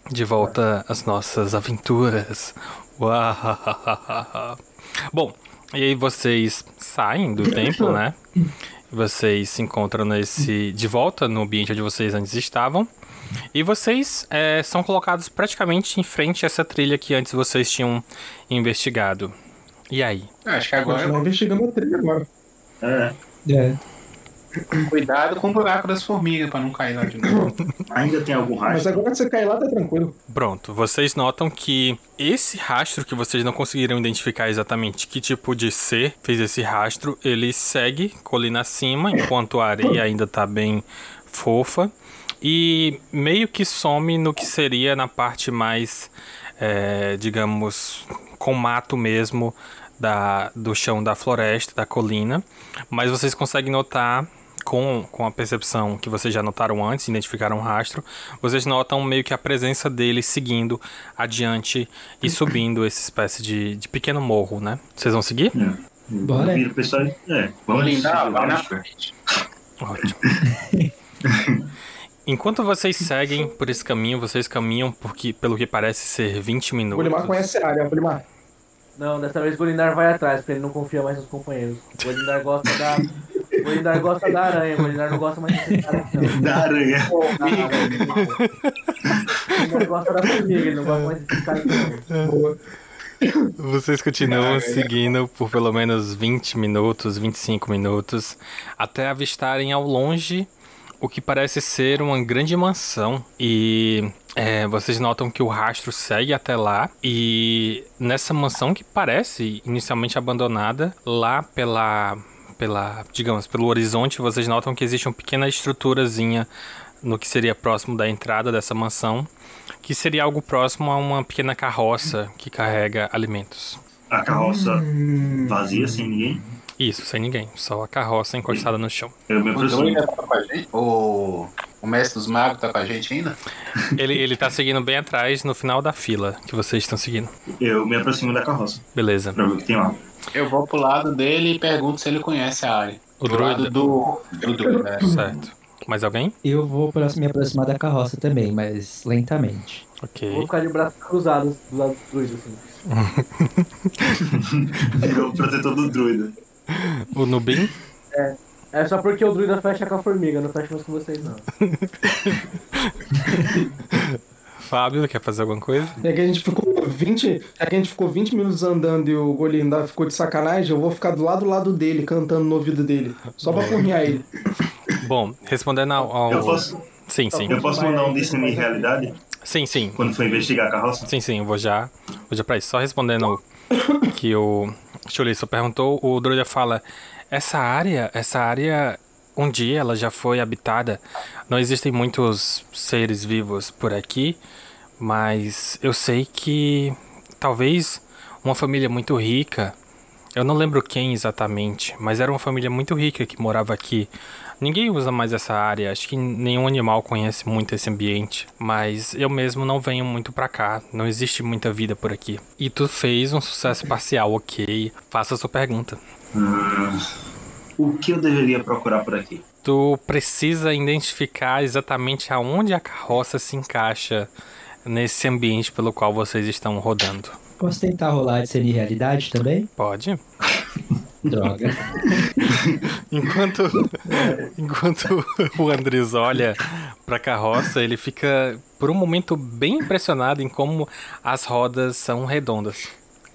De volta às nossas aventuras. Uahahaha. Bom, e aí vocês saem do templo, né? Vocês se encontram de volta no ambiente onde vocês antes estavam. E vocês são colocados praticamente em frente a essa trilha que antes vocês tinham investigado. E aí? Acho que agora Continuar investigando a trilha agora. É. cuidado com o buraco das formigas pra não cair lá de novo. Ainda tem algum Mas rastro? agora que você cair lá, tá tranquilo. Pronto, vocês notam que esse rastro que vocês não conseguiram identificar exatamente que tipo de ser fez esse rastro, ele segue colina acima, enquanto a areia ainda tá bem fofa, e meio que some no que seria na parte mais, digamos, com mato mesmo, do chão da floresta, da colina, mas vocês conseguem notar com a percepção que vocês já notaram antes, identificaram o rastro, vocês notam meio que a presença dele seguindo adiante e subindo essa espécie de pequeno morro, né? Vocês vão seguir? Bora. Vira o pessoal. Vamos Vamos lindar, seguir vai o na rastro. frente. Ótimo. Enquanto vocês seguem por esse caminho, vocês caminham pelo que parece ser 20 O minutos. Golimar conhece a área, Golimar. Não, dessa vez o Golinar vai atrás, porque ele não confia mais nos companheiros. O Golinar gosta da. O Golinar gosta da aranha, o Golinar não gosta mais desse cara aqui, não. Da aranha. O Golinar gosta da formiga, ele não gosta mais desse cara aqui, não. Boa. Vocês continuam seguindo por pelo menos 20 minutos, 25 minutos, até avistarem ao longe o que parece ser uma grande mansão. E vocês notam que o rastro segue até lá. E nessa mansão que parece inicialmente abandonada, lá digamos, pelo horizonte, vocês notam que existe uma pequena estruturazinha no que seria próximo da entrada dessa mansão, que seria algo próximo a uma pequena carroça que carrega alimentos. A carroça vazia, sem ninguém. Isso, sem ninguém, só a carroça encostada no chão. Eu me O aproximo. druida tá com a gente? O mestre dos magos tá com a gente ainda? Ele tá seguindo bem atrás, no final da fila que vocês estão seguindo. Eu me aproximo da carroça. Beleza. Pra ver o que tem lá. Eu vou pro lado dele e pergunto se ele conhece a área. O Do lado druida. do druida. Certo. Mais alguém? Eu vou me aproximar da carroça também, mas lentamente. Vou Ok. ficar de braços cruzados do lado do druida, assim. Virou o protetor do druida. O Nubin? É só porque o druida fecha com a formiga, não fecha mais com vocês, não. Fábio, quer fazer alguma coisa? É que a gente ficou 20 minutos andando e o Golimar ficou de sacanagem, eu vou ficar do lado dele, cantando no ouvido dele. Só pra porrinhar ele. Bom, respondendo ao... Eu posso, Sim, sim. eu posso mandar um discernir realidade Sim, sim. quando for investigar a carroça? Sim, eu vou já pra isso. Só respondendo que o Chulisso perguntou, o druida fala, essa área, um dia ela já foi habitada, não existem muitos seres vivos por aqui, mas eu sei que talvez uma família muito rica, eu não lembro quem exatamente, mas era uma família muito rica que morava aqui. Ninguém usa mais essa área, acho que nenhum animal conhece muito esse ambiente, mas eu mesmo não venho muito pra cá, não existe muita vida por aqui. E tu fez um sucesso parcial, ok, faça a sua pergunta. O que eu deveria procurar por aqui? Tu precisa identificar exatamente aonde a carroça se encaixa nesse ambiente pelo qual vocês estão rodando. Posso tentar rolar de semi-realidade também? Pode? Droga. Enquanto o Andres olha pra carroça, ele fica por um momento bem impressionado em como as rodas são redondas.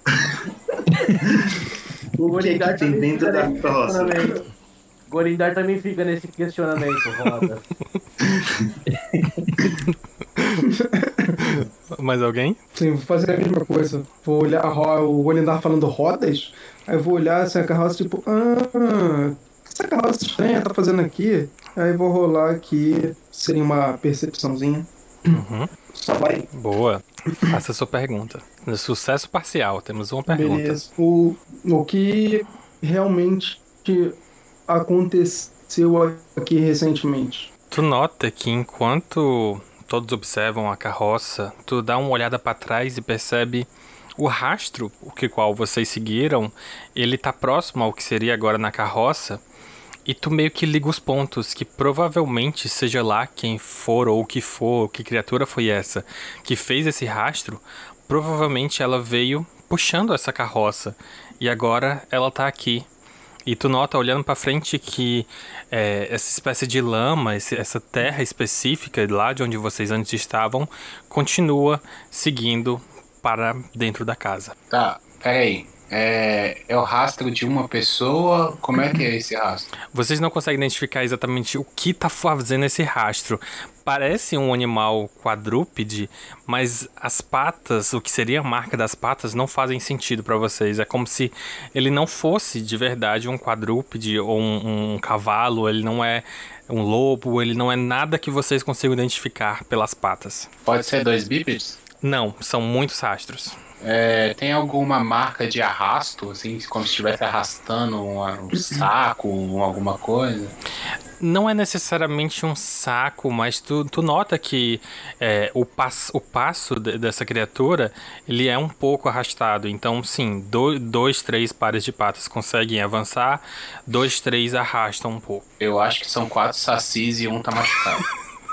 O Gorindar tem também dentro fica da nesse carroça? questionamento. O Gorindar também fica nesse questionamento, Roda. Mais alguém? Sim, vou fazer a mesma coisa. Vou olhar o Golimar falando rodas, aí eu vou olhar assim, a carroça, tipo, essa carroça estranha tá fazendo aqui? Aí vou rolar aqui, seria uma percepçãozinha. Uhum. Só vai. Boa. Faça a sua pergunta. Sucesso parcial, temos uma pergunta. Beleza. O que realmente aconteceu aqui recentemente? Tu nota que enquanto todos observam a carroça, tu dá uma olhada pra trás e percebe o rastro, qual vocês seguiram, ele tá próximo ao que seria agora na carroça, E tu meio que liga os pontos, que provavelmente seja lá quem for, ou o que for, que criatura foi essa que fez esse rastro, provavelmente ela veio puxando essa carroça. E agora ela tá aqui. E tu nota, olhando pra frente, que essa espécie de lama, essa terra específica lá de onde vocês antes estavam, continua seguindo para dentro da casa. Tá, peraí. É o rastro de uma pessoa? Como é que é esse rastro? Vocês não conseguem identificar exatamente o que tá fazendo esse rastro. Parece um animal quadrúpede, mas as patas, o que seria a marca das patas, não fazem sentido pra vocês. É como se ele não fosse de verdade um quadrúpede ou um cavalo, ele não é um lobo, ele não é nada que vocês consigam identificar pelas patas. Pode ser 2 bípedes? Não, são muitos rastros. Tem alguma marca de arrasto, assim, como se estivesse arrastando um saco, alguma coisa? Não é necessariamente um saco, mas tu nota que o passo dessa criatura, ele é um pouco arrastado. Então, sim, 3 pares de patas conseguem avançar, 3 arrastam um pouco. Eu acho que são 4 sacis e um tá machucado.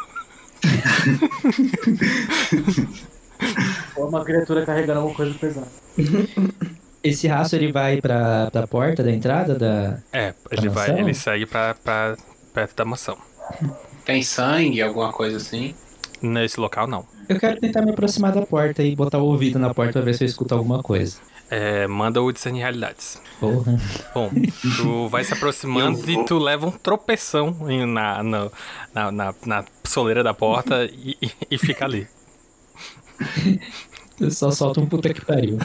Ou uma criatura carregando alguma coisa pesada. Esse rastro ele vai pra porta da entrada da. Ele segue pra perto da mansão. Tem sangue, alguma coisa assim? Nesse local, não. Eu quero tentar me aproximar da porta e botar o ouvido na porta pra ver se eu escuto alguma coisa. Manda o discernir realidades. Porra. Bom, tu vai se aproximando e tu leva um tropeção na soleira da porta e fica ali. Eu só solto um puta que pariu.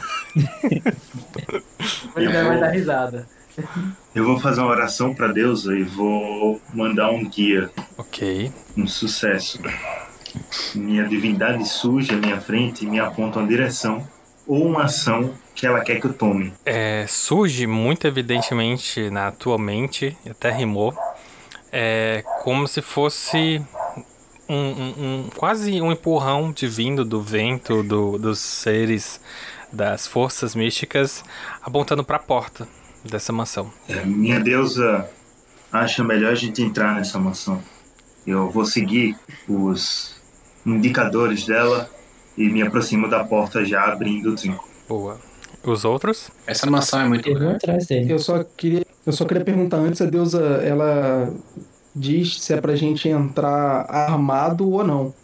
Ele vai dar risada. Eu vou fazer uma oração pra deusa e vou mandar um guia. Ok. Um sucesso. Minha divindade surge à minha frente e me aponta uma direção ou uma ação que ela quer que eu tome. Surge muito evidentemente na tua mente, até rimou, como se fosse quase um empurrão divino do vento, dos seres, das forças místicas, apontando para a porta dessa mansão. Minha deusa acha melhor a gente entrar nessa mansão. Eu vou seguir os indicadores dela e me aproximo da porta já abrindo o trinco. Boa. Os outros? Essa mansão é muito Eu vou grande. atrás dele. Eu só queria perguntar antes, a deusa, ela diz se é pra gente entrar armado ou não.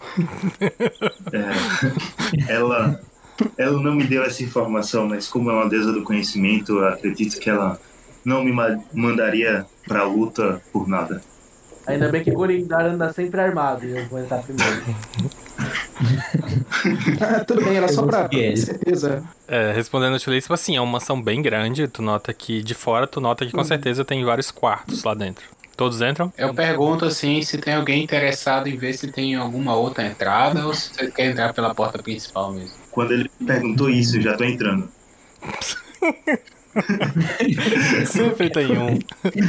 Ela não me deu essa informação, mas como é uma deusa do conhecimento, eu acredito que ela não me mandaria pra luta por nada. Ainda bem que Gorindar anda sempre armado e eu vou entrar primeiro. Tudo bem, era só pra consegui ele. certeza. Respondendo a Chulispa, assim, é uma mansão bem grande. Tu nota que de fora, tu nota que com certeza tem vários quartos lá dentro. Todos entram? Eu pergunto assim se tem alguém interessado em ver se tem alguma outra entrada ou se você quer entrar pela porta principal mesmo. Quando ele perguntou isso, eu já tô entrando. Sempre tem um.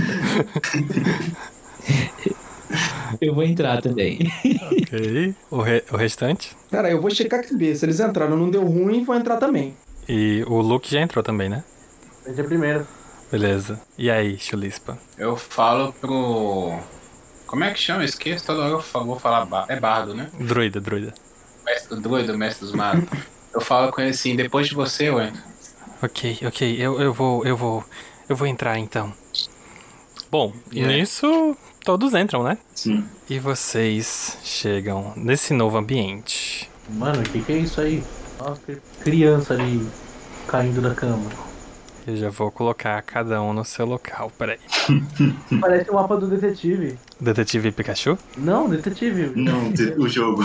Eu vou entrar também. Ok. O restante? Cara, eu vou checar a cabeça. Eles entraram, não deu ruim, vou entrar também. E o Luke já entrou também, né? Entra primeiro. Beleza. E aí, Chulispa? Eu falo pro... Como é que chama? Esqueço, toda hora eu vou falar... É bardo, né? Druida. Mestre do druido, mestre dos magos. Eu falo com ele assim, depois de você, eu entro. Ok. Eu vou entrar então. Bom, E aí? nisso todos entram, né? Sim. E vocês chegam nesse novo ambiente. Mano, o que é isso aí? Nossa, que criança ali caindo da cama. Eu já vou colocar cada um no seu local. Peraí. Parece o mapa do detetive. Detetive Pikachu? Não, detetive. Não, o jogo.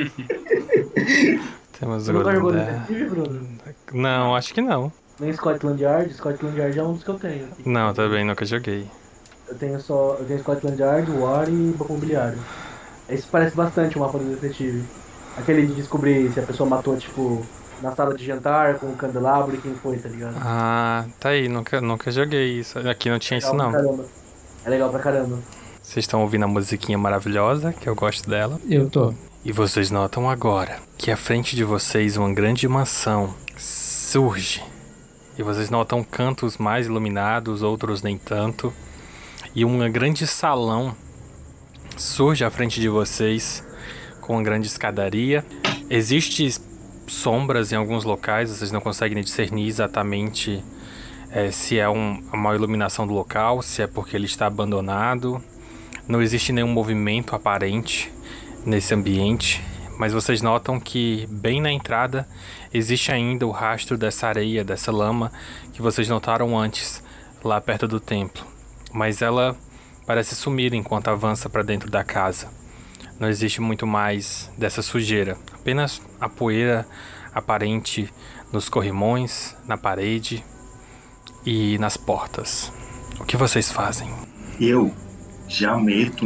Temos Você nunca jogou Golindar. detetive, Bruno? Não, acho que não. Nem Scotland Yard? Scotland Yard é um dos que eu tenho. Não, também nunca joguei. Eu tenho Scotland Yard, War e Banco Imobiliário. Esse parece bastante o mapa do detetive. Aquele de descobrir se a pessoa matou, tipo, na sala de jantar, com o candelabro e quem foi, tá ligado? Ah, tá aí, nunca joguei isso. Aqui não tinha isso Legal pra não. caramba. É legal pra caramba. Vocês estão ouvindo a musiquinha maravilhosa, que eu gosto dela. Eu tô. E vocês notam agora que à frente de vocês uma grande mansão surge. E vocês notam cantos mais iluminados, outros nem tanto. e um grande salão surge à frente de vocês com uma grande escadaria. Existem sombras em alguns locais, vocês não conseguem discernir exatamente se é uma má iluminação do local, se é porque ele está abandonado. Não existe nenhum movimento aparente nesse ambiente, mas vocês notam que bem na entrada existe ainda o rastro dessa areia, dessa lama que vocês notaram antes, lá perto do templo. Mas ela parece sumir enquanto avança para dentro da casa. Não existe muito mais dessa sujeira, apenas a poeira aparente nos corrimões, na parede e nas portas. O que vocês fazem? Eu já meto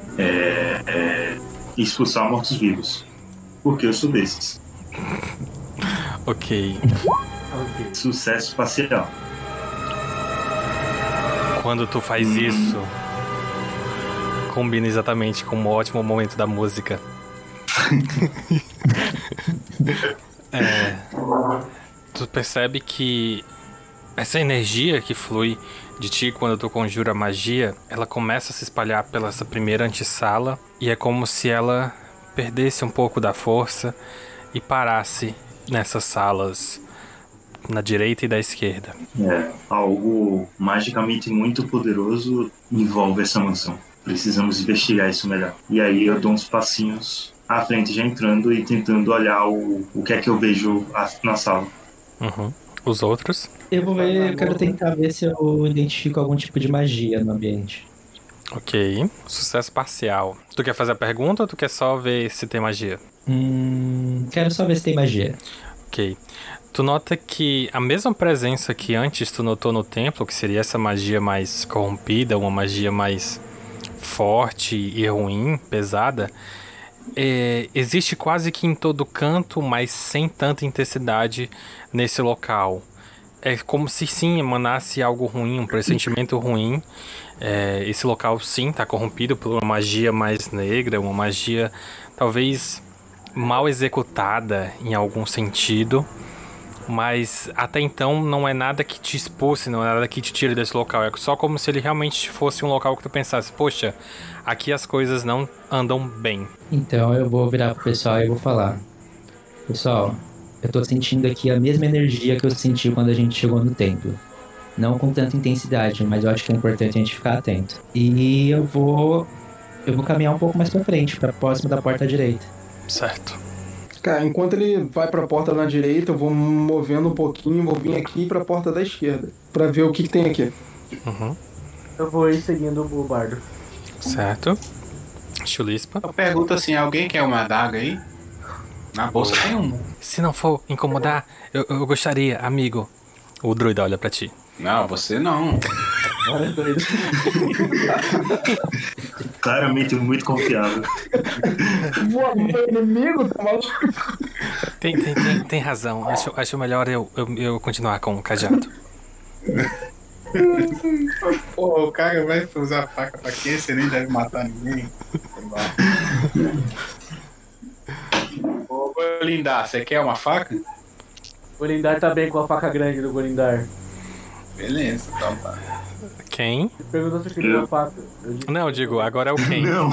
expulsar mortos-vivos, porque eu sou desses. Ok. Sucesso parcial. Quando tu faz isso, combina exatamente com um ótimo momento da música. Tu percebe que essa energia que flui de ti quando tu conjura magia, ela começa a se espalhar pela essa primeira antessala e é como se ela perdesse um pouco da força e parasse nessas salas na direita e da esquerda. Algo magicamente muito poderoso envolve essa mansão. Precisamos investigar isso melhor. E aí eu dou uns passinhos à frente, já entrando e tentando olhar o que é que eu vejo na sala. Os outros? Eu quero tentar ver se eu identifico algum tipo de magia no ambiente. Ok, sucesso parcial. Tu quer fazer a pergunta ou tu quer só ver se tem magia? Quero só ver se tem magia. Ok. Tu nota que a mesma presença que antes tu notou no templo, que seria essa magia mais corrompida, uma magia mais forte e ruim, pesada, existe quase que em todo canto, mas sem tanta intensidade nesse local. É como se sim emanasse algo ruim, um pressentimento ruim. Esse local sim está corrompido por uma magia mais negra, uma magia talvez mal executada em algum sentido. Mas até então não é nada que te expulse, não é nada que te tire desse local. É só como se ele realmente fosse um local que tu pensasse, poxa, aqui as coisas não andam bem. Então eu vou virar pro pessoal e vou falar: pessoal, eu tô sentindo aqui a mesma energia que eu senti quando a gente chegou no templo. Não com tanta intensidade, mas eu acho que é importante a gente ficar atento. E eu vou caminhar um pouco mais pra frente, pra próximo da porta à direita. Certo. Cara, enquanto ele vai pra porta na direita, eu vou movendo um pouquinho, vou vir aqui pra porta da esquerda, pra ver o que tem aqui. Eu vou ir seguindo o bardo. Certo. Chulispa. Eu pergunto assim, alguém quer uma adaga aí? Na bolsa tem uma. Se não for incomodar, eu gostaria, amigo. O druida olha pra ti. Não, você não. Olha, doido. Claramente muito confiável. Voa no meu inimigo, tá maluco? Tem razão. Acho melhor eu continuar com o cajado. Pô, o cara vai usar faca pra quê? Você nem deve matar ninguém. Ô, Golindar, você quer uma faca? O Golindar tá bem com a faca grande do Golindar. Beleza, então tá. Quem? Perguntou se eu queria uma faca. Não, eu digo, agora é o quem. Não.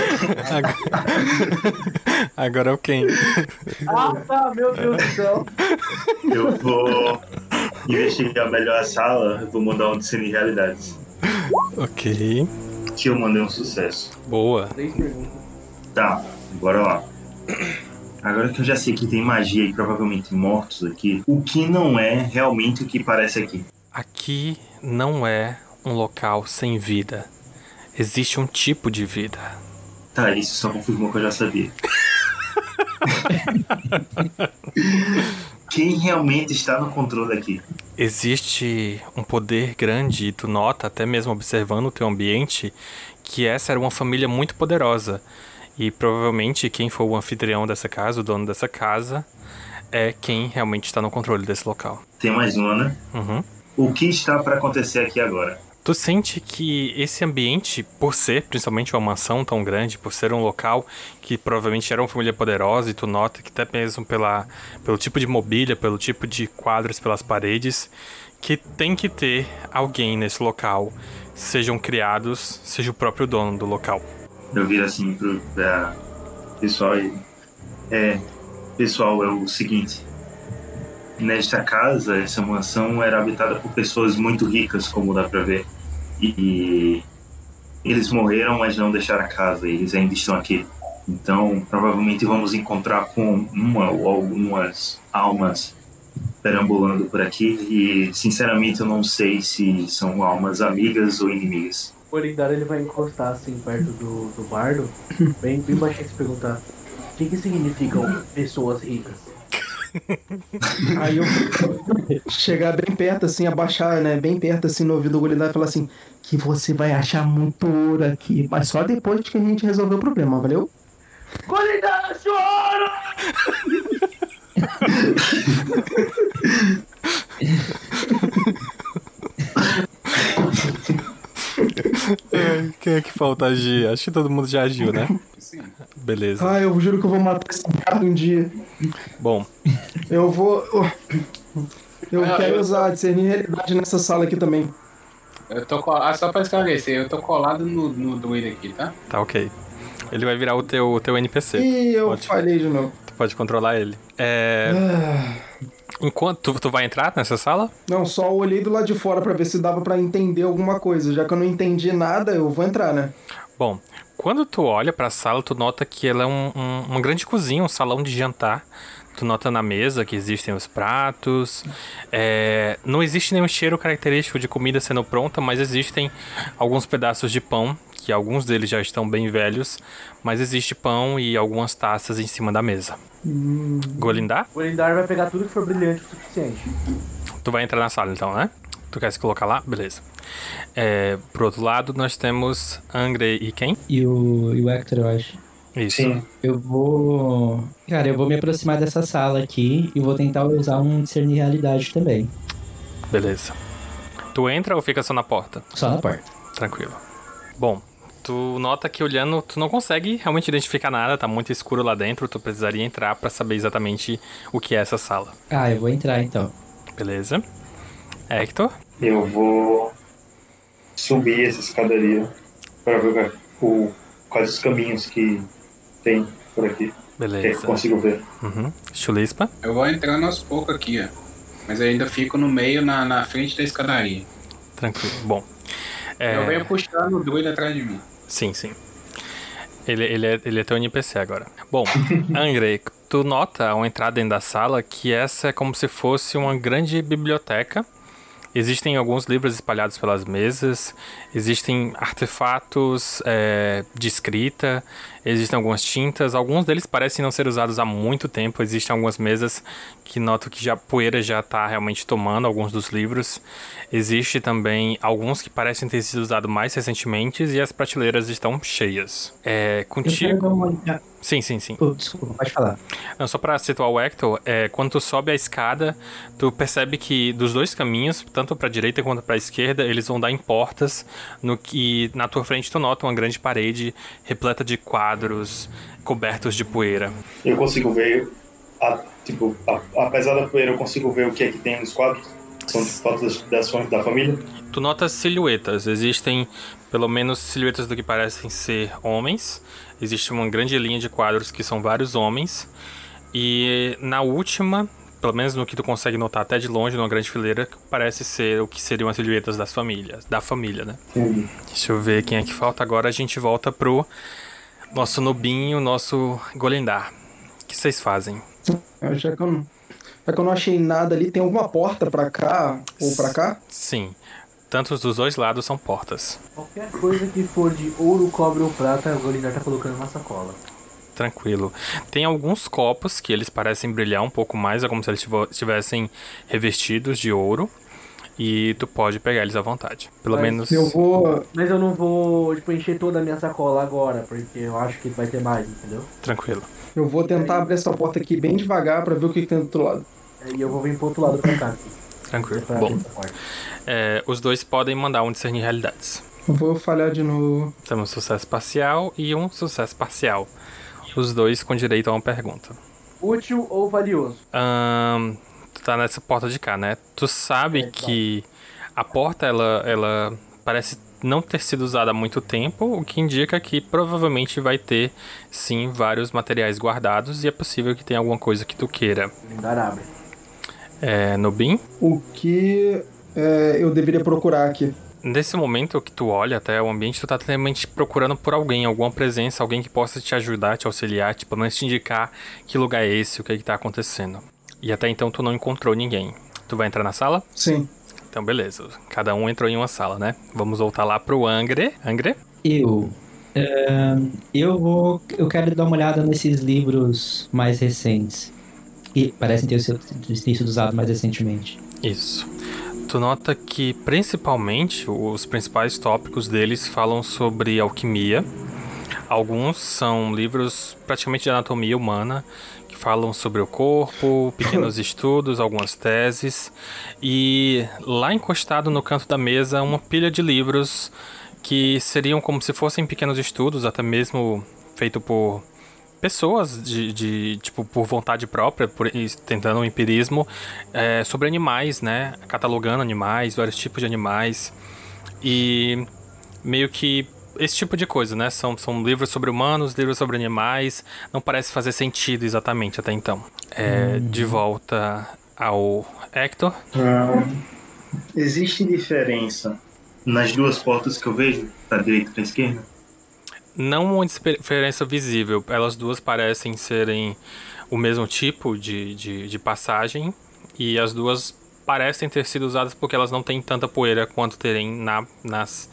Agora é o quem. Ah, tá, meu Deus do céu. Eu vou investigar melhor a sala, eu vou mandar um discernir realidades. Ok. Que eu mandei um sucesso. Boa. 3 perguntas. Tá, bora lá. Agora que eu já sei que tem magia e provavelmente mortos aqui, o que não é realmente o que parece aqui? Aqui não é um local sem vida. Existe um tipo de vida. Tá, isso só confirmou que eu já sabia. Quem realmente está no controle aqui? Existe um poder grande e tu nota, até mesmo observando o teu ambiente, que essa era uma família muito poderosa. E provavelmente quem for o anfitrião dessa casa, o dono dessa casa, é quem realmente está no controle desse local. Tem mais uma, né? Uhum. O que está para acontecer aqui agora? Tu sente que esse ambiente, por ser principalmente uma mansão tão grande, por ser um local que provavelmente era uma família poderosa, e tu nota que até mesmo pelo tipo de mobília, pelo tipo de quadros pelas paredes, que tem que ter alguém nesse local, sejam criados, seja o próprio dono do local. Eu viro assim pro pessoal e... pessoal, é o seguinte... Nesta casa, essa mansão era habitada por pessoas muito ricas, como dá pra ver. E eles morreram, mas não deixaram a casa, eles ainda estão aqui. Então, provavelmente vamos encontrar com uma ou algumas almas perambulando por aqui. E, sinceramente, eu não sei se são almas amigas ou inimigas. O Olindar, ele vai encostar assim perto do bardo, bem baixinho, se perguntar: o que significam pessoas ricas? Aí eu chegar bem perto, assim, abaixar, né? Bem perto, assim, no ouvido do Golindar e falar assim: que você vai achar muito ouro aqui, mas só depois que a gente resolver o problema, valeu? Golindar, choro! Quem é que falta agir? Acho que todo mundo já agiu, né? Sim. Beleza. Eu juro que eu vou matar esse cara um dia. Bom, Eu vou. Eu quero usar discernir realidade nessa sala aqui também. Eu tô colado, só pra esclarecer, eu tô colado no druida aqui, tá? tá ok. Ele vai virar o teu NPC. E eu Pode. falhei de novo. Tu pode controlar ele. Enquanto tu vai entrar nessa sala? Não, só olhei do lado de fora pra ver se dava pra entender alguma coisa. Já que eu não entendi nada, eu vou entrar, né? Bom, quando tu olha pra sala, tu nota que ela é uma grande cozinha, um salão de jantar. Tu nota na mesa que existem os pratos. Não existe nenhum cheiro característico de comida sendo pronta, mas existem alguns pedaços de pão, que alguns deles já estão bem velhos, mas existe pão e algumas taças em cima da mesa. Golindar? O Olindar vai pegar tudo que for brilhante o suficiente. Tu vai entrar na sala então, né? Tu quer se colocar lá? Beleza. Pro outro lado, nós temos Angre e quem? E o Hector, eu acho. Isso. Sim. Eu vou me aproximar dessa sala aqui e vou tentar usar um discernir realidade também. Beleza. Tu entra ou fica só na porta? Só na porta. Tranquilo. Bom, tu nota que olhando, tu não consegue realmente identificar nada, tá muito escuro lá dentro, tu precisaria entrar pra saber exatamente o que é essa sala. Eu vou entrar então. Beleza. Hector? Eu vou subir essa escadaria para ver quais os caminhos que tem por aqui. Beleza. Que é que eu consigo ver. Chulispa? Eu vou entrando aos poucos aqui, ó. Mas eu ainda fico no meio, na frente da escadaria. Tranquilo. Bom. Eu venho puxando o druida atrás de mim. Sim. Ele é teu NPC agora. Bom, Angre, tu nota ao entrar dentro da sala que essa é como se fosse uma grande biblioteca. Existem alguns livros espalhados pelas mesas, existem artefatos de escrita, existem algumas tintas, alguns deles parecem não ser usados há muito tempo, existem algumas mesas que noto que a poeira já está realmente tomando alguns dos livros. Existe também alguns que parecem ter sido usados mais recentemente e as prateleiras estão cheias. Contigo... Sim. Desculpa, pode falar. Não, só pra situar o Hector, quando tu sobe a escada, tu percebe que dos dois caminhos, tanto pra direita quanto pra esquerda, eles vão dar em portas, no que na tua frente tu nota uma grande parede repleta de quadros cobertos de poeira. Eu consigo ver, apesar da poeira, eu consigo ver o que é que tem nos quadros? São de fotos da família? Tu notas silhuetas, existem pelo menos silhuetas do que parecem ser homens. Existe uma grande linha de quadros que são vários homens. E na última, pelo menos no que tu consegue notar até de longe, numa grande fileira, parece ser o que seriam as silhuetas das famílias, da família, né? Deixa eu ver quem é que falta. Agora a gente volta pro nosso nobinho, nosso Golindar. O que vocês fazem? Já que eu não achei nada ali, tem alguma porta pra cá ou pra cá? Sim. Tanto dos dois lados são portas. Qualquer coisa que for de ouro, cobre ou prata, o Golindar tá colocando na sacola. Tranquilo. Tem alguns copos que eles parecem brilhar um pouco mais, é como se eles estivessem revestidos de ouro. E tu pode pegar eles à vontade. Pelo menos... Mas eu não vou, encher toda a minha sacola agora, porque eu acho que vai ter mais, entendeu? Tranquilo. Eu vou tentar abrir essa porta aqui bem devagar pra ver o que tem do outro lado. E eu vou vir pro outro lado pra cá. Tranquilo. Pra Bom, abrir essa porta. os dois podem mandar um discernir realidades. Vou falhar de novo. Temos um sucesso parcial e um sucesso parcial. Os dois com direito a uma pergunta. Útil ou valioso? Tu tá nessa porta de cá, né? Tu sabe que a porta, ela parece não ter sido usada há muito tempo, o que indica que provavelmente vai ter, sim, vários materiais guardados e é possível que tenha alguma coisa que tu queira. Lindar abre. Nubin? O que eu deveria procurar aqui? Nesse momento que tu olha até o ambiente, tu tá realmente procurando por alguém, alguma presença, alguém que possa te ajudar, te auxiliar, tipo, pelo menos te indicar que lugar é esse, o que é que tá acontecendo. E até então tu não encontrou ninguém. Tu vai entrar na sala? Sim. Então beleza, cada um entrou em uma sala, né? Vamos voltar lá pro Angre. Angre? Eu quero dar uma olhada nesses livros mais recentes. E parecem ter sido usados mais recentemente. Isso. Tu nota que, principalmente, os principais tópicos deles falam sobre alquimia. Alguns são livros praticamente de anatomia humana, que falam sobre o corpo, pequenos estudos, algumas teses. E lá encostado no canto da mesa, uma pilha de livros que seriam como se fossem pequenos estudos, até mesmo feito por pessoas tipo, por vontade própria, tentando um empirismo, sobre animais, né? Catalogando animais, vários tipos de animais. E meio que esse tipo de coisa, né? São livros sobre humanos, livros sobre animais. Não parece fazer sentido exatamente até então. De volta ao Hector. Existe diferença nas duas portas que eu vejo, da direita e da esquerda? Não uma diferença visível. Elas duas parecem serem o mesmo tipo de passagem. E as duas parecem ter sido usadas porque elas não têm tanta poeira quanto terem nas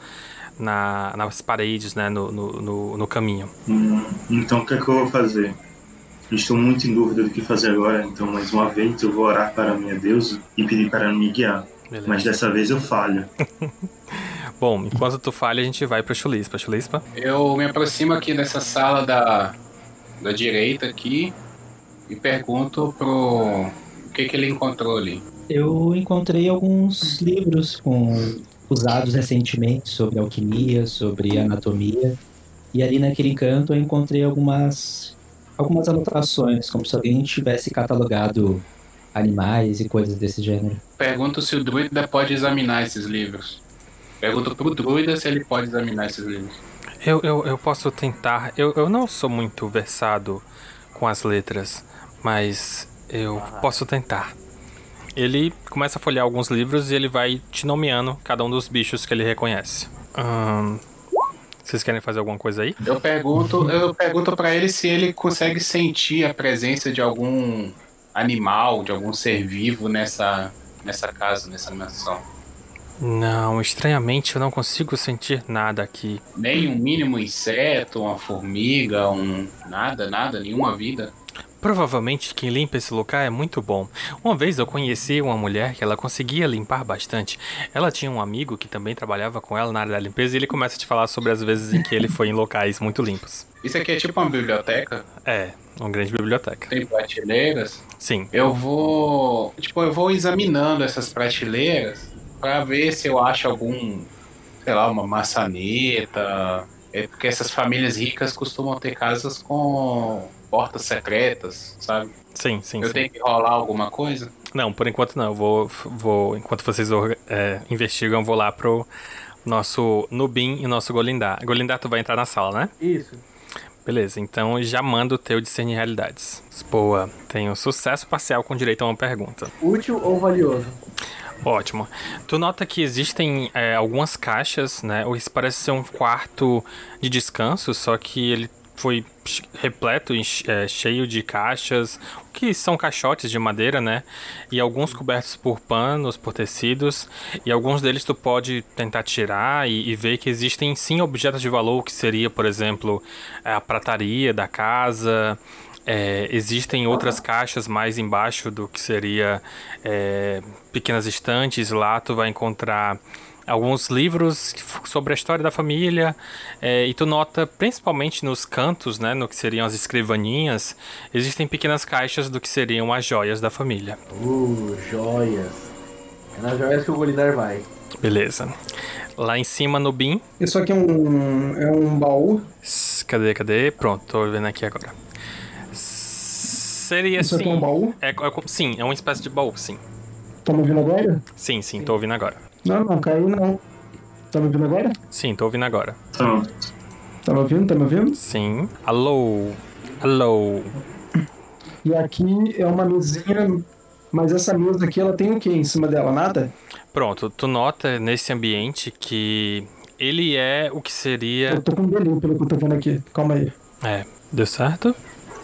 paredes, né, no caminho. Então o que é que eu vou fazer? Estou muito em dúvida do que fazer agora, então mais uma vez eu vou orar para a minha deusa e pedir para ela me guiar. Beleza. Mas dessa vez eu falho. Bom, enquanto tu falha, a gente vai pra Chulispa. Chulispa? Eu me aproximo aqui dessa sala da direita aqui e pergunto o que ele encontrou ali. Eu encontrei alguns livros usados recentemente sobre alquimia, sobre anatomia. E ali naquele canto eu encontrei algumas anotações, como se alguém tivesse catalogado animais e coisas desse gênero. Pergunto se o druida pode examinar esses livros. Pergunto pro druida se ele pode examinar esses livros. Eu posso tentar. Eu não sou muito versado com as letras, mas eu posso tentar. Ele começa a folhear alguns livros e ele vai te nomeando cada um dos bichos que ele reconhece. Vocês querem fazer alguma coisa aí? Eu pergunto pra ele se ele consegue sentir a presença de algum animal, de algum ser vivo nessa casa, nessa mansão. Não, estranhamente eu não consigo sentir nada aqui. Nem um mínimo inseto, uma formiga, nada, nenhuma vida. Provavelmente quem limpa esse lugar é muito bom. Uma vez eu conheci uma mulher que ela conseguia limpar bastante. Ela tinha um amigo que também trabalhava com ela na área da limpeza e ele começa a te falar sobre as vezes em que ele foi em locais muito limpos. Isso aqui é tipo uma biblioteca? É, uma grande biblioteca. Tem prateleiras? Sim. Eu vou examinando essas prateleiras pra ver se eu acho uma maçaneta. Porque essas famílias ricas costumam ter casas com portas secretas, sabe? Sim. Eu tenho que rolar alguma coisa? Não, por enquanto não. Eu vou enquanto vocês investigam, eu vou lá pro nosso Nubin e nosso Golindar. Golindar, tu vai entrar na sala, né? Isso. Beleza, então já manda o teu discernir realidades. Boa, tem um sucesso parcial com direito a uma pergunta. Útil ou valioso? Ótimo. Tu nota que existem algumas caixas, né? Isso parece ser um quarto de descanso, só que ele foi repleto, cheio de caixas, que são caixotes de madeira, né? E alguns cobertos por panos, por tecidos, e alguns deles tu pode tentar tirar e ver que existem sim objetos de valor, que seria, por exemplo, a prataria da casa. Existem outras caixas mais embaixo do que seria pequenas estantes. Lá tu vai encontrar alguns livros sobre a história da família, e tu nota principalmente nos cantos, né, no que seriam as escrivaninhas, existem pequenas caixas do que seriam as joias da família. Joias. É nas joias que o Golindar vai. Beleza. Lá em cima no bin. Isso aqui é um baú. Cadê? Pronto, tô vendo aqui agora. Seria Isso assim. aqui é um baú? Sim, é uma espécie de baú, sim. Tá me ouvindo agora? Sim, tô ouvindo agora. Não, caiu não. Tá me ouvindo agora? Sim, tô ouvindo agora. Então, Tá me ouvindo? Sim. Alô? E aqui é uma mesinha, mas essa mesa aqui, ela tem o que em cima dela? Nada? Pronto, tu nota nesse ambiente que ele é o que seria... Eu tô com um delírio pelo que eu tô vendo aqui. Calma aí. Deu certo?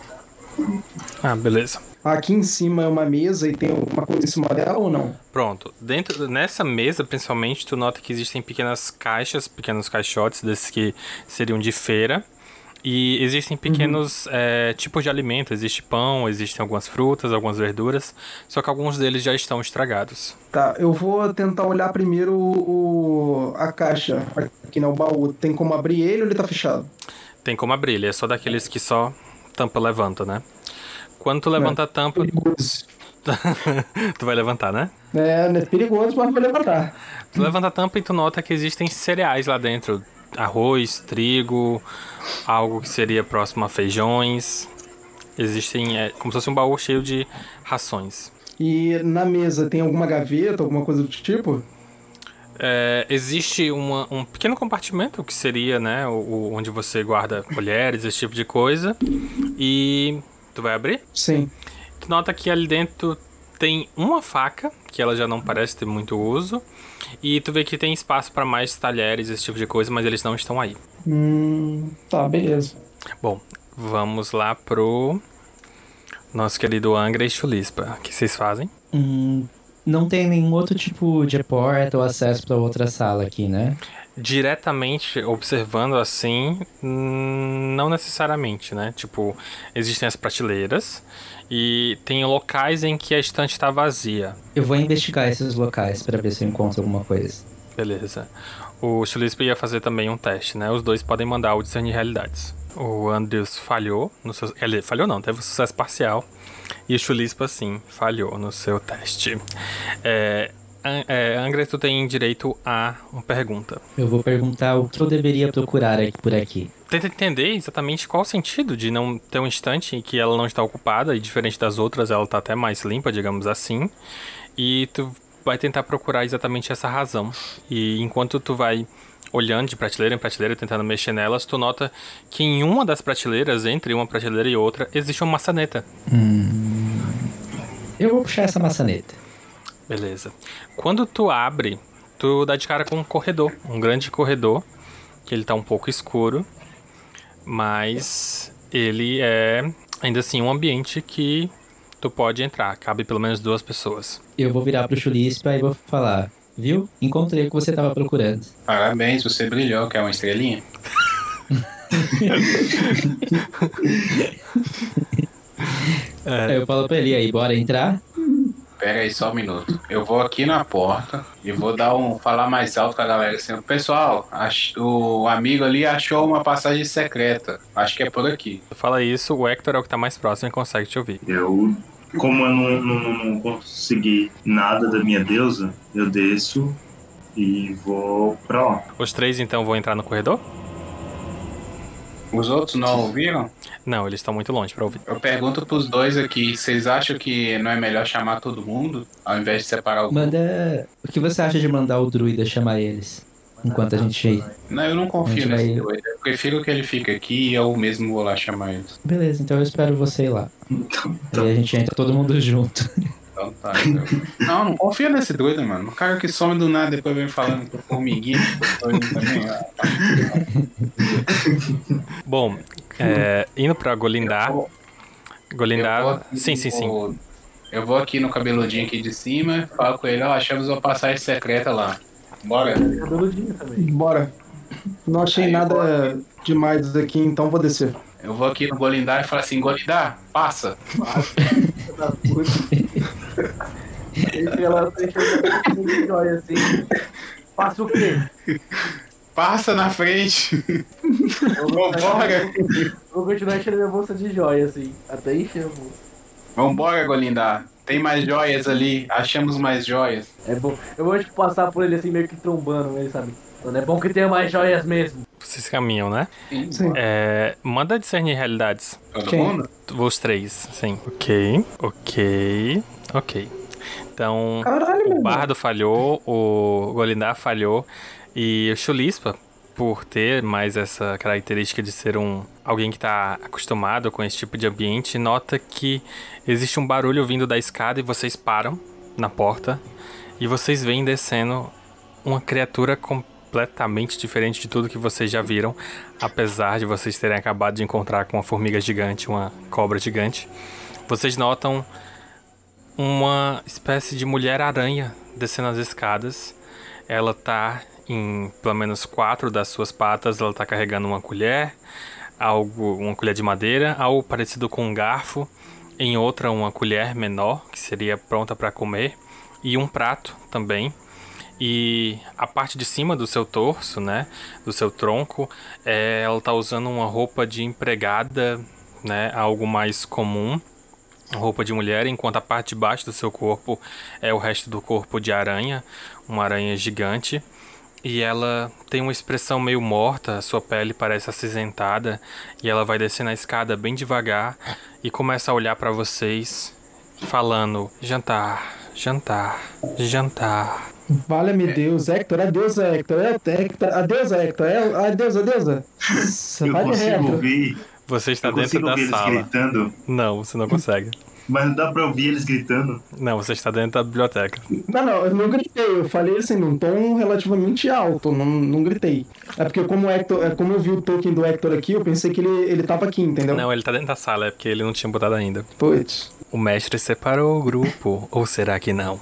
Ah, beleza. Aqui em cima é uma mesa e tem alguma coisa em cima dela ou não? Pronto, nessa mesa, principalmente, tu nota que existem pequenas caixas, pequenos caixotes desses que seriam de feira. E existem pequenos tipos de alimento. Existe pão, existem algumas frutas, algumas verduras. Só que alguns deles já estão estragados. Tá, eu vou tentar olhar primeiro a caixa. Aqui no baú. Tem como abrir ele ou ele tá fechado? Tem como abrir, ele é só daqueles que só tampa levanta, né? Quando tu levanta a tampa... Perigoso. Tu vai levantar, né? É perigoso, mas vou levantar. Tu levanta a tampa e tu nota que existem cereais lá dentro. Arroz, trigo, algo que seria próximo a feijões. Existem, como se fosse um baú cheio de rações. E na mesa tem alguma gaveta, alguma coisa do tipo? Existe um pequeno compartimento que seria, né, onde você guarda colheres, esse tipo de coisa. E tu vai abrir? Sim. Tu nota que ali dentro tem uma faca, que ela já não parece ter muito uso. E tu vê que tem espaço para mais talheres, esse tipo de coisa, mas eles não estão aí. Tá, beleza. Bom, vamos lá pro nosso querido Angra e Chulispa. O que vocês fazem? Não tem nenhum outro tipo de porta ou acesso para outra sala aqui, né? Diretamente observando assim, não necessariamente, né? Tipo, existem as prateleiras e tem locais em que a estante está vazia. Eu vou investigar esses locais para ver se eu encontro alguma coisa. Beleza. O Chulispa ia fazer também um teste, né? Os dois podem mandar o discernir realidades. O Andrews falhou no seu... Ele falhou não, teve um sucesso parcial. E o Chulispa, sim, falhou no seu teste. Angra, tu tem direito a uma pergunta. Eu vou perguntar o que eu deveria procurar aqui por aqui. Tenta entender exatamente qual o sentido de não ter um instante em que ela não está ocupada e diferente das outras ela está até mais limpa, digamos assim. E tu vai tentar procurar exatamente essa razão. E enquanto tu vai olhando de prateleira em prateleira, tentando mexer nelas, tu nota que em uma das prateleiras, entre uma prateleira e outra, existe uma maçaneta. Eu vou puxar essa maçaneta. Beleza. Quando tu abre, tu dá de cara com um corredor, um grande corredor, que ele tá um pouco escuro, mas ele é ainda assim um ambiente que tu pode entrar, cabe pelo menos 2 pessoas. Eu vou virar pro Chulispa e vou falar: viu? Encontrei o que você tava procurando. Parabéns, você brilhou, quer uma estrelinha? Aí eu falo pra ele: aí, bora entrar? Pera aí só um minuto. Eu vou aqui na porta e vou falar mais alto com a galera assim: pessoal, o amigo ali achou uma passagem secreta. Acho que é por aqui. Tu fala isso, o Hector é o que tá mais próximo e consegue te ouvir. Como eu não consegui nada da minha deusa, eu desço e vou pra lá. Os 3 então vão entrar no corredor? Os outros não ouviram? Não, eles estão muito longe pra ouvir. Eu pergunto pros 2 aqui, vocês acham que não é melhor chamar todo mundo, ao invés de separar o grupo? Manda. O que você acha de mandar o druida chamar eles? Enquanto a gente. Não, eu não confio A gente nesse vai- doido. Eu prefiro que ele fique aqui e eu mesmo vou lá chamar eles. Beleza, então eu espero você ir lá. Aí a gente entra todo mundo junto. Então tá. Então. Não confia nesse doido, mano. O cara que some do nada depois vem falando com o formiguinha. Bom, indo pra Golindar. Golindar. Sim. Eu vou aqui no cabeludinho aqui de cima, falo com ele, achamos uma passagem secreta lá. Bora. Cabeludinho também. Bora. Não achei Aí, nada demais aqui, então vou descer. Eu vou aqui no Golindar e falo assim, Golindar, passa. Da puta. Ela tá enxergando de joia assim. Passa o quê? Passa na frente. Vambora. Vou continuar enchendo minha bolsa de joia assim. Até encher a bolsa. Vambora, Golindar. Tem mais joias ali, achamos mais joias. É bom. Eu vou tipo, passar por ele assim, meio que trombando ele, sabe? Então é bom que tenha mais joias mesmo. Vocês caminham, né? Sim. Manda discernir realidades. Todo Quem? mundo? Os três, sim. Ok. Então, Caralho, o meu Bardo falhou, o Golindar falhou e o Chulispa, por ter mais essa característica de ser alguém que está acostumado com esse tipo de ambiente, nota que existe um barulho vindo da escada e vocês param na porta e vocês veem descendo uma criatura completamente diferente de tudo que vocês já viram, apesar de vocês terem acabado de encontrar com uma formiga gigante, uma cobra gigante. Vocês notam uma espécie de mulher-aranha descendo as escadas. Ela tá em pelo menos 4 das suas patas. Ela tá carregando uma colher, uma colher de madeira, algo parecido com um garfo. Em outra, uma colher menor, que seria pronta para comer, e um prato também. E a parte de cima do seu torso, né, do seu tronco, ela tá usando uma roupa de empregada, né, algo mais comum, roupa de mulher, enquanto a parte de baixo do seu corpo é o resto do corpo de aranha, uma aranha gigante. E ela tem uma expressão meio morta, a sua pele parece acinzentada, e ela vai descendo a escada bem devagar e começa a olhar para vocês, falando: jantar, jantar, jantar. Vale-me Deus, Hector, adeus, Hector, adeus, Hector, adeus. Eu Vai de consigo reto. ouvir. Você está Eu dentro consigo da ouvir eles sala. gritando, Não, você não consegue. mas não dá pra ouvir eles gritando. Não, você está dentro da biblioteca. Não, eu não gritei, eu falei assim, num tom relativamente alto, não gritei. É porque como eu vi o token do Hector aqui, eu pensei que ele tava aqui, entendeu? Não, ele tá dentro da sala, é porque ele não tinha botado ainda. Putz. O mestre separou o grupo, ou será que não?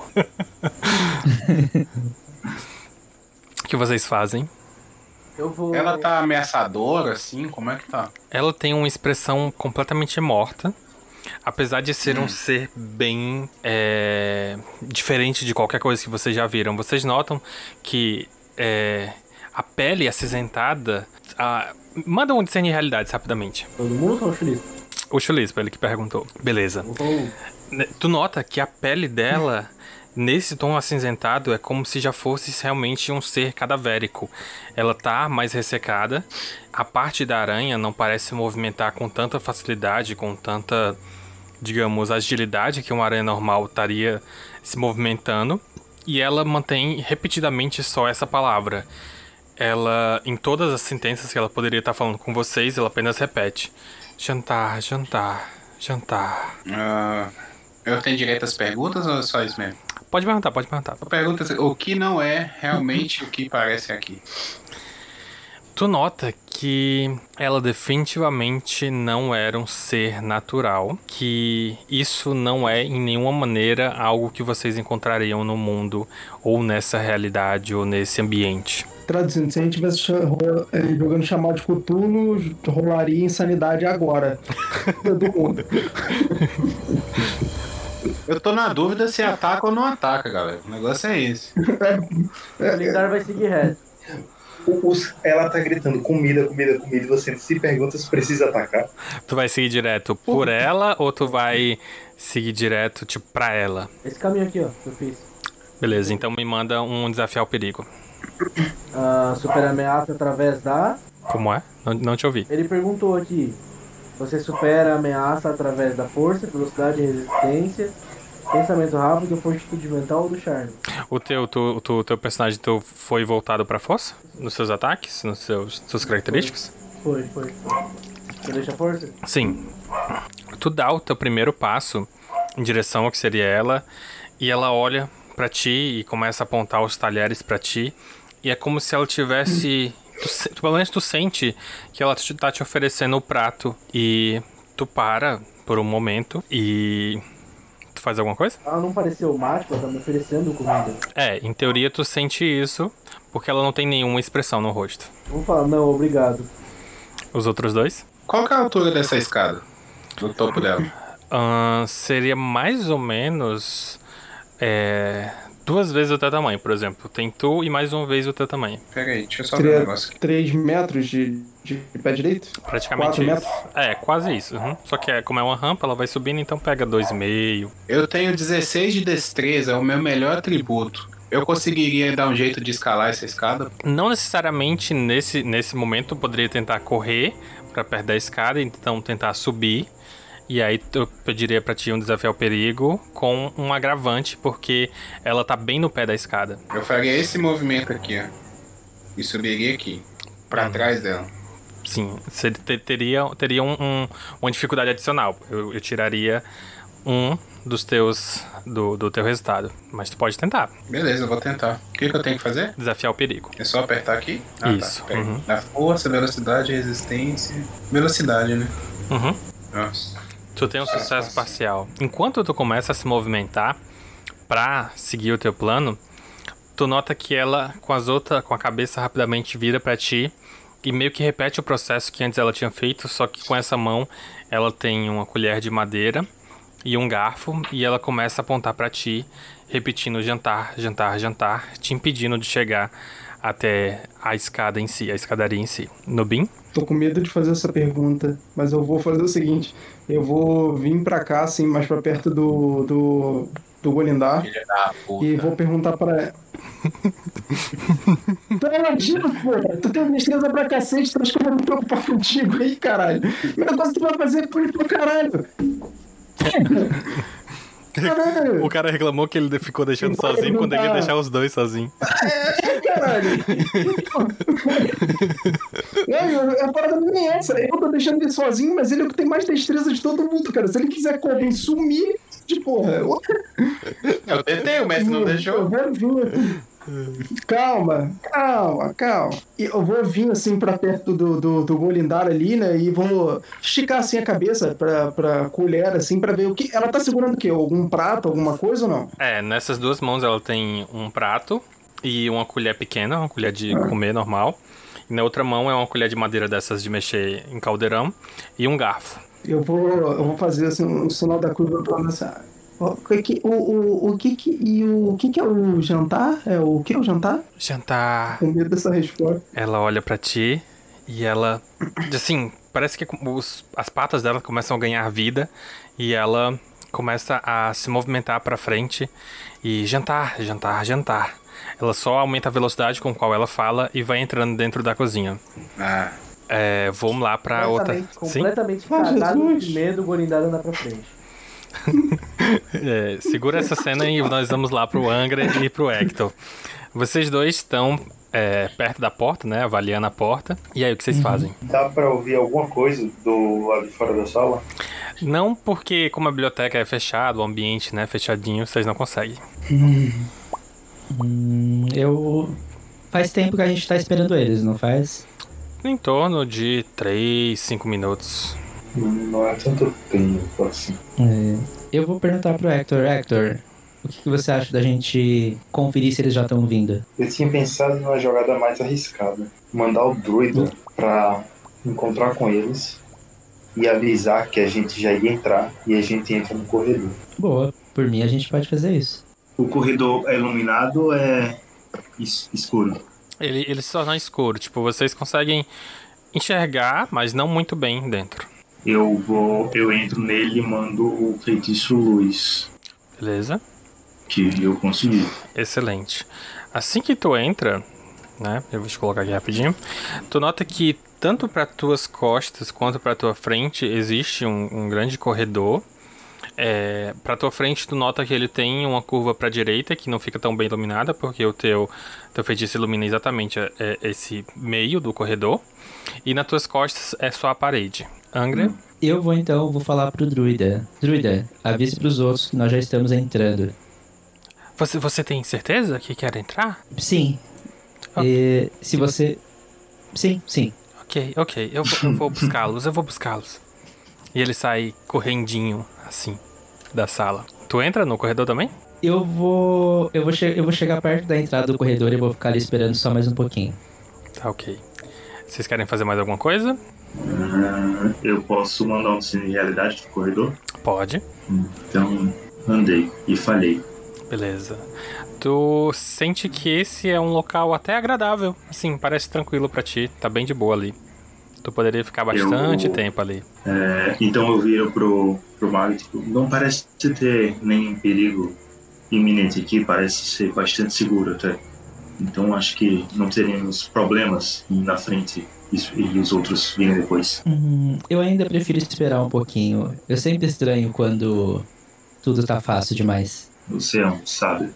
O que vocês fazem? Eu vou. Ela tá ameaçadora, assim? Como é que tá? Ela tem uma expressão completamente morta, apesar de ser um ser bem diferente de qualquer coisa que vocês já viram. Vocês notam que a pele acinzentada... Manda um discernir realidades rapidamente. Todo mundo ou o Chulisco? O Chulispa, ele que perguntou. Beleza. Uhum. Tu nota que a pele dela, nesse tom acinzentado, é como se já fosse realmente um ser cadavérico. Ela tá mais ressecada. A parte da aranha não parece se movimentar com tanta facilidade, com tanta, digamos, agilidade que uma aranha normal estaria se movimentando. E ela mantém repetidamente só essa palavra. Ela, em todas as sentenças que ela poderia estar falando com vocês, ela apenas repete: jantar, jantar, jantar. Eu tenho direito às perguntas ou é só isso mesmo? Pode perguntar, pode perguntar. A pergunta é o que não é realmente o que parece aqui. Tu nota que ela definitivamente não era um ser natural, que isso não é em nenhuma maneira algo que vocês encontrariam no mundo, ou nessa realidade, ou nesse ambiente. Traduzindo, se a gente estivesse jogando chamado de Cthulhu, rolaria insanidade agora. Todo mundo. Eu tô na dúvida se ataca ou não ataca, galera. O negócio é esse. O Lindar vai seguir reto. Ela tá gritando comida, comida, comida, e você se pergunta se precisa atacar. Tu vai seguir direto por ela, ou tu vai seguir direto, tipo, pra ela? Esse caminho aqui, ó, que eu fiz. Beleza, então me manda um desafiar o perigo. Supera ameaça através da... Como é? Não te ouvi. Ele perguntou aqui. Você supera a ameaça através da força, velocidade e resistência, pensamento rápido, fortitude mental ou do charme. O teu personagem foi voltado pra força? Nos seus ataques? Nos suas características? Foi. Você deixa a força? Sim. Tu dá o teu primeiro passo em direção ao que seria ela, e ela olha pra ti e começa a apontar os talheres pra ti, e é como se ela tivesse... pelo menos tu sente que ela tá te oferecendo o prato, e tu para por um momento e... Tu faz alguma coisa? Ela não pareceu mágica, ela tá me oferecendo comida. Em teoria tu sente isso, porque ela não tem nenhuma expressão no rosto. Vamos falar, não, obrigado. Os outros dois? Qual que é a altura dessa escada? Do topo dela? Seria mais ou menos 2 vezes o teu tamanho, por exemplo. Tem tu e mais uma vez o teu tamanho. Pera aí, deixa eu só ver um negócio aqui. 3 metros de pé direito? Praticamente 4 isso. metros? É, quase isso. Só que como é uma rampa, ela vai subindo, então pega 2,5. Eu tenho 16 de destreza, é o meu melhor atributo. Eu conseguiria dar um jeito de escalar essa escada? Não necessariamente nesse momento eu poderia tentar correr pra perto da escada, então tentar subir. E aí eu pediria pra ti um desafio ao perigo com um agravante, porque ela tá bem no pé da escada. Eu faria esse movimento aqui, ó. E subiria aqui, pra trás dela. Sim, você teria uma dificuldade adicional. Eu tiraria um dos teus do teu resultado. Mas tu pode tentar. Beleza, eu vou tentar. O que eu tenho que fazer? Desafiar o perigo. É só apertar aqui? Isso. Tá. Na força, velocidade, resistência. Velocidade, né? Nossa. Tu tem um sucesso parcial. Enquanto tu começa a se movimentar pra seguir o teu plano, tu nota que ela, com a cabeça rapidamente vira pra ti e meio que repete o processo que antes ela tinha feito, só que com essa mão ela tem uma colher de madeira e um garfo e ela começa a apontar pra ti, repetindo jantar, jantar, jantar, te impedindo de chegar até a escada em si, a escadaria em si. Nubin? Tô com medo de fazer essa pergunta, mas eu vou fazer o seguinte: eu vou vir pra cá, assim, mais pra perto do Golindar, Filha da puta. e vou perguntar pra ela. Tu é ladino, pô! Tu tem destreza pra cacete, tu acha que eu vou me preocupar contigo aí, caralho? A primeira coisa que tu vai fazer é correr pro caralho! Caralho! O cara reclamou que ele ficou deixando sozinho quando ele ia deixar os dois sozinhos. Caralho! A parada não é essa. Eu tô deixando ele sozinho, mas ele é o que tem mais destreza de todo mundo, cara. Se ele quiser correr e sumir, de porra. Eu tentei, o mestre não deixou. Eu vou vir. Calma. E eu vou vir assim pra perto do Golindar ali, né? E vou esticar assim a cabeça pra colher, assim, pra ver o que. Ela tá segurando o quê? Algum prato, alguma coisa ou não? É, nessas duas mãos ela tem um prato e uma colher pequena, uma colher de comer normal. E na outra mão é uma colher de madeira dessas de mexer em caldeirão e um garfo. Eu vou fazer assim, um sinal da curva pra lançar. O que é o jantar? O que é o jantar? Jantar. Com medo dessa resposta. Ela olha pra ti e ela, assim, parece que as patas dela começam a ganhar vida e ela começa a se movimentar pra frente e jantar, jantar, jantar. Ela só aumenta a velocidade com a qual ela fala e vai entrando dentro da cozinha. Vamos lá pra outra. Completamente cagado de medo, o Golindar anda pra frente. Segura essa cena e nós vamos lá pro Angra e pro Hector. Vocês dois estão perto da porta, né? Avaliando a porta. E aí, o que vocês fazem? Dá pra ouvir alguma coisa do lado de fora da sala? Não, porque como a biblioteca é fechada, o ambiente, né, fechadinho, vocês não conseguem. Faz tempo que a gente tá esperando eles, não faz? Em torno de 3, 5 minutos. Não é tanto tempo assim. Eu vou perguntar pro Hector. Hector, o que você acha da gente conferir se eles já estão vindo? Eu tinha pensado numa jogada mais arriscada. Mandar o druida pra encontrar com eles e avisar que a gente já ia entrar e a gente entra no corredor. Boa, por mim a gente pode fazer isso. O corredor é iluminado ou é escuro? Ele se torna escuro, tipo, vocês conseguem enxergar, mas não muito bem dentro. Eu entro nele e mando o feitiço luz. Beleza? Que eu consegui. Excelente. Assim que tu entra, né, eu vou te colocar aqui rapidinho, tu nota que tanto para tuas costas quanto para tua frente existe um grande corredor. Para tua frente tu nota que ele tem uma curva para direita que não fica tão bem iluminada porque o teu feitiço ilumina exatamente esse meio do corredor, e nas tuas costas é só a parede. Angra? Eu vou falar pro druida. Druida, avise pros outros que nós já estamos entrando. Você tem certeza que quer entrar? Sim. Okay. Se você... Sim. Ok. Eu vou buscá-los. E ele sai correndinho, assim, da sala. Tu entra no corredor também? Eu vou chegar perto da entrada do corredor e vou ficar ali esperando só mais um pouquinho. Tá, ok. Vocês querem fazer mais alguma coisa? Eu posso mandar um sinal de realidade pro corredor? Pode. Então, andei e falhei. Beleza. Tu sente que esse é um local até agradável. Assim, parece tranquilo pra ti. Tá bem de boa ali. Tu poderia ficar bastante tempo ali. Então eu viro pro mago, tipo, não parece ter nenhum perigo iminente aqui, parece ser bastante seguro até. Então acho que não teremos problemas na frente e os outros virem depois. Eu ainda prefiro esperar um pouquinho. Eu sempre estranho quando tudo tá fácil demais. Você é um sábio.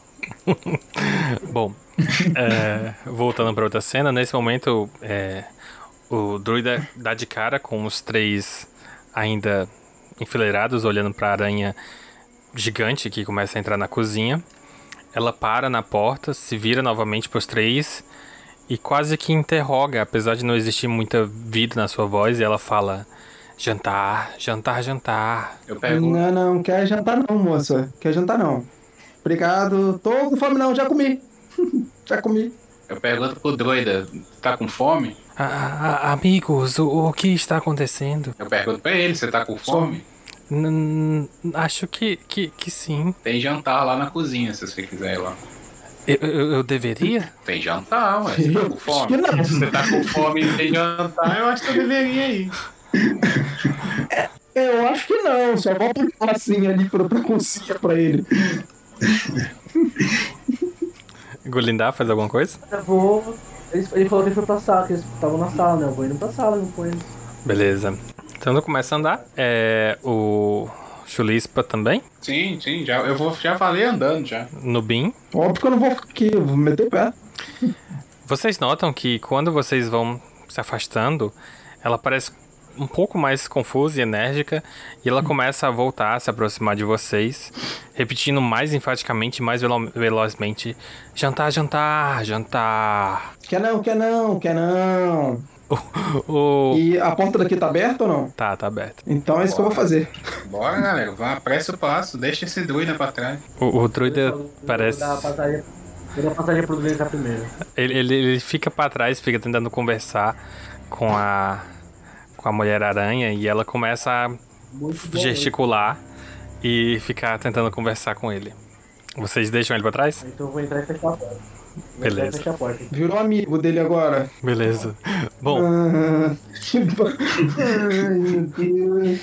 Bom, voltando pra outra cena, nesse momento o druida dá de cara com os 3 ainda enfileirados, olhando pra aranha gigante que começa a entrar na cozinha. Ela para na porta, se vira novamente pros 3 e quase que interroga, apesar de não existir muita vida na sua voz, e ela fala: jantar, jantar, jantar. Eu pergunto. Não quer jantar não, moça. Quer jantar não. Obrigado. Tô com fome não, já comi. Já comi. Eu pergunto pro druida, tá com fome? Amigos, o que está acontecendo? Eu pergunto pra ele, você tá com fome? Acho que sim. Tem jantar lá na cozinha, se você quiser ir lá. Eu deveria? Tem jantar, ué. Você tá com fome? Acho que não. Se você tá com fome e tem jantar, eu acho que eu deveria ir. Eu acho que não, só vou aplicar assim ali pra cozinha pra ele. Golindar faz alguma coisa? Eu vou. Ele falou que ele foi pra sala, que eles estavam na sala, né? Eu vou indo pra sala, não com eles. Beleza. Então eu começo a andar. O Chulispa também. Sim, já falei andando já. Nubin. Óbvio que eu não vou ficar aqui, eu vou meter o pé. Vocês notam que quando vocês vão se afastando, ela parece um pouco mais confusa e enérgica, e ela começa a voltar, a se aproximar de vocês, repetindo mais enfaticamente, mais velozmente: jantar, jantar, jantar. Quer não. E a porta daqui tá aberta ou não? Tá aberto. Então é isso que eu vou fazer. Bora, galera, vá, apressa o passo, deixa esse druida pra trás. O druida parece... Vou dar passagem pro druida primeiro. Ele fica pra trás, fica tentando conversar com a Mulher-Aranha, e ela começa a gesticular e ficar tentando conversar com ele. Vocês deixam ele pra trás? Então eu vou entrar e fechar a porta. Beleza. Virou amigo dele agora. Beleza. Bom, Ai, meu Deus.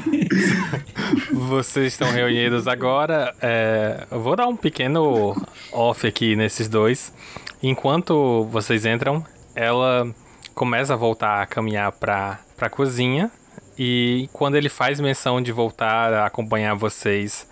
vocês estão reunidos agora. Eu vou dar um pequeno off aqui nesses dois. Enquanto vocês entram, ela começa a voltar a caminhar pra cozinha. E quando ele faz menção de voltar a acompanhar vocês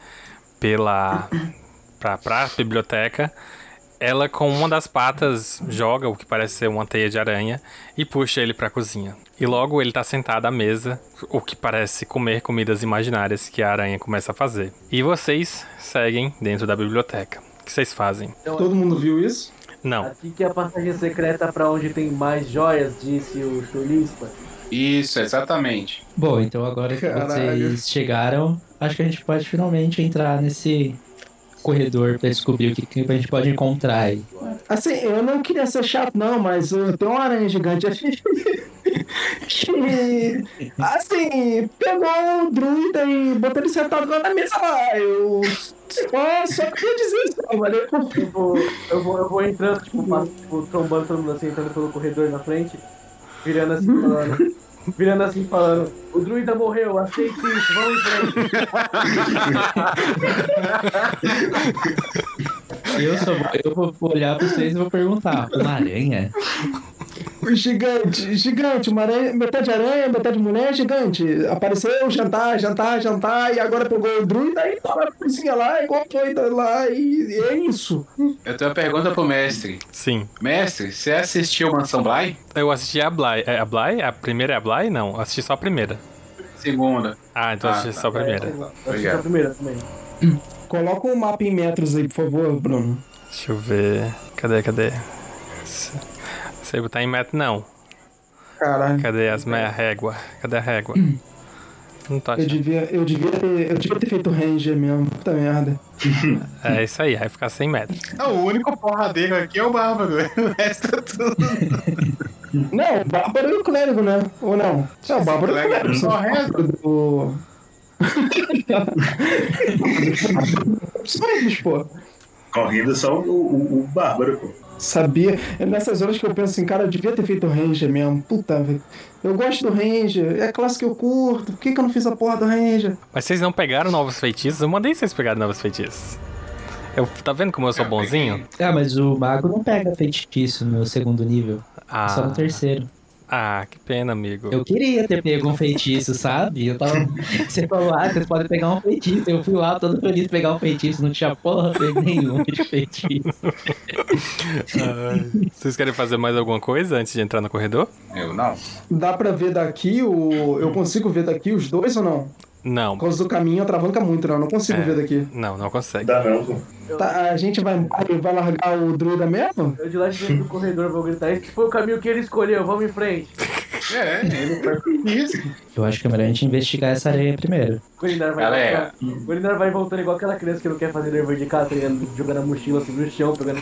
pra biblioteca, ela com uma das patas joga o que parece ser uma teia de aranha e puxa ele pra cozinha. E logo ele tá sentado à mesa, o que parece comer comidas imaginárias que a aranha começa a fazer. E vocês seguem dentro da biblioteca. O que vocês fazem? Todo mundo viu isso? Não. Aqui que é a passagem secreta pra onde tem mais joias, disse o Chulispa. Isso, exatamente. Bom, então agora que vocês chegaram, acho que a gente pode finalmente entrar nesse corredor pra descobrir o que a gente pode encontrar aí. Assim, eu não queria ser chato não, mas tem uma aranha gigante que, assim, pegou o druida e botou ele sentado lá na mesa lá. Eu só queria dizer isso, não, valeu. Eu vou entrando, tipo, trombando todo mundo assim, entrando pelo corredor na frente, virando assim falando, o druida morreu, aceite isso, vamos em frente. Eu vou olhar pra vocês e vou perguntar: uma aranha? Gigante, uma aranha, metade aranha, metade mulher, gigante. Apareceu, jantar, e agora pegou o druida e tá na cozinha lá, igual doida lá, e é isso. Eu tenho uma pergunta pro mestre. Sim. Mestre, você assistiu Mansão Bly? Eu assisti a Bly. A Bly? A primeira é a Bly? Não, eu assisti só a primeira. Segunda. Ah, então eu assisti só a primeira. Eu assisti a primeira também. Coloca um mapa em metros aí, por favor, Bruno. Deixa eu ver. Cadê? Sei botar em metro, não. Caralho. Cadê a régua? Cadê a régua? Não tô Eu achando. devia ter feito ranger mesmo. Puta merda. É isso aí, vai ficar 100 metros. Não, o único porradeiro aqui é o Bárbaro. O resto é tudo. Não, o Bárbaro e o clérigo, né? Ou não? Não, o Bárbaro e o clérigo. Só reza. Simples, pô. Correndo só o bárbaro, pô. Sabia. É nessas horas que eu penso assim, cara, eu devia ter feito o Ranger mesmo. Puta, velho. Eu gosto do Ranger, é a classe que eu curto. Por que eu não fiz a porra do Ranger? Mas vocês não pegaram novos feitiços? Eu mandei vocês pegarem novos feitiços. Tá vendo como eu sou bonzinho? Ah, mas o mago não pega feitiço no segundo nível. É só no terceiro. Ah, que pena, amigo. Eu queria ter pego um feitiço, sabe? Você falou, vocês podem pegar um feitiço. Eu fui lá todo feliz pegar um feitiço. Não tinha porra nenhuma de feitiço. Vocês querem fazer mais alguma coisa antes de entrar no corredor? Eu não. Dá pra ver daqui eu consigo ver daqui os dois ou não? Não. Por causa do caminho atravanca muito, não. Eu não consigo ver daqui. Não consegue. Dá não, pô. Tá, a gente vai largar o druida mesmo? Eu de lá de dentro do corredor vou gritar, esse foi o caminho que ele escolheu, vamos em frente. Ele foi isso. Eu acho que é melhor a gente investigar essa areia primeiro. O Golinar vai voltando igual aquela criança que não quer fazer dever de casa, jogando a mochila assim no chão, pegando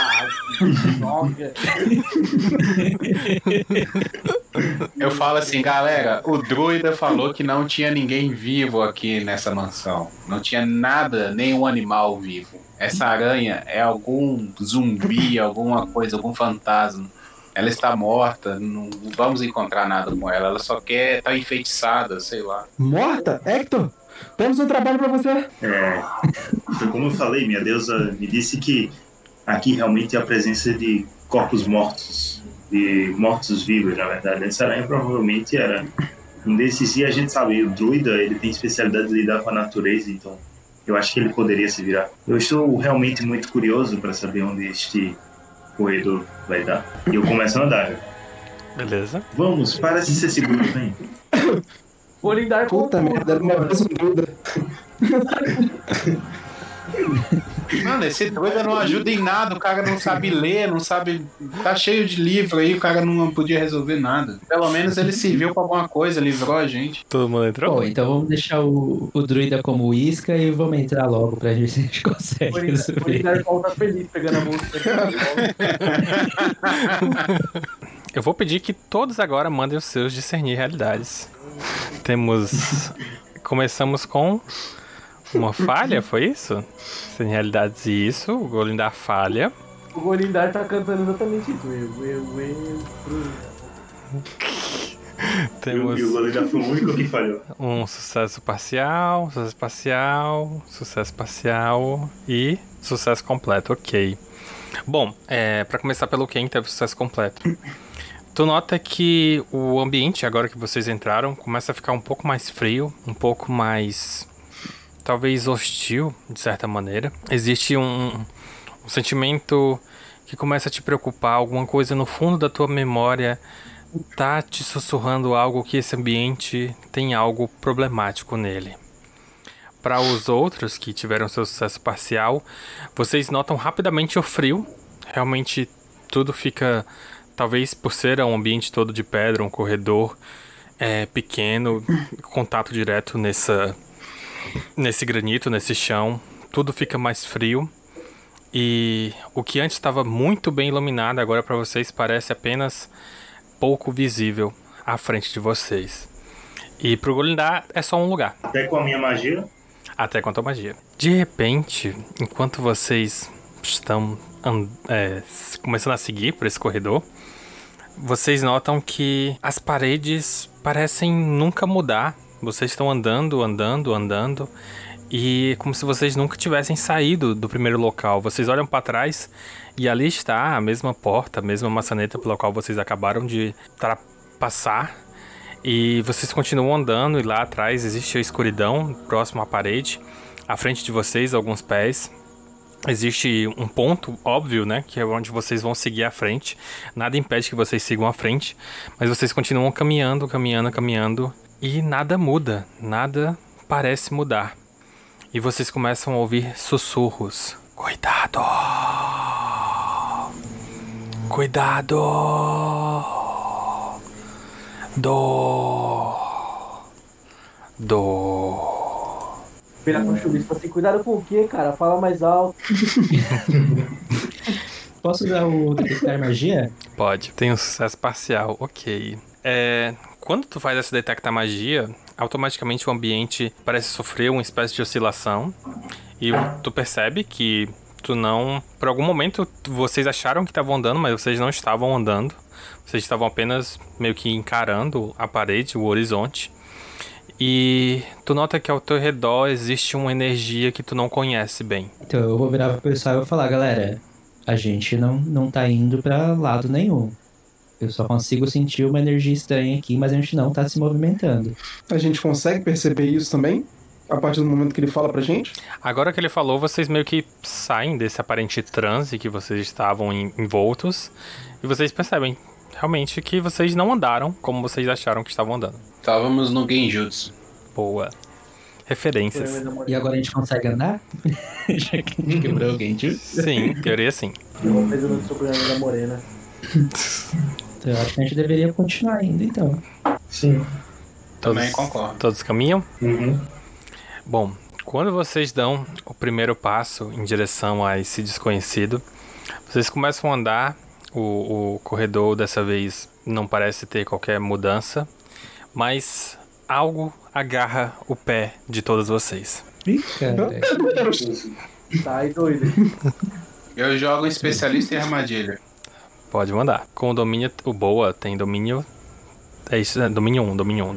Eu falo assim, galera, o druida falou que não tinha ninguém vivo aqui nessa mansão. Não tinha nada, nenhum animal vivo. Essa aranha é algum zumbi, alguma coisa, algum fantasma. Ela está morta, não vamos encontrar nada com ela. Ela só quer estar enfeitiçada, sei lá. Morta? Hector, temos um trabalho pra você. Foi como eu falei, minha deusa me disse que aqui realmente há a presença de corpos mortos, de mortos-vivos, na verdade. Essa aranha provavelmente era um desses, e a gente sabe, o druida, ele tem especialidade de lidar com a natureza, então eu acho que ele poderia se virar. Eu estou realmente muito curioso para saber onde este corredor vai dar. E eu começo a andar. Beleza. Vamos, parece ser seguro, vem. Vou lhe dar Puta merda, era uma vez um druida. Mano, esse druida não ajuda em nada, o cara não sabe ler, não sabe... Tá cheio de livro aí, o cara não podia resolver nada. Pelo menos ele serviu pra alguma coisa, livrou a gente. Todo mundo entrou? Bom, então vamos deixar o druida como isca e vamos entrar logo pra ver se a gente consegue O resolver. Golinar volta feliz pegando a música. Eu vou pedir que todos agora mandem os seus discernir realidades. Começamos com uma falha, foi isso? Sem realidades e isso, o Golindar falha. O Golinar tá cantando exatamente isso. Temos E o Golindar foi o único que falhou. um sucesso parcial e sucesso completo, ok. Bom, pra começar pelo Ken, teve sucesso completo. Tu nota que o ambiente, agora que vocês entraram, começa a ficar um pouco mais frio, um pouco mais, talvez, hostil, de certa maneira. Existe um sentimento que começa a te preocupar, alguma coisa no fundo da tua memória tá te sussurrando algo que esse ambiente tem algo problemático nele. Para os outros que tiveram seu sucesso parcial, vocês notam rapidamente o frio. Realmente tudo fica, talvez por ser um ambiente todo de pedra, um corredor pequeno, contato direto nesse granito, nesse chão, tudo fica mais frio. E o que antes estava muito bem iluminado, agora para vocês parece apenas pouco visível à frente de vocês. E pro Golindar é só um lugar. Até com a minha magia? Até quanto a magia. De repente, enquanto vocês estão começando a seguir por esse corredor, vocês notam que as paredes parecem nunca mudar. Vocês estão andando, e como se vocês nunca tivessem saído do primeiro local. Vocês olham para trás e ali está a mesma porta, a mesma maçaneta pela qual vocês acabaram de passar. E vocês continuam andando e lá atrás existe a escuridão próximo à parede. À frente de vocês, alguns pés. Existe um ponto óbvio, né? Que é onde vocês vão seguir à frente. Nada impede que vocês sigam à frente. Mas vocês continuam caminhando. E nada muda. Nada parece mudar. E vocês começam a ouvir sussurros. Cuidado! Virar com o chubisco assim, cuidado com o quê, cara? Fala mais alto. Posso usar o detectar magia? Pode. Tem um sucesso parcial, ok. Quando tu faz essa detectar magia, automaticamente o ambiente parece sofrer uma espécie de oscilação. E tu percebe que tu não... Por algum momento, vocês acharam que estavam andando, mas vocês não estavam andando. Vocês estavam apenas meio que encarando a parede, o horizonte. E tu nota que ao teu redor existe uma energia que tu não conhece bem. Então eu vou virar pro pessoal e vou falar, galera, a gente não tá indo pra lado nenhum. Eu só consigo sentir uma energia estranha aqui, mas a gente não tá se movimentando. A gente consegue perceber isso também? A partir do momento que ele fala pra gente? Agora que ele falou, vocês meio que saem desse aparente transe que vocês estavam envoltos. E vocês percebem realmente que vocês não andaram como vocês acharam que estavam andando. Estávamos no Genjutsu. Boa. Referências. E agora a gente consegue andar? Já que a gente quebrou alguém, tio? Sim, em teoria sim. Eu fiz o sobrenome da Morena. Então eu acho que a gente deveria continuar indo, então. Sim. Também concordo. Todos caminham? Uhum. Bom, quando vocês dão o primeiro passo em direção a esse desconhecido, vocês começam a andar. O corredor dessa vez não parece ter qualquer mudança, mas algo agarra o pé de todos vocês. Ih, cara. Tá aí doido. Eu jogo um especialista em armadilha. Pode mandar. Com o domínio, o Boa tem domínio. É isso, né? Domínio 1.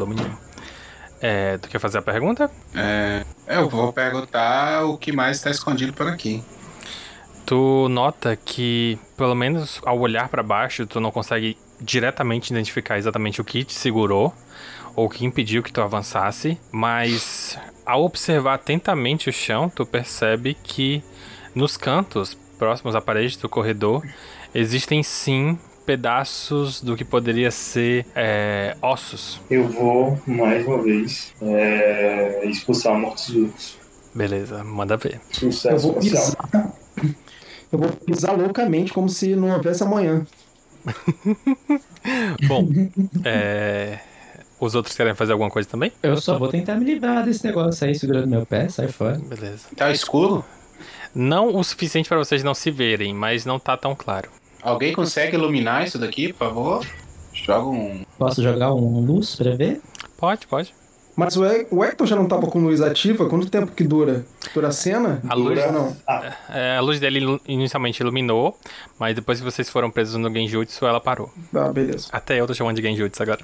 Tu quer fazer a pergunta? Eu vou perguntar o que mais está escondido por aqui. Tu nota que, pelo menos ao olhar pra baixo, tu não consegue diretamente identificar exatamente o que te segurou ou o que impediu que tu avançasse, mas ao observar atentamente o chão, tu percebe que nos cantos próximos à parede do corredor existem sim pedaços do que poderia ser ossos. Eu vou, mais uma vez, expulsar mortos-vivos. Beleza, manda ver. Sucesso parcial. Eu vou pisar loucamente como se não houvesse amanhã. Bom, os outros querem fazer alguma coisa também? Eu só vou tentar me livrar desse negócio aí, segurando meu pé, sai fora. Beleza. Tá escuro? Não o suficiente para vocês não se verem, mas não tá tão claro. Alguém consegue iluminar isso daqui, por favor? Joga um... Posso jogar um luz pra ver? Pode. Mas o Hector já não tava com luz ativa? Quanto tempo que dura? Dura a cena? A luz, Não. a luz dele inicialmente iluminou, mas depois que vocês foram presos no Genjutsu, ela parou. Ah, beleza. Até eu tô chamando de Genjutsu agora.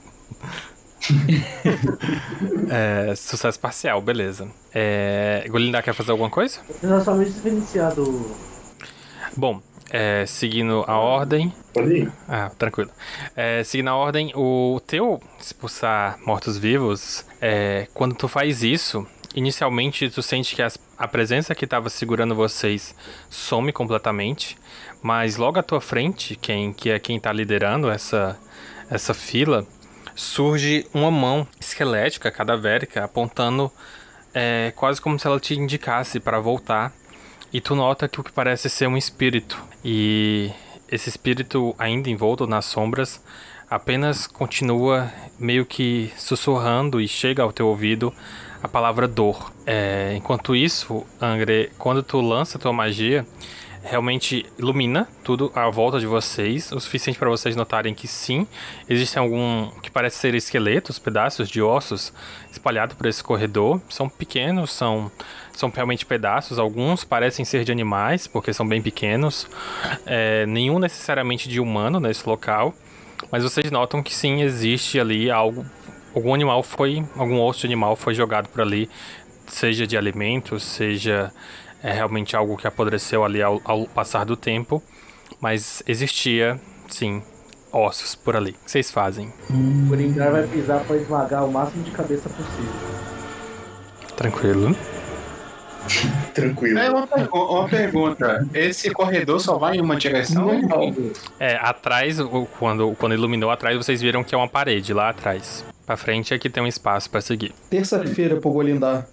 Sucesso parcial, beleza. Golindar quer fazer alguma coisa? Eu só me diferenciado. Bom, seguindo a ordem... Pode ir. Tranquilo. Seguindo a ordem, o teu expulsar mortos-vivos, quando tu faz isso, inicialmente tu sente que a presença que estava segurando vocês some completamente, mas logo à tua frente, que é quem tá liderando essa fila, surge uma mão esquelética, cadavérica, apontando quase como se ela te indicasse para voltar, e tu nota que o que parece ser um espírito, e esse espírito ainda envolto nas sombras apenas continua meio que sussurrando e chega ao teu ouvido a palavra dor. Enquanto isso, Angre, quando tu lança tua magia, realmente ilumina tudo à volta de vocês, o suficiente para vocês notarem que sim, existem algum que parece ser esqueletos, pedaços de ossos espalhados por esse corredor. São pequenos, são realmente pedaços, alguns parecem ser de animais, porque são bem pequenos, nenhum necessariamente de humano nesse local, mas vocês notam que sim, existe ali algum osso de animal foi jogado por ali, seja de alimento, seja realmente algo que apodreceu ali ao passar do tempo, mas existia, sim, ossos por ali. O que vocês fazem? O Coringar vai pisar pra esmagar o máximo de cabeça possível. Tranquilo. Tranquilo. Uma pergunta. Esse corredor só vai em uma direção? Atrás, quando iluminou atrás, vocês viram que é uma parede lá atrás. Pra frente é que tem um espaço pra seguir. Terça-feira pro Golindar.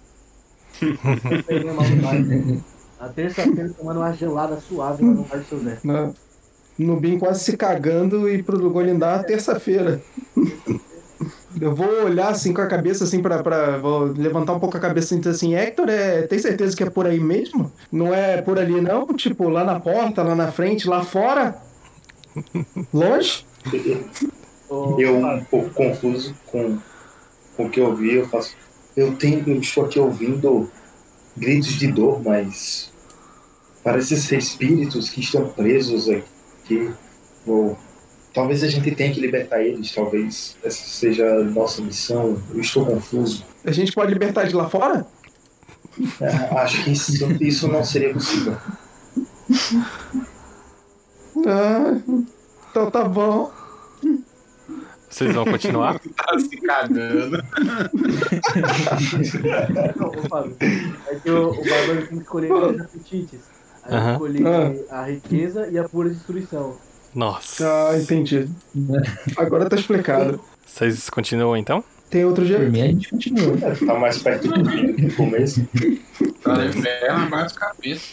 Na terça-feira tomando uma gelada suave lá no bar do seu Zé. Nubim quase se cagando e pro Golindar terça-feira. Eu vou olhar assim com a cabeça assim vou levantar um pouco a cabeça e dizer assim, Hector, tem certeza que é por aí mesmo? Não é por ali não? Tipo, lá na porta, lá na frente, lá fora? Longe? Eu, um pouco confuso com o que eu vi, eu estou aqui ouvindo gritos de dor, mas parece ser espíritos que estão presos aqui. Ou talvez a gente tenha que libertar eles, talvez essa seja a nossa missão. Eu estou confuso. A gente pode libertar de lá fora? Acho que isso não seria possível. Então tá bom. Vocês vão continuar? Tá se cagando. Não, Fábio, é que o bárbaro tem que escolher entre as apetites. Aí eu escolhi a riqueza e a pura destruição. Nossa. Entendi. Agora tá explicado. Vocês continuam então? Tem outro Por jeito? mim, a gente continua. Tá mais perto do fim do que do começo. Tá inferno, mais cabeça.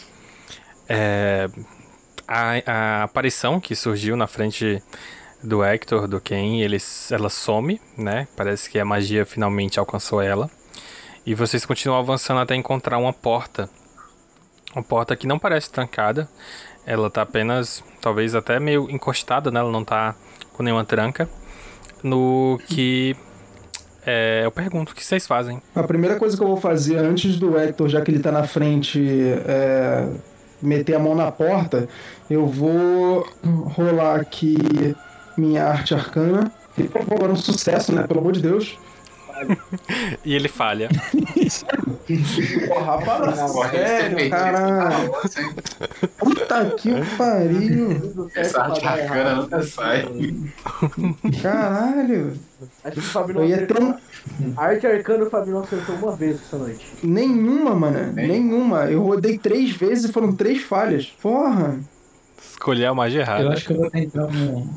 A aparição que surgiu na frente do Hector, do Ken, ela some, né? Parece que a magia finalmente alcançou ela. E vocês continuam avançando até encontrar uma porta. Uma porta que não parece trancada. Ela tá apenas, talvez até meio encostada, né? Ela não tá com nenhuma tranca. No que... eu pergunto, o que vocês fazem? A primeira coisa que eu vou fazer antes do Hector, já que ele tá na frente, meter a mão na porta, eu vou rolar aqui minha arte arcana. Por favor, um sucesso, né? Pelo amor de Deus. E ele falha. Porra, fala sério, caralho. Puta que pariu. Essa arte arcana nunca sai. Caralho. Acho que o Fábio não Eu ia acertou. ter A arte arcana o Fábio não acertou uma vez essa noite. Nenhuma, mano. Nenhuma. Eu rodei 3 vezes e foram 3 falhas. Porra. Escolher a magia errada. Eu acho que eu vou tentar um...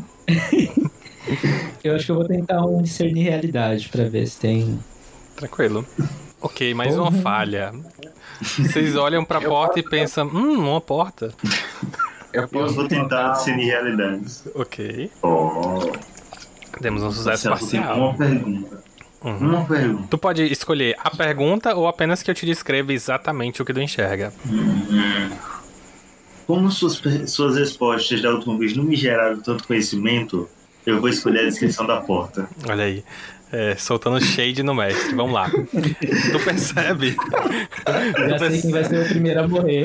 Eu acho que eu vou tentar um discernir realidade pra ver se tem... Tranquilo. Ok, mais uma falha. Vocês olham pra porta e pensam, uma porta. Eu Eu vou tentar discernir realidades. Ok. Oh. Temos um sucesso Marcelo, tem parcial. uma pergunta. Uma pergunta. Tu pode escolher a pergunta ou apenas que eu te descreva exatamente o que tu enxerga. Como suas respostas da última vez não me geraram tanto conhecimento, eu vou escolher a descrição da porta. Olha aí. Soltando shade no mestre. Vamos lá. Tu percebe? Já sei quem vai ser o primeiro a morrer.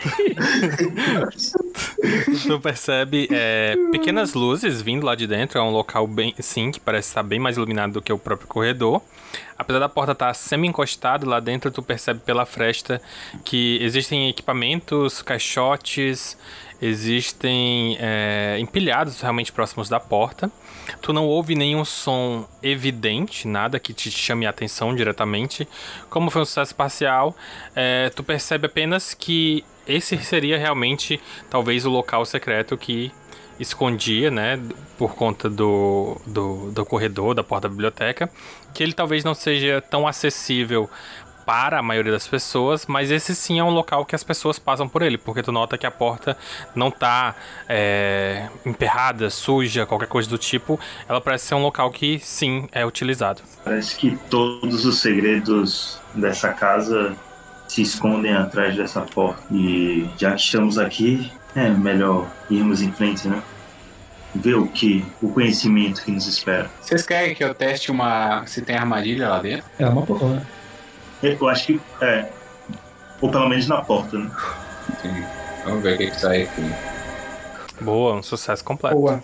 Tu percebe pequenas luzes vindo lá de dentro. É um local bem, sim, que parece estar bem mais iluminado do que o próprio corredor. Apesar da porta estar semi-encostada, lá dentro tu percebe pela fresta que existem equipamentos, caixotes, existem empilhados realmente próximos da porta. Tu não ouve nenhum som evidente, nada que te chame a atenção diretamente. Como foi um sucesso parcial, tu percebe apenas que esse seria realmente talvez o local secreto que escondia, né, por conta do corredor, da porta da biblioteca, que ele talvez não seja tão acessível para a maioria das pessoas, mas esse sim é um local que as pessoas passam por ele, porque tu nota que a porta não tá emperrada, suja, qualquer coisa do tipo. Ela parece ser um local que sim é utilizado. Parece que todos os segredos dessa casa se escondem atrás dessa porta. E já que estamos aqui, é melhor irmos em frente, né? Ver o conhecimento que nos espera. Vocês querem que eu teste se tem armadilha lá dentro? É uma porra. Eu acho que ou pelo menos na porta, né? Sim. Vamos ver o que sai aqui. Boa, um sucesso completo. Boa.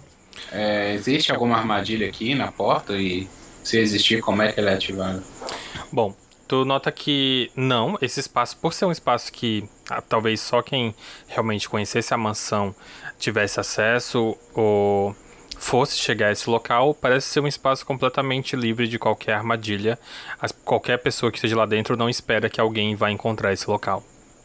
Existe alguma armadilha aqui na porta? E se existir, como é que ela é ativada? Bom, tu nota que não, esse espaço, por ser um espaço que talvez só quem realmente conhecesse a mansão tivesse acesso ou fosse chegar a esse local, parece ser um espaço completamente livre de qualquer armadilha. Qualquer pessoa que esteja lá dentro não espera que alguém vá encontrar esse local.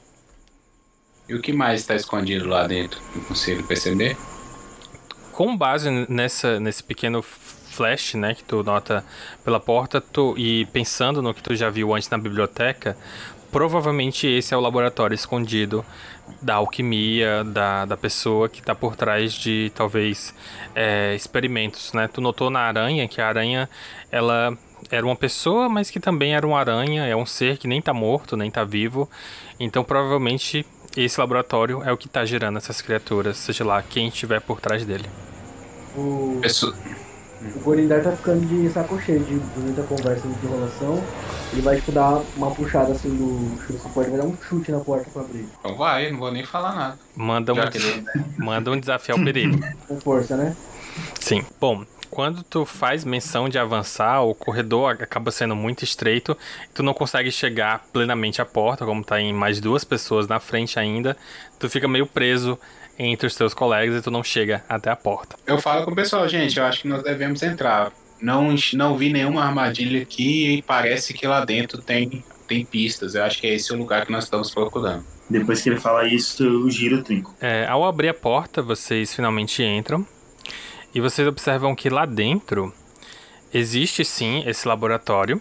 E o que mais está escondido lá dentro? Não consigo perceber? Com base nesse pequeno flash, né, que tu nota pela porta, e pensando no que tu já viu antes na biblioteca, provavelmente esse é o laboratório escondido da alquimia, da pessoa que está por trás de, talvez, experimentos, né? Tu notou na aranha que a aranha, ela era uma pessoa, mas que também era uma aranha, é um ser que nem tá morto, nem tá vivo. Então, provavelmente, esse laboratório é o que tá gerando essas criaturas, seja lá quem estiver por trás dele. O Gorindar tá ficando de saco cheio de muita conversa, de enrolação. ele vai, tipo, dar uma puxada assim no chute dessa porta, vai dar um chute na porta pra abrir. Então vai, não vou nem falar nada. Manda Já que ele- manda um desafio ao perigo. Com força, né? Sim. Bom, quando tu faz menção de avançar, o corredor acaba sendo muito estreito. Tu não consegue chegar plenamente à porta, como tá em mais 2 pessoas na frente ainda. Tu fica meio preso entre os teus colegas e tu não chega até a porta. Eu falo com o pessoal, gente, eu acho que nós devemos entrar. Não vi nenhuma armadilha aqui e parece que lá dentro tem pistas. Eu acho que é esse o lugar que nós estamos procurando. Depois que ele fala isso, eu giro o trinco. Ao abrir a porta, vocês finalmente entram. E vocês observam que lá dentro existe sim esse laboratório.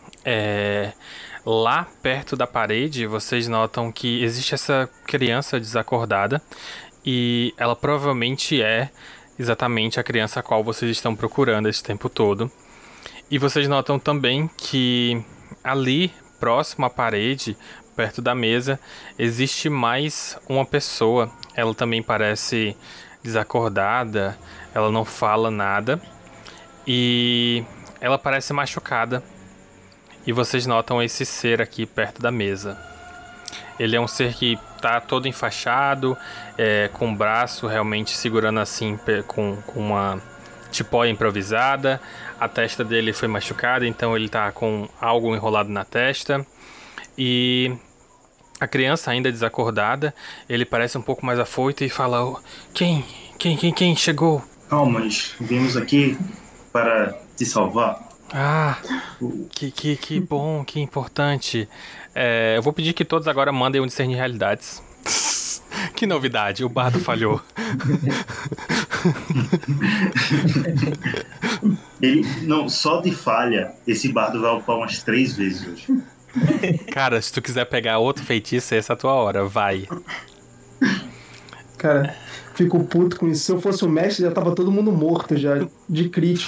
Lá perto da parede, vocês notam que existe essa criança desacordada. E ela provavelmente é exatamente a criança a qual vocês estão procurando esse tempo todo. E vocês notam também que ali, próximo à parede, perto da mesa, existe mais uma pessoa. Ela também parece desacordada, ela não fala nada e ela parece machucada. E vocês notam esse ser aqui perto da mesa. Ele é um ser que tá todo enfaixado, com o braço realmente segurando assim com uma tipóia improvisada. A testa dele foi machucada, então ele tá com algo enrolado na testa. E a criança ainda desacordada, ele parece um pouco mais afoito e fala: Quem chegou? Calmas, viemos aqui para te salvar. Ah, que bom, que importante. Eu vou pedir que todos agora mandem um discernir realidades. Que novidade, o bardo falhou. Ele, não, só de falha, esse bardo vai upar umas 3 vezes hoje. Cara, se tu quiser pegar outro feitiço, essa é a tua hora, vai. Cara, fico puto com isso. Se eu fosse o mestre, já tava todo mundo morto já, de crítico.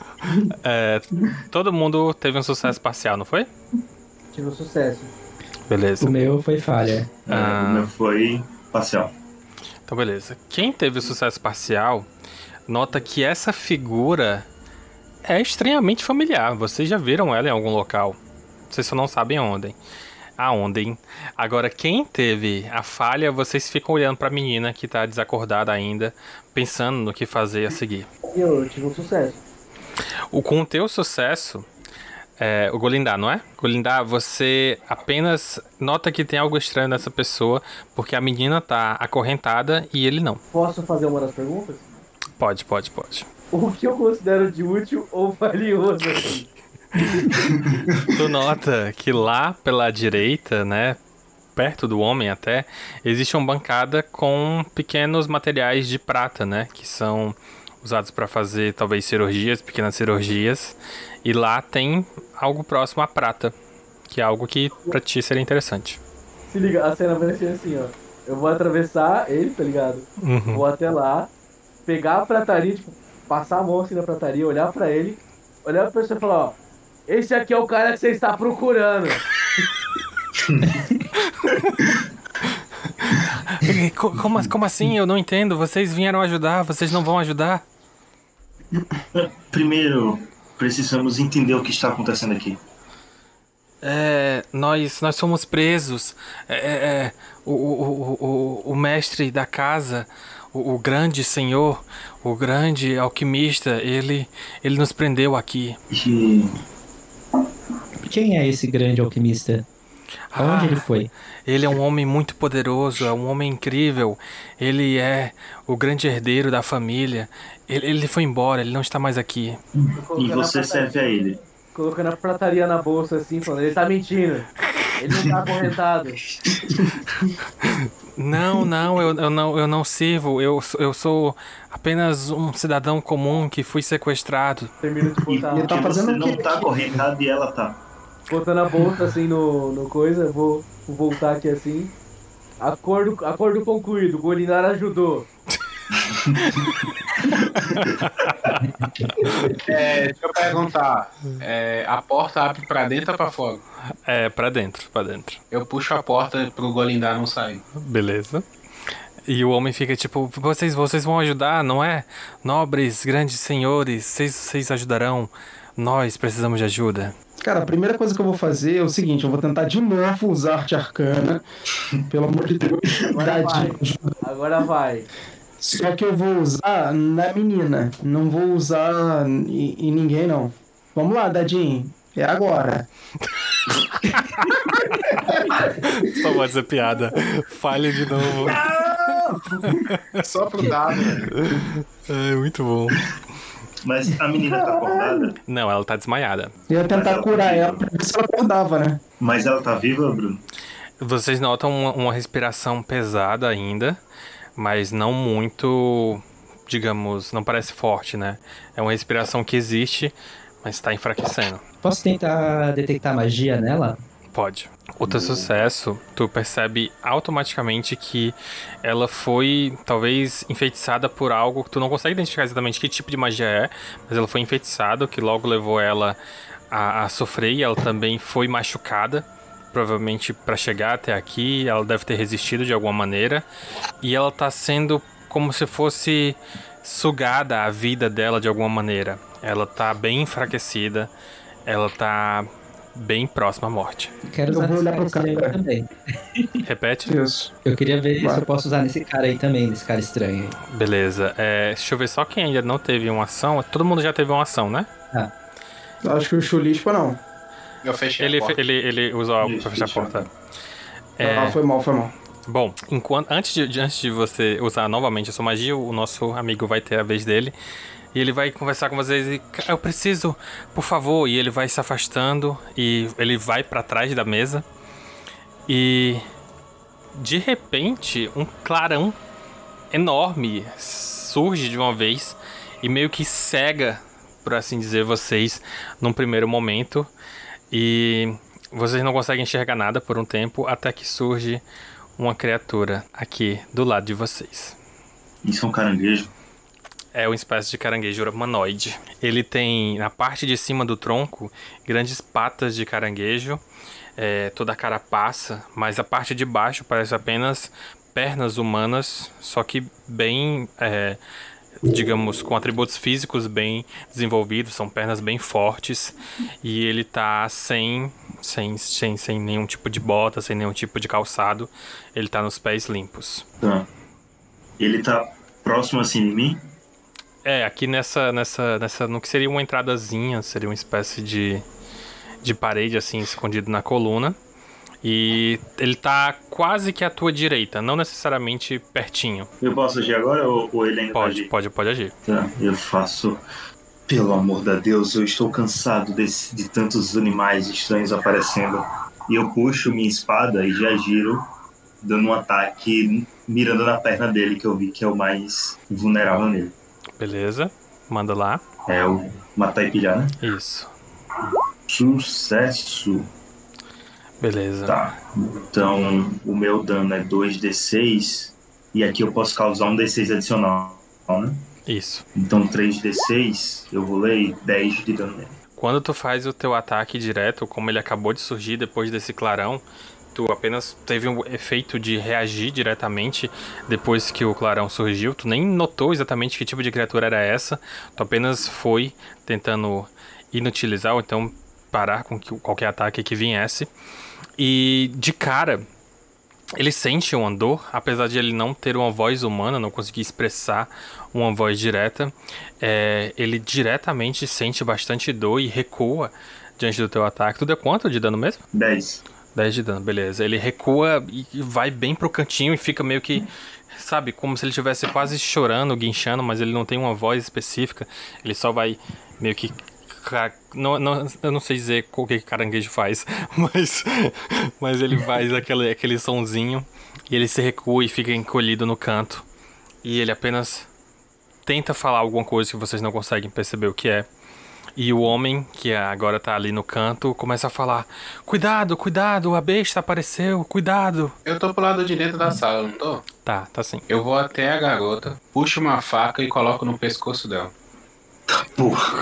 Todo mundo teve um sucesso parcial, não foi? Tive um sucesso. Beleza. O meu foi falha. O meu foi parcial. Então, beleza. Quem teve o sucesso parcial, nota que essa figura é estranhamente familiar. Vocês já viram ela em algum local. Vocês só não sabem aonde. Agora, quem teve a falha, vocês ficam olhando pra menina que tá desacordada ainda, pensando no que fazer a seguir. E eu tive um sucesso. Com o teu sucesso, o Golindar, não é? Golindar, você apenas nota que tem algo estranho nessa pessoa, porque a menina tá acorrentada e ele não. Posso fazer uma das perguntas? Pode. O que eu considero de útil ou valioso aqui? Tu nota que lá pela direita, né, perto do homem até, existe uma bancada com pequenos materiais de prata, né, que são usados para fazer talvez cirurgias, pequenas cirurgias, e lá tem algo próximo à prata, que é algo que pra ti seria interessante. Se liga, a cena vai ser assim, ó. Eu vou atravessar ele, tá ligado? Uhum. Vou até lá, pegar a prataria, tipo, passar a mão assim na prataria, olhar pra ele, olhar pra pessoa e falar, ó, esse aqui é o cara que você está procurando. Como assim? Eu não entendo. Vocês vieram ajudar, vocês não vão ajudar? Primeiro, precisamos entender o que está acontecendo aqui. Nós somos presos. O mestre da casa, o grande senhor, o grande alquimista, ele nos prendeu aqui. E Quem é esse grande alquimista? Aonde ele foi? Ele é um homem muito poderoso, é um homem incrível. Ele é o grande herdeiro da família. Ele foi embora, ele não está mais aqui. você serve a ele. Colocando a prataria na bolsa assim, falando, ele tá mentindo. Ele não tá acorrentado. Não, eu não sirvo. Eu sou apenas um cidadão comum que fui sequestrado. Termino de botar. Ele tá fazendo Você o não quê? tá acorrentado e ela tá. Botando a bolsa assim no coisa, eu vou voltar aqui assim. Acordo concluído, o Golindar ajudou. Deixa eu perguntar. A porta abre pra dentro ou pra fora? Pra dentro. Eu puxo a porta pro Golindar não sair. Beleza. E o homem fica tipo, vocês vão ajudar, não é? Nobres, grandes senhores, vocês ajudarão. Nós precisamos de ajuda. Cara, a primeira coisa que eu vou fazer é o seguinte, eu vou tentar de novo usar arte arcana. Pelo amor de Deus. Agora vai. Só que eu vou usar na menina. Não vou usar em ninguém, não. Vamos lá, Dadinho. É agora. Só pode ser piada. Falhe de novo. Só pro dado. É muito bom. Mas a menina tá acordada? Não, ela tá desmaiada. Eu ia tentar curar ela pra ver se ela acordava, né? Mas ela tá viva, Bruno? Vocês notam uma respiração pesada ainda, mas não muito, digamos, não parece forte, né? É uma respiração que existe, mas tá enfraquecendo. Posso tentar detectar magia nela? Pode. O teu sucesso, tu percebe automaticamente que ela foi, talvez, enfeitiçada por algo que tu não consegue identificar exatamente que tipo de magia é, mas ela foi enfeitiçada, o que logo levou ela a sofrer, e ela também foi machucada, provavelmente para chegar até aqui, ela deve ter resistido de alguma maneira, e ela tá sendo como se fosse sugada a vida dela de alguma maneira. Ela tá bem enfraquecida, ela tá bem próxima à morte. Quero Eu usar vou nesse olhar pro cara estranho cara. aí também. Repete? Isso. Eu queria ver se Claro. eu posso usar nesse cara aí também, nesse cara estranho aí. Beleza. Deixa eu ver só quem ainda não teve uma ação. Todo mundo já teve uma ação, né? Acho que o Chulispa não. Eu fechei Ele, a porta. ele usou algo Isso, pra fechar a fechou. porta. Ah, foi mal. Bom, antes de você usar novamente a sua magia, o nosso amigo vai ter a vez dele. E ele vai conversar com vocês e... Eu preciso, por favor. E ele vai se afastando e ele vai pra trás da mesa. E... de repente, um clarão enorme surge de uma vez e meio que cega, por assim dizer, vocês num primeiro momento. E vocês não conseguem enxergar nada por um tempo até que surge uma criatura aqui do lado de vocês. Isso é um caranguejo? É uma espécie de caranguejo humanoide. Ele tem na parte de cima do tronco grandes patas de caranguejo, toda a carapaça, mas a parte de baixo parece apenas pernas humanas, só que bem, digamos, com atributos físicos bem desenvolvidos, são pernas bem fortes, e ele tá sem nenhum tipo de bota, sem nenhum tipo de calçado, ele tá nos pés limpos. Tá. Ele tá próximo assim de mim? Aqui nessa, no que seria uma entradazinha, seria uma espécie de parede assim, escondido na coluna. E ele tá quase que à tua direita, não necessariamente pertinho. Eu posso agir agora ou ele ainda vai agir? Pode agir. Tá, eu faço... Pelo amor de Deus, eu estou cansado de tantos animais estranhos aparecendo. E eu puxo minha espada e já giro, dando um ataque, mirando na perna dele, que eu vi que é o mais vulnerável nele. Beleza, manda lá. É o matar e pilhar, né? Isso. Sucesso. Beleza. Tá, então o meu dano é 2d6 e aqui eu posso causar um d6 adicional, né? Isso. Então 3d6, eu rolei 10 de dano nele. Quando tu faz o teu ataque direto, como ele acabou de surgir depois desse clarão, tu apenas teve um efeito de reagir diretamente depois que o clarão surgiu. Tu nem notou exatamente que tipo de criatura era essa. Tu apenas foi tentando inutilizar ou então parar com qualquer ataque que viesse. E de cara, ele sente uma dor, apesar de ele não ter uma voz humana, não conseguir expressar uma voz direta. Ele diretamente sente bastante dor e recua diante do teu ataque. Tu deu quanto de dano mesmo? 10. 10 de dano, beleza. Ele recua e vai bem pro cantinho e fica meio que, sabe, como se ele estivesse quase chorando, guinchando, mas ele não tem uma voz específica. Ele só vai meio que... eu não sei dizer o que caranguejo faz, mas ele faz aquele sonzinho e ele se recua e fica encolhido no canto. E ele apenas tenta falar alguma coisa que vocês não conseguem perceber o que é. E o homem, que agora tá ali no canto, começa a falar: Cuidado, cuidado, a besta apareceu, cuidado. Eu tô pro lado de dentro da sala, não tô? Tá sim. Eu vou até a garota, puxo uma faca e coloco no pescoço dela. Porra.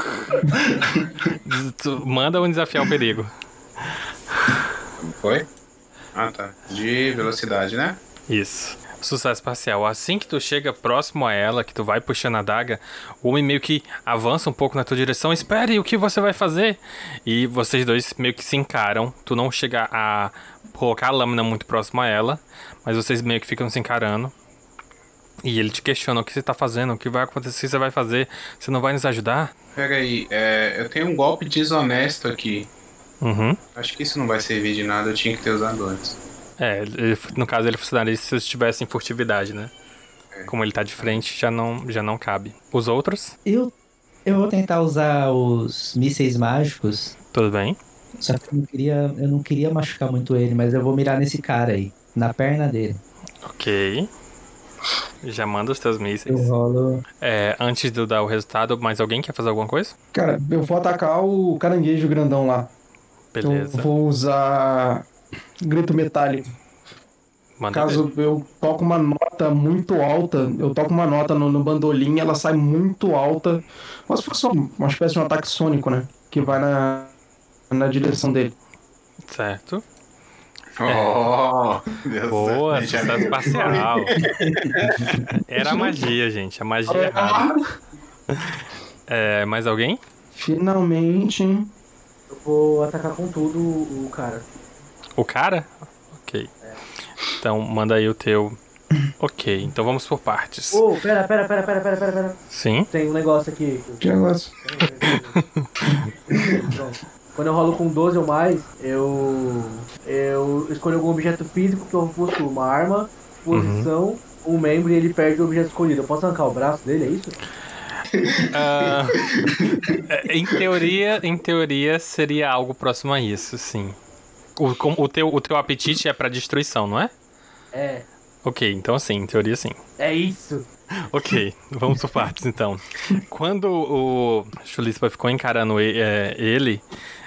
Tu manda um desafiar o perigo. Foi? Ah, tá. De velocidade, né? Isso. Sucesso parcial. Assim que tu chega próximo a ela, que tu vai puxando a adaga, o homem meio que avança um pouco na tua direção. Espere, o que você vai fazer? E vocês dois meio que se encaram. Tu não chega a colocar a lâmina muito próximo a ela, mas vocês meio que ficam se encarando. E ele te questiona o que você tá fazendo, o que vai acontecer, o que você vai fazer, você não vai nos ajudar? Pera aí, eu tenho um golpe desonesto aqui. Uhum. Acho que isso não vai servir de nada, eu tinha que ter usado antes. No caso ele funcionaria se vocês tivessem furtividade, né? Como ele tá de frente, já não cabe. Os outros? Eu vou tentar usar os mísseis mágicos. Tudo bem. Só que eu não queria machucar muito ele, mas eu vou mirar nesse cara aí, na perna dele. Ok. Já manda os teus mísseis. Eu rolo. Antes de eu dar o resultado, mais alguém quer fazer alguma coisa? Cara, eu vou atacar o caranguejo grandão lá. Beleza. Eu vou usar grito metálico. Manda Caso ver. eu toque uma nota muito alta, eu toco uma nota no bandolim, ela sai muito alta. Como se fosse uma espécie de um ataque sônico, né? Que vai na direção dele. Certo. Deus Boa, Deus. sucesso parcial. Era a magia, gente. A magia é rara. Mais alguém? Finalmente. Eu vou atacar com tudo o cara. O cara? Ok. Então, manda aí o teu. Ok, então vamos por partes. Ô, pera. Sim. Tem um negócio aqui. Que negócio. Pronto. Quando eu rolo com 12 ou mais, eu escolho algum objeto físico que eu possuo. Uma arma, posição, um membro e ele perde o objeto escolhido. Eu posso arrancar o braço dele, é isso? Em teoria seria algo próximo a isso, sim. O teu apetite é pra destruição, não é? É. Ok, então sim, em teoria sim. É isso. Ok, vamos por partes então. Quando o Chulispa ficou encarando ele,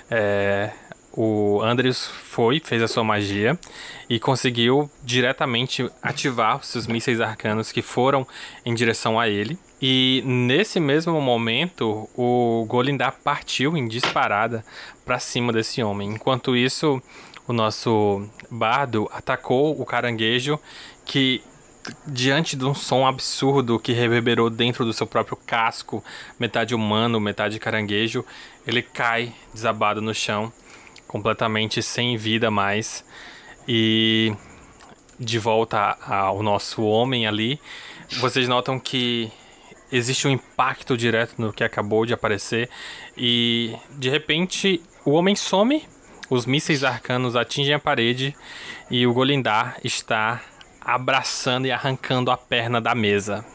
o Andrews fez a sua magia e conseguiu diretamente ativar os seus mísseis arcanos que foram em direção a ele. E nesse mesmo momento, o Golindar partiu em disparada para cima desse homem. Enquanto isso, o nosso bardo atacou o caranguejo que, diante de um som absurdo que reverberou dentro do seu próprio casco, metade humano, metade caranguejo, ele cai desabado no chão, completamente sem vida mais. E de volta ao nosso homem ali, vocês notam que existe um impacto direto no que acabou de aparecer e de repente o homem some, os mísseis arcanos atingem a parede e o Golindar está abraçando e arrancando a perna da mesa.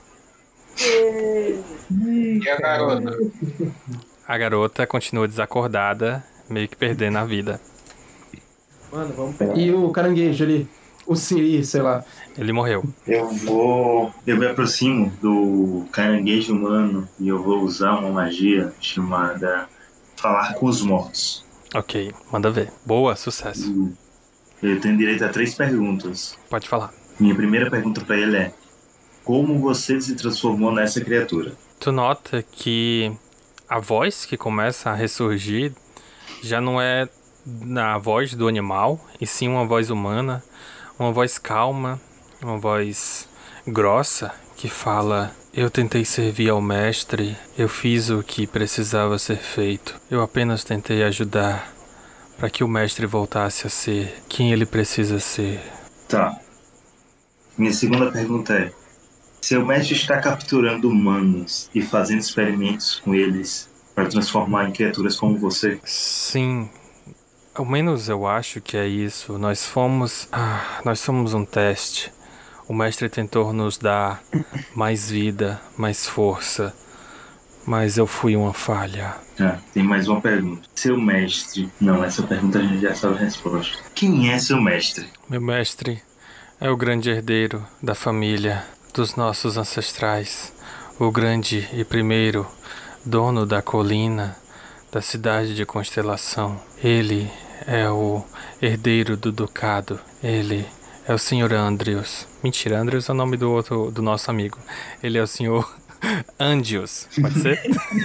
E a garota? A garota continua desacordada, meio que perdendo a vida. Mano, vamos pegar. E o caranguejo ali? O Siri, sei lá. Ele morreu. Eu me aproximo do caranguejo humano e eu vou usar uma magia chamada Falar com os Mortos. Ok, manda ver. Boa, sucesso. Eu tenho direito a 3 perguntas. Pode falar. Minha primeira pergunta pra ele é: como você se transformou nessa criatura? Tu nota que a voz que começa a ressurgir já não é a voz do animal, e sim uma voz humana, uma voz calma, uma voz grossa que fala: eu tentei servir ao mestre, eu fiz o que precisava ser feito, eu apenas tentei ajudar para que o mestre voltasse a ser quem ele precisa ser. Tá. Minha segunda pergunta é: seu mestre está capturando humanos e fazendo experimentos com eles para transformar em criaturas como você? Sim, ao menos eu acho que é isso. Nós somos um teste. O mestre tentou nos dar mais vida, mais força, mas eu fui uma falha. Tem mais uma pergunta. Seu mestre... Não, essa pergunta a gente já sabe a resposta. Quem é seu mestre? Meu mestre é o grande herdeiro da família dos nossos ancestrais, o grande e primeiro dono da colina, da cidade de Constelação. Ele é o herdeiro do ducado. Ele é o Sr. Andrews. Mentira, Andrews é o nome do nosso amigo. Ele é o Sr. Angios, pode ser?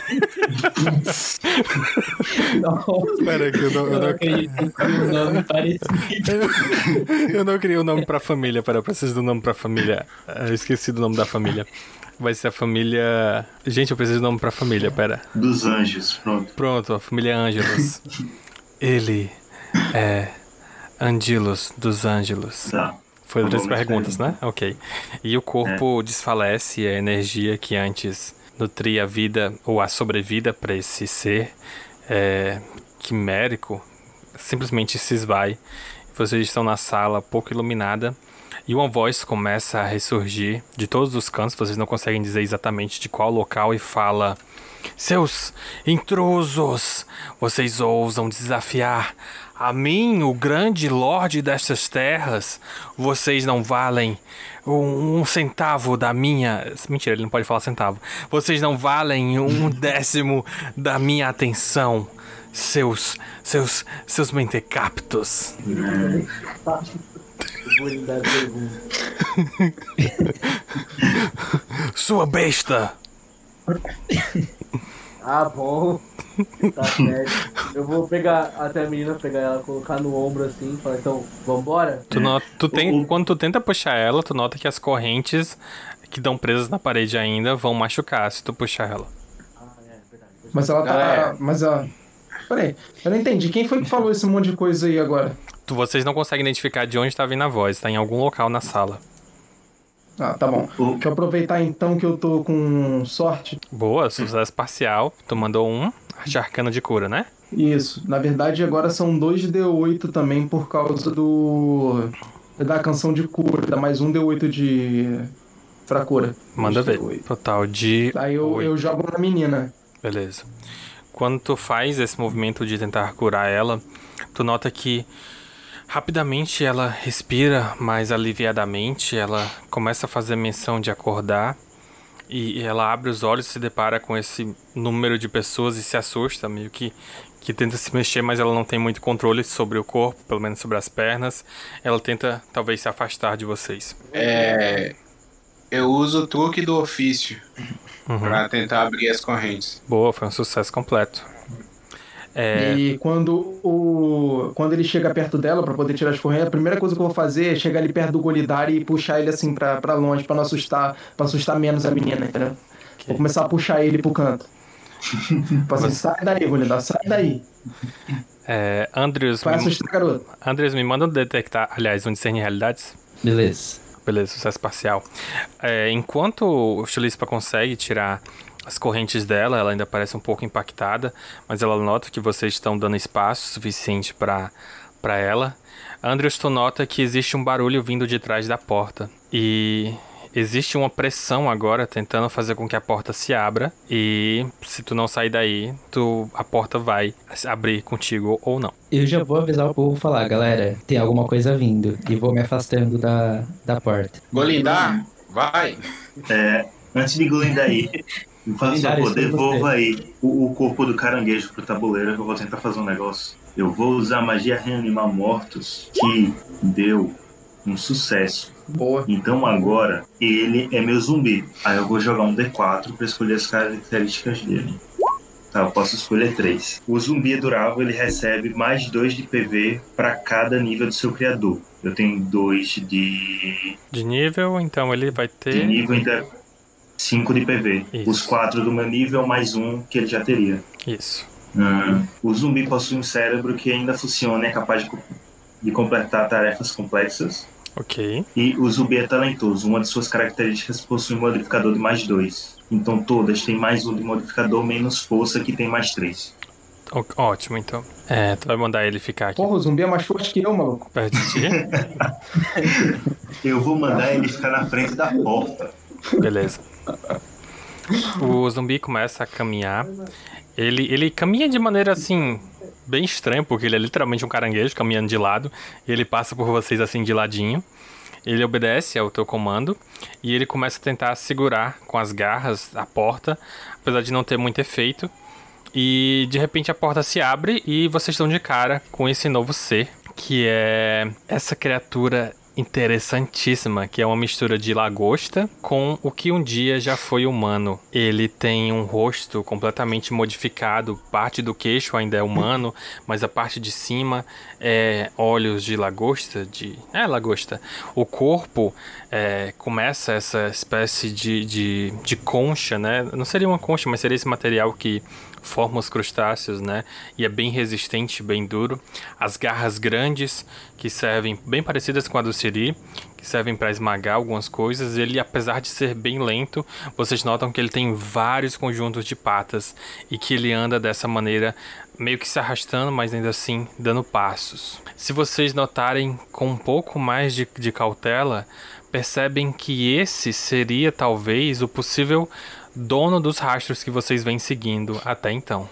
Espera que Eu acredito que o nome parecido. eu não criei o nome pra família. Pera, eu preciso do nome pra família. Eu esqueci do nome da família. Vai ser a família... Gente, eu preciso do nome pra família, pera. Dos anjos, pronto. Pronto, a família Ângelos. Ele é Angelos dos Ângelos. Tá. Foi Tá 3 bom, perguntas, né? Ok. E o corpo desfalece, a energia que antes nutria a vida ou a sobrevida para esse ser quimérico simplesmente se esvai. Vocês estão na sala pouco iluminada e uma voz começa a ressurgir de todos os cantos. Vocês não conseguem dizer exatamente de qual local e fala: seus intrusos, vocês ousam desafiar a mim, o grande lorde destas terras? Vocês não valem um centavo da minha... Mentira, ele não pode falar centavo. Vocês não valem 1/10 da minha atenção, seus mentecaptos. Vou lhe dar a pergunta. Sua besta! Ah, bom. Tá certo. Eu vou pegar até a menina, pegar ela, colocar no ombro assim e falar, então, vambora? Quando tu tenta puxar ela, tu nota que as correntes que dão presas na parede ainda vão machucar se tu puxar ela. Ah, é verdade. Mas ela tá. Galera. Mas ela. Peraí, eu não entendi. Quem foi que falou esse monte de coisa aí agora? Vocês não conseguem identificar de onde tá vindo a voz, tá em algum local na sala. Ah, tá bom. Deixa eu aproveitar então que eu tô com sorte. Boa, sucesso parcial. Tu mandou um arte arcana de cura, né? Isso. Na verdade, agora são 2d8 também por causa da canção de cura. Dá mais um d8 pra cura. Manda ver. 2d8. Total de... Aí eu jogo na menina. Beleza. Quando tu faz esse movimento de tentar curar ela, tu nota que rapidamente ela respira mais aliviadamente, ela começa a fazer menção de acordar e ela abre os olhos e se depara com esse número de pessoas e se assusta, meio que tenta se mexer, mas ela não tem muito controle sobre o corpo, pelo menos sobre as pernas. Ela tenta talvez se afastar de vocês. Eu uso o truque do ofício pra tentar abrir as correntes. Boa, foi um sucesso completo. E quando ele chega perto dela pra poder tirar as correntes, a primeira coisa que eu vou fazer é chegar ali perto do Golidari e puxar ele assim pra longe, pra não assustar, pra assustar menos a menina, entendeu? Okay. Vou começar a puxar ele pro canto. Assim, sai daí, Golidari, sai daí. Andrews, Vai assustar, garoto. Andrews, me manda detectar, aliás, um discernir realidades. Beleza. Beleza, sucesso parcial. Enquanto o Chulispa consegue tirar as correntes dela, ela ainda parece um pouco impactada, mas ela nota que vocês estão dando espaço suficiente para ela. Andrews, tu nota que existe um barulho vindo de trás da porta e existe uma pressão agora tentando fazer com que a porta se abra, e se tu não sair daí, a porta vai abrir contigo ou não. Eu já vou avisar o povo, falar, galera, tem alguma coisa vindo, e vou me afastando da porta. Golindar, vai! Antes de Golindar ir, me faça um favor, devolva aí o corpo do caranguejo pro tabuleiro, que eu vou tentar fazer um negócio. Eu vou usar magia reanimar mortos, que deu um sucesso. Boa. Então agora ele é meu zumbi. Aí eu vou jogar um D4 pra escolher as características dele. Tá, eu posso escolher 3. O zumbi é durável, ele recebe mais 2 de PV pra cada nível do seu criador. Eu tenho 2 de nível, então ele vai ter... De nível ainda 5 de PV. Isso. Os 4 do meu nível mais 1 que ele já teria. Isso. O zumbi possui um cérebro que ainda funciona e é capaz de completar tarefas complexas. Ok. E o zumbi é talentoso. Uma de suas características possui um modificador de mais 2. Então todas têm mais 1 de modificador, menos força, que tem mais 3. Ótimo, então. Tu vai mandar ele ficar aqui Porra, o zumbi é mais forte que eu, maluco. perto de ti? Eu vou mandar ele ficar na frente da porta. Beleza. O zumbi começa a caminhar. Ele caminha de maneira assim, bem estranha, porque ele é literalmente um caranguejo caminhando de lado. E ele passa por vocês assim de ladinho. Ele obedece ao teu comando e ele começa a tentar segurar com as garras a porta, apesar de não ter muito efeito. E de repente a porta se abre e vocês estão de cara com esse novo ser, que é essa criatura interessantíssima, que é uma mistura de lagosta com o que um dia já foi humano. Ele tem um rosto completamente modificado, parte do queixo ainda é humano, mas a parte de cima é olhos de lagosta, lagosta. O corpo começa essa espécie de concha, né? Não seria uma concha, mas seria esse material que forma os crustáceos, né? E é bem resistente, bem duro. As garras grandes, que servem, bem parecidas com a do siri, que servem para esmagar algumas coisas. Ele, apesar de ser bem lento, vocês notam que ele tem vários conjuntos de patas e que ele anda dessa maneira, meio que se arrastando, mas ainda assim dando passos. Se vocês notarem com um pouco mais de cautela, percebem que esse seria talvez o possível dono dos rastros que vocês vêm seguindo até então.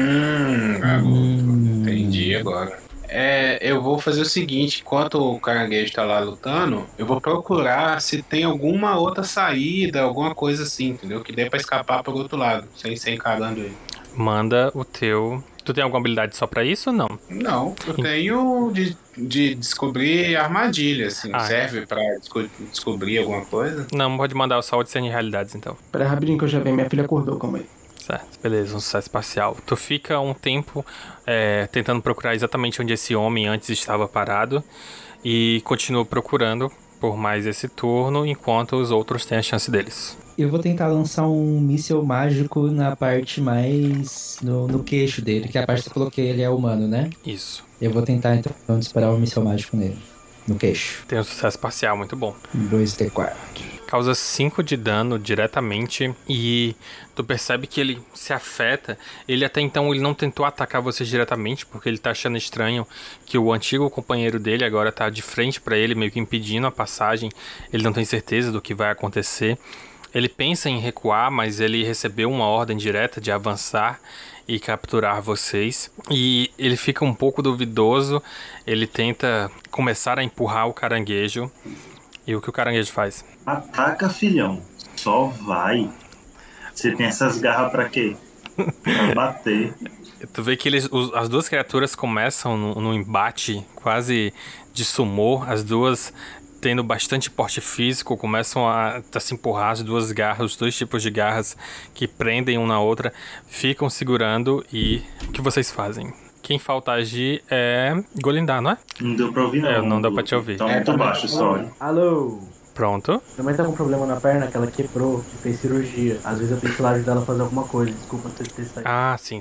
Entendi agora. Eu vou fazer o seguinte, enquanto o caranguejo tá lá lutando, eu vou procurar se tem alguma outra saída, alguma coisa assim, entendeu? Que dê pra escapar pro outro lado, sem ser encarando ele. Manda o teu... Tu tem alguma habilidade só pra isso ou não? Não, eu tenho de descobrir armadilha, assim. Serve pra descobrir alguma coisa? Não, pode mandar só o discernir realidades, então. Pera aí, rapidinho que eu já venho. Minha filha acordou, calma aí. Certo, beleza, um sucesso parcial. Tu fica um tempo tentando procurar exatamente onde esse homem antes estava parado e continua procurando por mais esse turno, enquanto os outros têm a chance deles. Eu vou tentar lançar um míssil mágico na parte mais... no queixo dele, que é a parte que eu coloquei, ele é humano, né? Isso. Eu vou tentar, então, disparar um míssil mágico nele. No queixo. Tem um sucesso parcial, muito bom. 2d4. Causa 5 de dano diretamente e tu percebe que ele se afeta. Ele até então ele não tentou atacar vocês diretamente, porque ele tá achando estranho que o antigo companheiro dele agora tá de frente pra ele, meio que impedindo a passagem. Ele não tem certeza do que vai acontecer. Ele pensa em recuar, mas ele recebeu uma ordem direta de avançar e capturar vocês. E ele fica um pouco duvidoso. Ele tenta começar a empurrar o caranguejo. E o que o caranguejo faz? Ataca, filhão. Só vai. Você tem essas garras pra quê? Pra bater. Tu vê que as duas criaturas começam num embate quase de sumô. As duas tendo bastante porte físico, começam a se empurrar. As duas garras, os dois tipos de garras que prendem uma na outra, ficam segurando. E o que vocês fazem? Quem falta agir é Golindar, não é? Não deu pra ouvir, não. Não deu pra te ouvir. Tá muito baixo só. Alô? Pronto. Minha mãe tá com um problema na perna que ela quebrou, que fez cirurgia. Às vezes eu tenho que ir lá ajudar ela a fazer alguma coisa. Desculpa ter testar. Sim.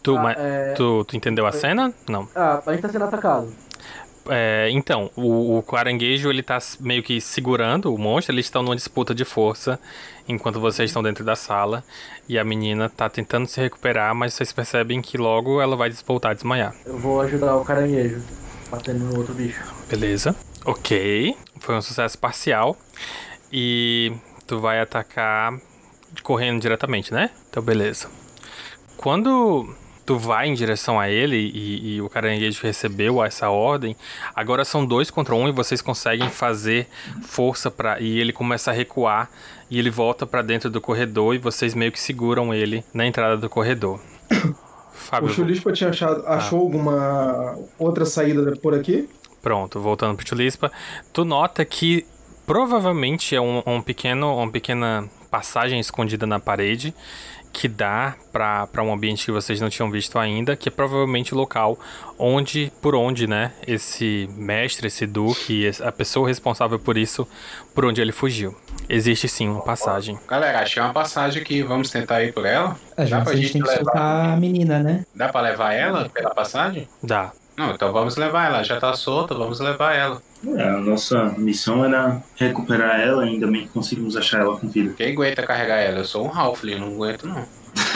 Tu entendeu a cena? Não. A gente tá sendo atacado. Então, o caranguejo, ele tá meio que segurando o monstro. Eles estão numa disputa de força enquanto vocês estão dentro da sala. E a menina tá tentando se recuperar, mas vocês percebem que logo ela vai voltar a desmaiar. Eu vou ajudar o caranguejo, batendo no outro bicho. Beleza. Ok. Foi um sucesso parcial. E tu vai atacar correndo diretamente, né? Então, beleza. Quando tu vai em direção a ele e o caranguejo recebeu essa ordem, agora são 2 contra 1 e vocês conseguem fazer força e ele começa a recuar e ele volta pra dentro do corredor e vocês meio que seguram ele na entrada do corredor. Fábio, O Chulispa achou alguma outra saída por aqui? Pronto, voltando pro Chulispa, tu nota que provavelmente é uma pequena passagem escondida na parede que dá para um ambiente que vocês não tinham visto ainda, que é provavelmente o local por onde, né, esse mestre, esse duque, a pessoa responsável por isso, por onde ele fugiu. Existe sim uma passagem. Galera, achei uma passagem aqui, vamos tentar ir por ela? A gente tem que soltar a menina, né? Dá pra levar ela pela passagem? Dá. Não, então vamos levar ela, já tá solta, vamos levar ela. A nossa missão era recuperar ela, ainda bem que conseguimos achar ela com vida. Quem aguenta carregar ela? Eu sou um Halfling, não aguento não.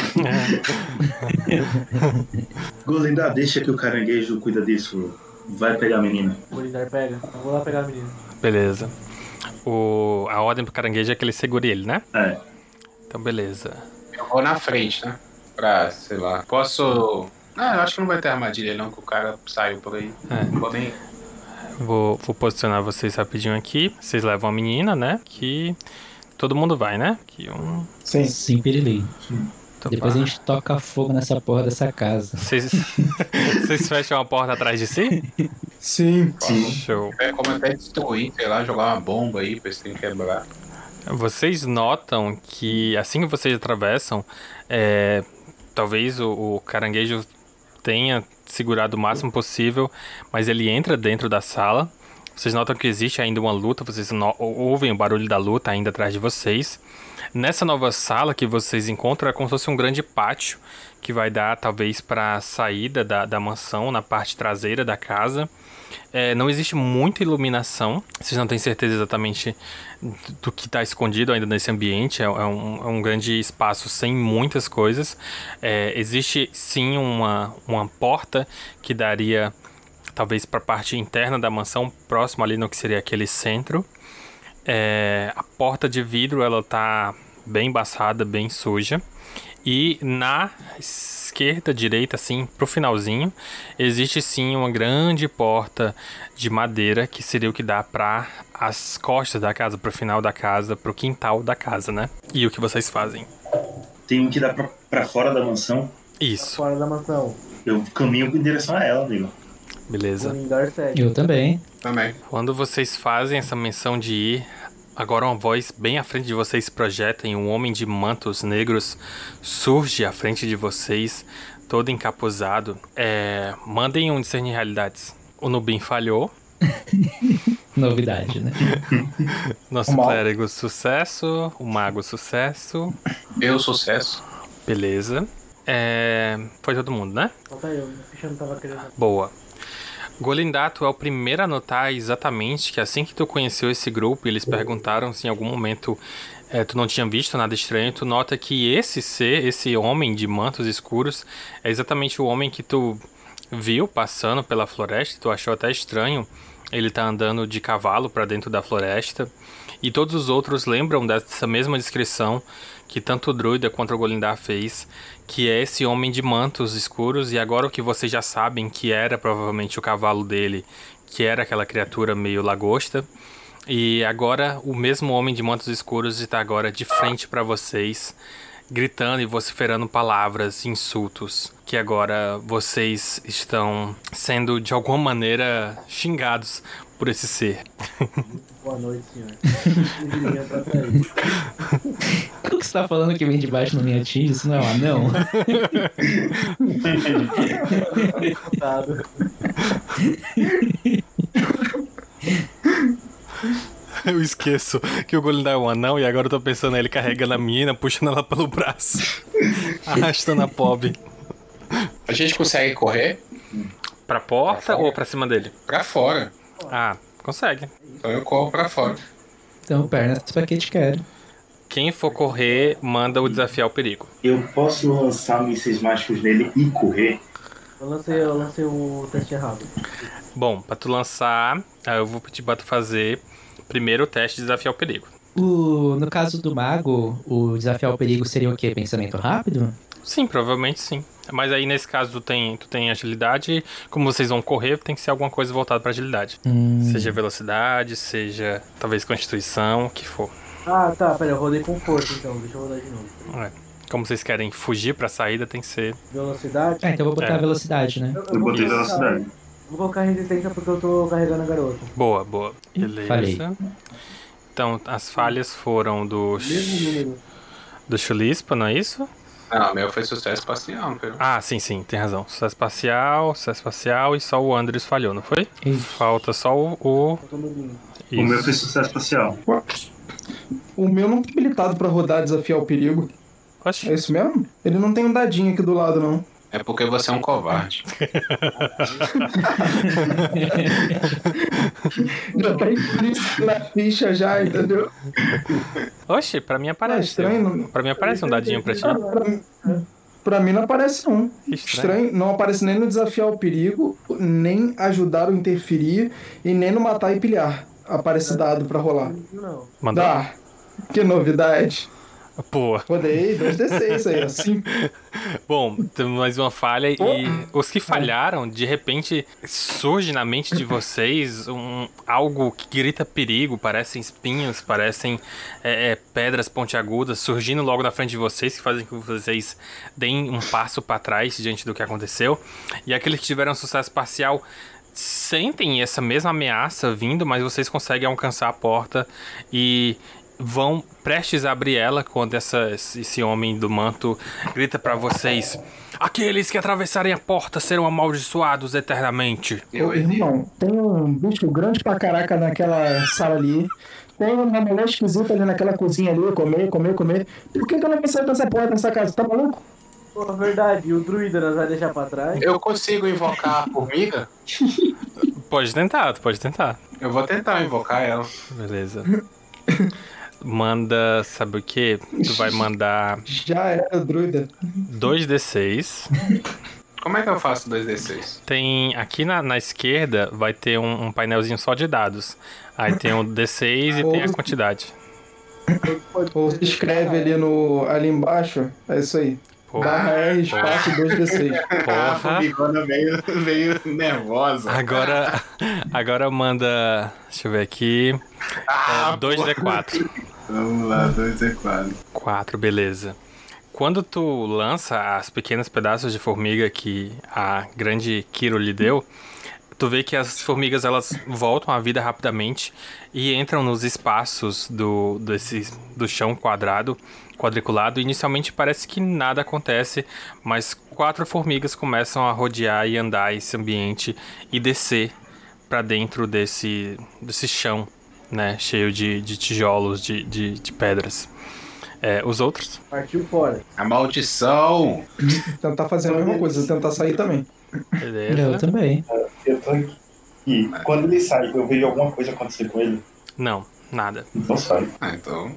Golindar, deixa que o caranguejo cuida disso. Vai pegar a menina. O Golindar pega. Eu vou lá pegar a menina. Beleza. A ordem pro caranguejo é que ele segure ele, né? É. Então, beleza. Eu vou na frente, né? Pra, sei lá, posso... eu acho que não vai ter armadilha não, que o cara saiu por aí. Não vou nem... Vou posicionar vocês rapidinho aqui. Vocês levam a menina, né? Que todo mundo vai, né? Sim. Sim, Pirilei. Depois a gente toca fogo nessa porra dessa casa. Vocês fecham a porta atrás de si? Sim. Show. É como até destruir, sei lá, jogar uma bomba aí pra esse trem quebrar. Vocês notam que assim que vocês atravessam, talvez o caranguejo tenha segurado o máximo possível, mas ele entra dentro da sala. Vocês notam que existe ainda uma luta, vocês ouvem o barulho da luta ainda atrás de vocês. Nessa nova sala que vocês encontram é como se fosse um grande pátio que vai dar talvez para a saída da mansão na parte traseira da casa. Não existe muita iluminação, vocês não têm certeza exatamente do que está escondido ainda nesse ambiente, é um grande espaço sem muitas coisas. Existe sim uma porta que daria talvez para a parte interna da mansão, próximo ali no que seria aquele centro. A porta de vidro ela tá bem embaçada, bem suja. E na esquerda, direita, assim, pro finalzinho, existe sim uma grande porta de madeira que seria o que dá para as costas da casa, pro final da casa, pro quintal da casa, né? E o que vocês fazem? Tem um que dá pra fora da mansão. Isso. Fora da mansão. Eu caminho em direção a ela, amigo. Beleza. Eu também. Também. Quando vocês fazem essa menção de ir, agora uma voz bem à frente de vocês projeta e um homem de mantos negros surge à frente de vocês, todo encapuzado. Mandem um discernir realidades. O Nubim falhou. Novidade, né? Nosso clérigo, sucesso. O mago, sucesso. Eu, sucesso. Beleza. Foi todo mundo, né? Falta eu, minha ficha não tava querendo. Boa. Golindato é o primeiro a notar exatamente que assim que tu conheceu esse grupo, eles perguntaram se em algum momento tu não tinha visto nada estranho, tu nota que esse homem de mantos escuros, é exatamente o homem que tu viu passando pela floresta, tu achou até estranho, ele tá andando de cavalo para dentro da floresta, e todos os outros lembram dessa mesma descrição que tanto o druida quanto o Golindar fez, que é esse homem de mantos escuros, e agora o que vocês já sabem que era provavelmente o cavalo dele, que era aquela criatura meio lagosta, e agora o mesmo homem de mantos escuros está agora de frente para vocês, gritando e vociferando palavras, insultos, que agora vocês estão sendo de alguma maneira xingados por esse ser. Boa noite, senhor. O que você tá falando que vem de baixo não me atinge? Isso não é um anão? Eu esqueço que o Golindar é um anão e agora eu tô pensando ele carregando a menina, puxando ela pelo braço, arrastando a pobre. A gente consegue correr? Pra porta ou pra cima dele? Pra fora. Ah, consegue. Então eu corro pra fora. Então, pernas pra que te quero. Quem for correr, manda o desafiar o perigo. Eu posso lançar mísseis mágicos nele e correr? Eu lancei o teste errado. Bom, pra tu lançar, eu vou pedir pra tu fazer primeiro o teste de desafiar o perigo. No caso do mago, o desafiar o perigo seria o quê? Pensamento rápido? Sim, provavelmente sim. Mas aí nesse caso tu tem agilidade, como vocês vão correr, tem que ser alguma coisa voltada pra agilidade. Seja velocidade, seja talvez constituição, o que for. Ah, tá, pera, eu rodei com força então, deixa eu rodar de novo. Como vocês querem fugir pra saída, tem que ser... Velocidade? Então eu vou botar velocidade, né? Eu botei velocidade. Vou colocar resistência porque eu tô carregando a garota. Boa. Beleza. Falei. Então, as falhas foram Mesmo número. do Chulispa, não é isso? Não, o meu foi sucesso parcial, viu? Ah, sim, tem razão. Sucesso parcial e só o Andres falhou, não foi? Isso. Falta só o... Eu tô no limite. O meu foi sucesso parcial. O meu não tá habilitado pra rodar desafiar o perigo. Oxi. É isso mesmo? Ele não tem um dadinho aqui do lado, não. É porque você é um covarde. Já tá implícito na ficha já, entendeu? Oxi, pra mim aparece. Estranho. Pra mim aparece um dadinho pra ti. Pra mim não aparece, não. Estranho. Estranho. Não aparece nem no desafiar o perigo, nem ajudar ou interferir, e nem no matar e pilhar. Aparece dado pra rolar. Não. Mandou? Dá. Que novidade. Pô. Rodei 2d6 aí, assim. Bom, temos mais uma falha e os que falharam, de repente, surge na mente de vocês algo que grita perigo, parecem espinhos, parecem pedras pontiagudas surgindo logo na frente de vocês, que fazem com que vocês deem um passo para trás diante do que aconteceu. E aqueles que tiveram sucesso parcial sentem essa mesma ameaça vindo, mas vocês conseguem alcançar a porta e vão prestes a abrir ela quando esse homem do manto grita pra vocês: aqueles que atravessarem a porta serão amaldiçoados eternamente. Ô, irmão, tem um bicho grande pra caraca naquela sala ali. Tem uma mulher esquisita ali naquela cozinha ali, comer. Por que ela vai sair dessa porta nessa casa? Tá maluco? Pô, verdade, e o druida nós vai deixar pra trás? Eu consigo invocar a formiga? Pode tentar, tu pode tentar. Eu vou tentar invocar ela. Beleza. Manda, sabe o que? Tu vai mandar Já era, druida. 2d6. Como é que eu faço 2d6? Tem aqui na esquerda vai ter um painelzinho só de dados. Aí tem o d6 e tem a quantidade. Ou escreve ali embaixo, é isso aí. Porra. /R espaço 2d6. A formigona veio nervosa. Agora manda. Deixa eu ver aqui. 2d4. Vamos lá, 2d4. 4, beleza. Quando tu lança as pequenos pedaços de formiga que a grande Kiro lhe deu, tu vê que as formigas elas voltam à vida rapidamente e entram nos espaços do chão quadriculado. Inicialmente parece que nada acontece, mas 4 formigas começam a rodear e andar esse ambiente e descer para dentro desse chão, né, cheio de tijolos, de pedras. Os outros? Partiu fora. A maldição! Tentar fazer a mesma coisa, tentar sair também. Beleza. Eu também. Eu tô aqui. E quando ele sai, eu vejo alguma coisa acontecer com ele? Não, nada. Então sai. Então...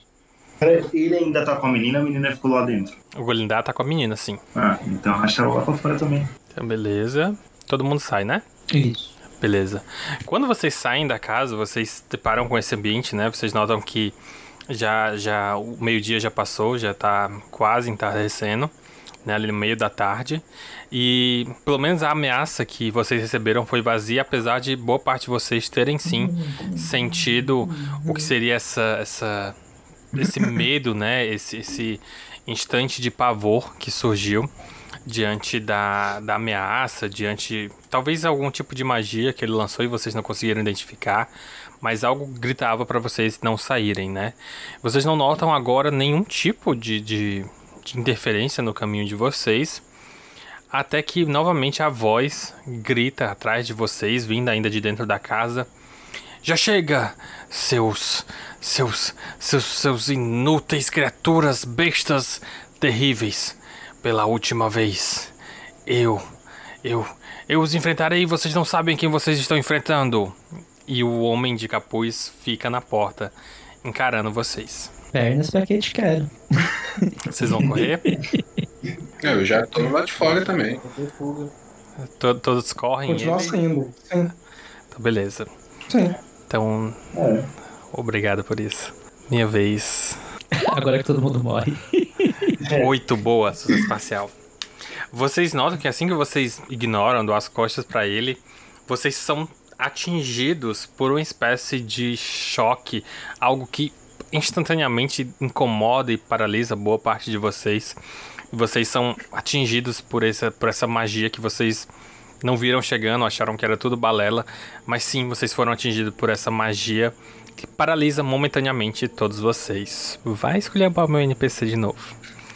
Ele ainda tá com a menina ficou lá dentro. O Golindar tá com a menina, sim. Ah, então arrasta ela lá pra fora também. Então, beleza. Todo mundo sai, né? Isso. Beleza. Quando vocês saem da casa, vocês se deparam com esse ambiente, né? Vocês notam que já o meio-dia já passou, já tá quase entardecendo, né? Ali no meio da tarde. E pelo menos a ameaça que vocês receberam foi vazia, apesar de boa parte de vocês terem sim sentido o que seria esse medo, né? Esse instante de pavor que surgiu diante da ameaça, diante talvez algum tipo de magia que ele lançou e vocês não conseguiram identificar, mas algo gritava para vocês não saírem, né? Vocês não notam agora nenhum tipo de interferência no caminho de vocês, até que novamente a voz grita atrás de vocês, vindo ainda de dentro da casa: já chega, seus inúteis criaturas, bestas terríveis. Pela última vez, eu os enfrentarei e vocês não sabem quem vocês estão enfrentando. E o homem de capuz fica na porta, encarando vocês. Pernas pra quem te quero. Vocês vão correr? Eu já tô lá de fora também. Não tem fuga. Todos correm. Continuar saindo. Sim. Então, beleza. Sim. Então, obrigado por isso. Minha vez. Agora que todo mundo morre. 8, boa, sucesso espacial. Vocês notam que assim que vocês ignoram, dão as costas pra ele, vocês são atingidos por uma espécie de choque, algo que instantaneamente incomoda e paralisa boa parte de vocês. E vocês são atingidos por essa magia que vocês não viram chegando, acharam que era tudo balela, mas sim, vocês foram atingidos por essa magia que paralisa momentaneamente todos vocês. Vai escolher o meu NPC de novo.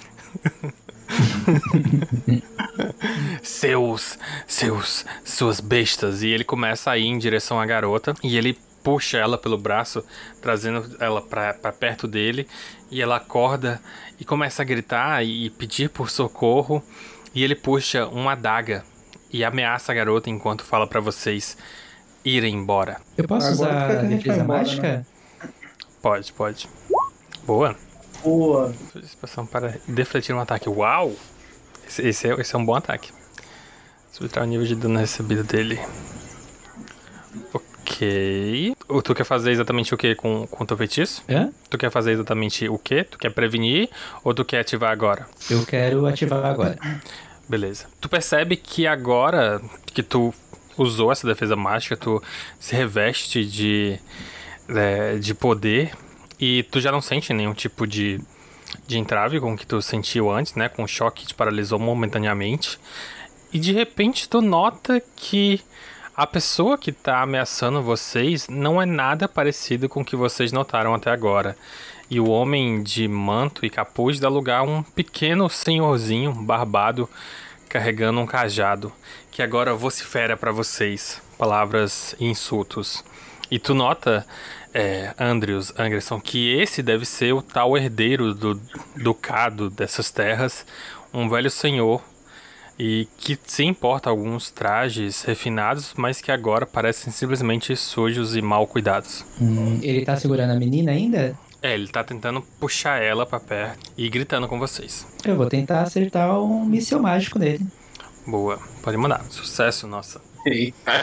Suas bestas. E ele começa a ir em direção à garota e ele puxa ela pelo braço, trazendo ela pra perto dele, e ela acorda e começa a gritar e pedir por socorro, e ele puxa uma adaga e ameaça a garota enquanto fala pra vocês irem embora. Eu posso Agora usar que a a gente vai defesa embora, mágica? né? Pode. Boa. Boa. Expressão para defletir um ataque. Uau! Esse é um bom ataque. Subtrair o nível de dano recebido dele. Ok. Tu quer fazer exatamente o que com o teu feitiço? Hã? Tu quer fazer exatamente o quê? Tu quer prevenir ou tu quer ativar agora? Eu quero ativar agora. Beleza. Tu percebe que agora que tu usou essa defesa mágica, tu se reveste de poder e tu já não sente nenhum tipo de entrave com o que tu sentiu antes, né? Com o choque que te paralisou momentaneamente. E de repente tu nota que a pessoa que tá ameaçando vocês não é nada parecido com o que vocês notaram até agora. E o homem de manto e capuz dá lugar a um pequeno senhorzinho barbado carregando um cajado, que agora vocifera pra vocês palavras e insultos. E tu nota, Anderson, que esse deve ser o tal herdeiro do ducado dessas terras, um velho senhor, e que sim porta alguns trajes refinados, mas que agora parecem simplesmente sujos e mal cuidados. Ele tá segurando a menina ainda? Ele tá tentando puxar ela pra perto e gritando com vocês. Eu vou tentar acertar um míssil mágico nele. Boa, pode mandar. Sucesso, nossa. Eita.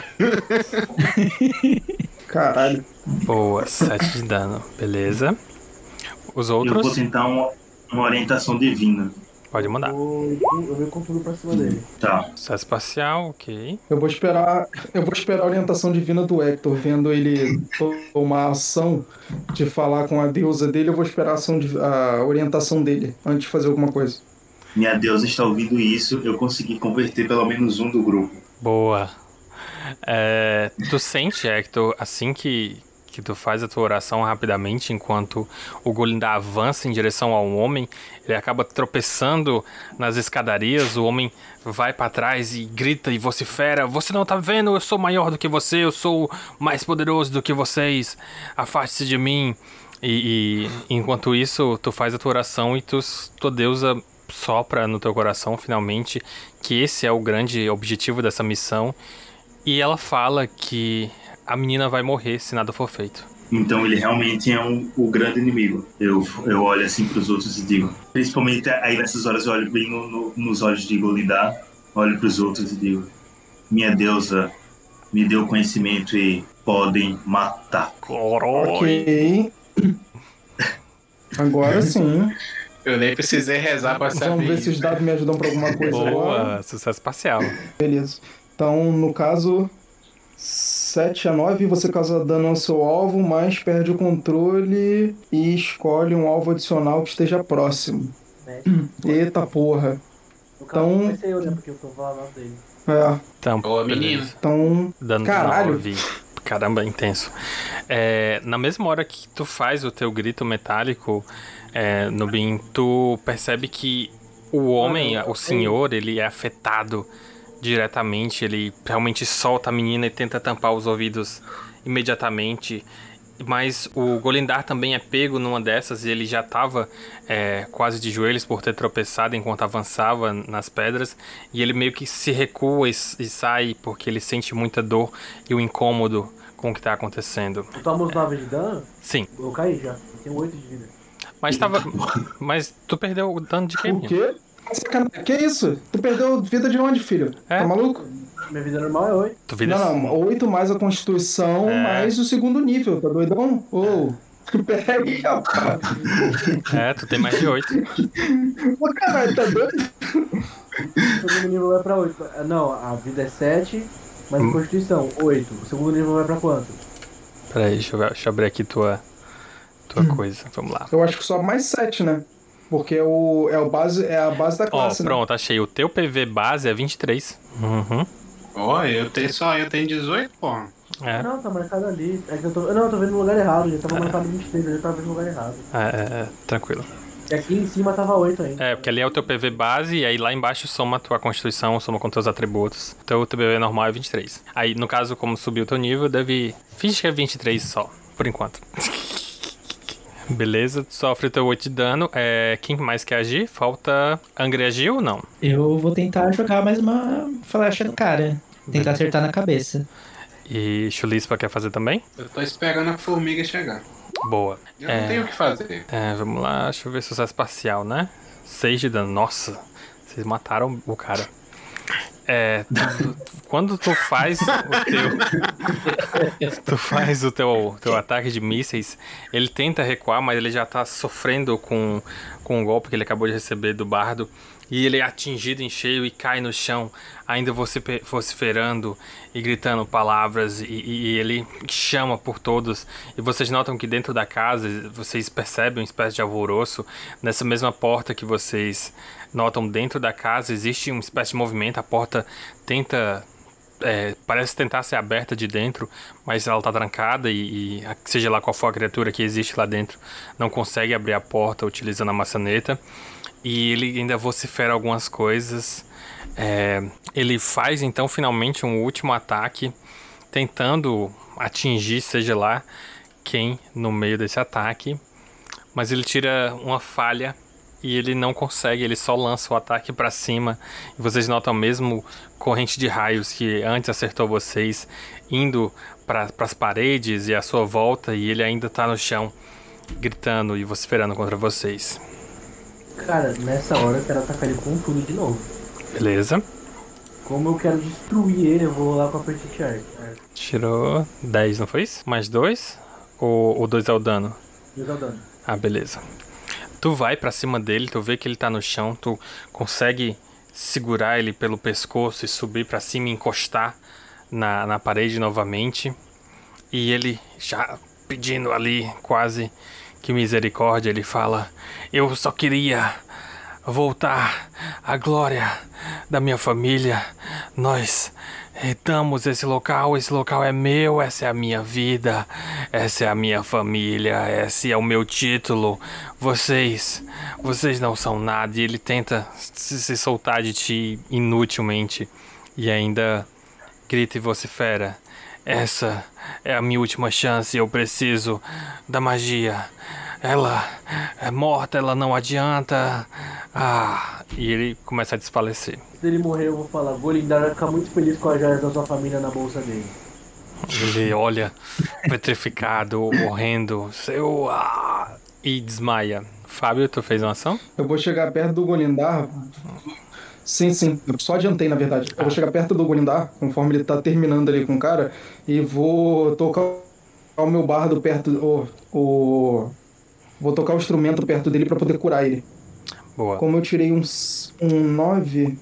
Caralho. Boa, 7 de dano. Beleza. Os Eu vou outros, tentar uma orientação divina. pode mandar. Eu vou com tudo pra cima dele. Tá. Sucesso parcial, ok. Eu vou esperar a orientação divina do Hector, vendo ele tomar a ação de falar com a deusa dele. Eu vou esperar a orientação dele antes de fazer alguma coisa. Minha deusa está ouvindo isso, eu consegui converter pelo menos um do grupo. Boa. Tu sente, Hector, assim que tu faz a tua oração rapidamente, enquanto o Golindar avança em direção ao homem, ele acaba tropeçando nas escadarias, o homem vai pra trás e grita e vocifera: "Você não tá vendo? Eu sou maior do que você, eu sou mais poderoso do que vocês, afaste-se de mim." E enquanto isso, tu faz a tua oração e tua deusa sopra no teu coração, finalmente, que esse é o grande objetivo dessa missão. E ela fala que a menina vai morrer se nada for feito. Então ele realmente é o grande inimigo. Eu olho assim pros outros e digo... Principalmente aí nessas horas eu olho bem nos olhos de Golindar, olho pros outros e digo: minha deusa me deu conhecimento e podem matar. Ok. Agora sim. Eu nem precisei rezar pra saber. Vamos ver se os dados me ajudam pra alguma coisa agora. Boa, sucesso parcial. Beleza. Então, no caso, 7 a 9, você causa dano ao seu alvo, mas perde o controle e escolhe um alvo adicional que esteja próximo. Eita porra. No caso, Então- não vai ser eu, né? Porque eu tô falando dele. É, Então, Boa, beleza. menino. então... Dano Caralho. 9. Caramba, intenso. Na mesma hora que tu faz o teu grito metálico, Nubin, tu percebe que o homem, o senhor, ele é afetado diretamente. Ele realmente solta a menina e tenta tampar os ouvidos imediatamente. Mas o Golindar também é pego numa dessas e ele já estava quase de joelhos por ter tropeçado enquanto avançava nas pedras. E ele meio que se recua e sai porque ele sente muita dor e o incômodo com o que está acontecendo. Eu tomo os 9 de dano, Sim, eu caí já. Eu tenho 8 de vida. mas tu perdeu o dano de quem? O quê? Sacanagem. Que isso? Tu perdeu vida de onde, filho? Tá maluco? Minha vida normal é 8. Tu vira Não, 8 mais a constituição, mais o segundo nível, tá doidão? Ô, pega aí, rapaz. tu tem mais de 8. Ô, caralho, tá doido? O segundo nível vai pra 8. Não, a vida é 7, mas a constituição, 8. O segundo nível vai pra quanto? Peraí, deixa eu abrir aqui tua coisa. Vamos lá. Eu acho que só mais 7, né? Porque é a base da Ó, classe, né? pronto, achei. O teu PV base é 23. Uhum. Ó, eu tenho 18, pô. Não, tá marcado ali. É que eu tô vendo no lugar errado. Já tava marcado 23, eu já tava vendo no lugar errado. Tranquilo. E aqui em cima tava 8 ainda. Porque ali é o teu PV base e aí lá embaixo soma a tua constituição, soma com teus atributos. Então o teu PV normal é 23. Aí, no caso, como subiu o teu nível, deve... Finge que é 23 só, por enquanto. Beleza, tu sofre o teu 8 de dano. Quem mais quer agir? Falta... Angry agir ou não? Eu vou tentar jogar mais uma flecha no cara. Tentar acertar na cabeça. E Chulispa quer fazer também? Eu tô esperando a formiga chegar. Boa. Eu não tenho o que fazer. Vamos lá, deixa eu ver sucesso parcial, né? 6 de dano. Nossa, vocês mataram o cara. Quando tu faz o teu ataque de mísseis, ele tenta recuar, mas ele já tá sofrendo com o golpe que ele acabou de receber do bardo. E ele é atingido em cheio e cai no chão, ainda vociferando e gritando palavras, e ele chama por todos. E vocês notam que dentro da casa, vocês percebem uma espécie de alvoroço. Nessa mesma porta que vocês notam dentro da casa, existe uma espécie de movimento. A porta parece tentar ser aberta de dentro, mas ela tá trancada e seja lá qual for a criatura que existe lá dentro, não consegue abrir a porta utilizando a maçaneta. E ele ainda vocifera algumas coisas. Ele faz então finalmente um último ataque, tentando atingir seja lá quem no meio desse ataque. Mas ele tira uma falha e ele não consegue, ele só lança o ataque pra cima. E vocês notam mesmo corrente de raios que antes acertou vocês, indo para as paredes e à sua volta, e ele ainda tá no chão, gritando e vociferando contra vocês. Cara, nessa hora eu quero atacar ele com tudo de novo. Beleza. Como eu quero destruir ele, eu vou rolar com a Petite Art. Tirou 10, não foi isso? Mais 2? Ou 2 é o dano? 2 é o dano. Ah, beleza. Tu vai pra cima dele, tu vê que ele tá no chão, tu consegue segurar ele pelo pescoço e subir pra cima e encostar na parede novamente. E ele já pedindo ali quase que misericórdia, ele fala: eu só queria voltar à glória da minha família. Nós herdamos esse local é meu, essa é a minha vida, essa é a minha família, esse é o meu título. Vocês não são nada. E ele tenta se soltar de ti inutilmente e ainda grita e vocifera: essa é a minha última chance, eu preciso da magia. Ela é morta, ela não adianta. E ele começa a desfalecer. Se ele morrer, eu vou falar: Golindar vai ficar muito feliz com as joias da sua família na bolsa dele. Ele olha petrificado, morrendo, e desmaia. Fábio, tu fez uma ação? Eu vou chegar perto do Golindar. Sim. Eu só adiantei, na verdade. Eu vou chegar perto do Golindar, conforme ele tá terminando ali com o cara, e vou tocar o meu bardo perto. Vou tocar o instrumento perto dele pra poder curar ele. Boa. Como eu tirei um 9...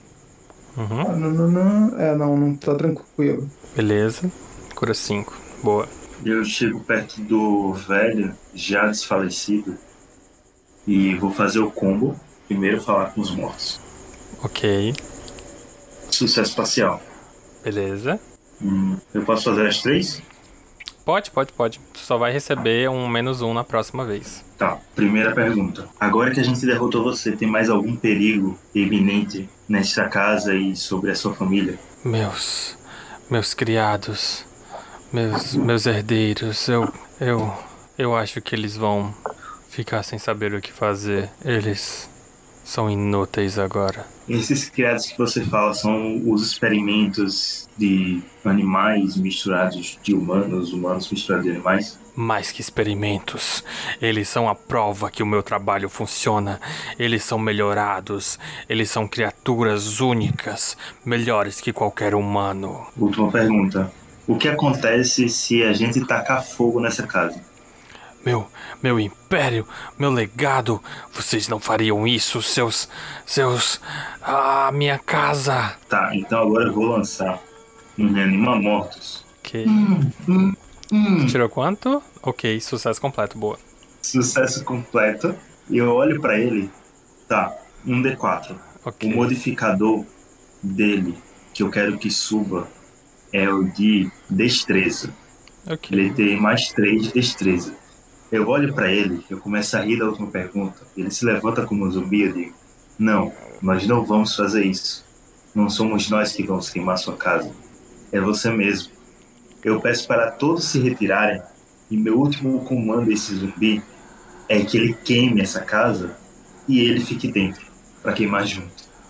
Não tá tranquilo. Beleza. Cura 5. Boa. Eu chego perto do velho, já desfalecido, e vou fazer o combo. Primeiro falar com os mortos. Ok. Sucesso parcial. Beleza. Eu posso fazer as 3? Pode. Tu só vai receber um -1 na próxima vez. Tá, primeira pergunta. Agora que a gente derrotou você, tem mais algum perigo iminente nesta casa e sobre a sua família? Meus criados, meus herdeiros, eu acho que eles vão ficar sem saber o que fazer. Eles são inúteis agora. Esses criados que você fala são os experimentos de animais misturados de humanos misturados de animais? Mais que experimentos, eles são a prova que o meu trabalho funciona. Eles são melhorados, eles são criaturas únicas, melhores que qualquer humano. Última pergunta. O que acontece se a gente tacar fogo nessa casa? Meu império, meu legado, vocês não fariam isso, seus... minha casa. Tá, então agora eu vou lançar um Reanima Mortos. Ok. Tirou quanto? Ok, sucesso completo, boa. Sucesso completo. E eu olho pra ele, tá, um D4. Okay. O modificador dele, que eu quero que suba, é o de destreza. Ok. Ele tem mais 3 de destreza. Eu olho pra ele, eu começo a rir da última pergunta. Ele se levanta como um zumbi e eu digo: não, nós não vamos fazer isso. Não somos nós que vamos queimar sua casa. É você mesmo. Eu peço para todos se retirarem e meu último comando a esse zumbi é que ele queime essa casa e ele fique dentro, para queimar junto.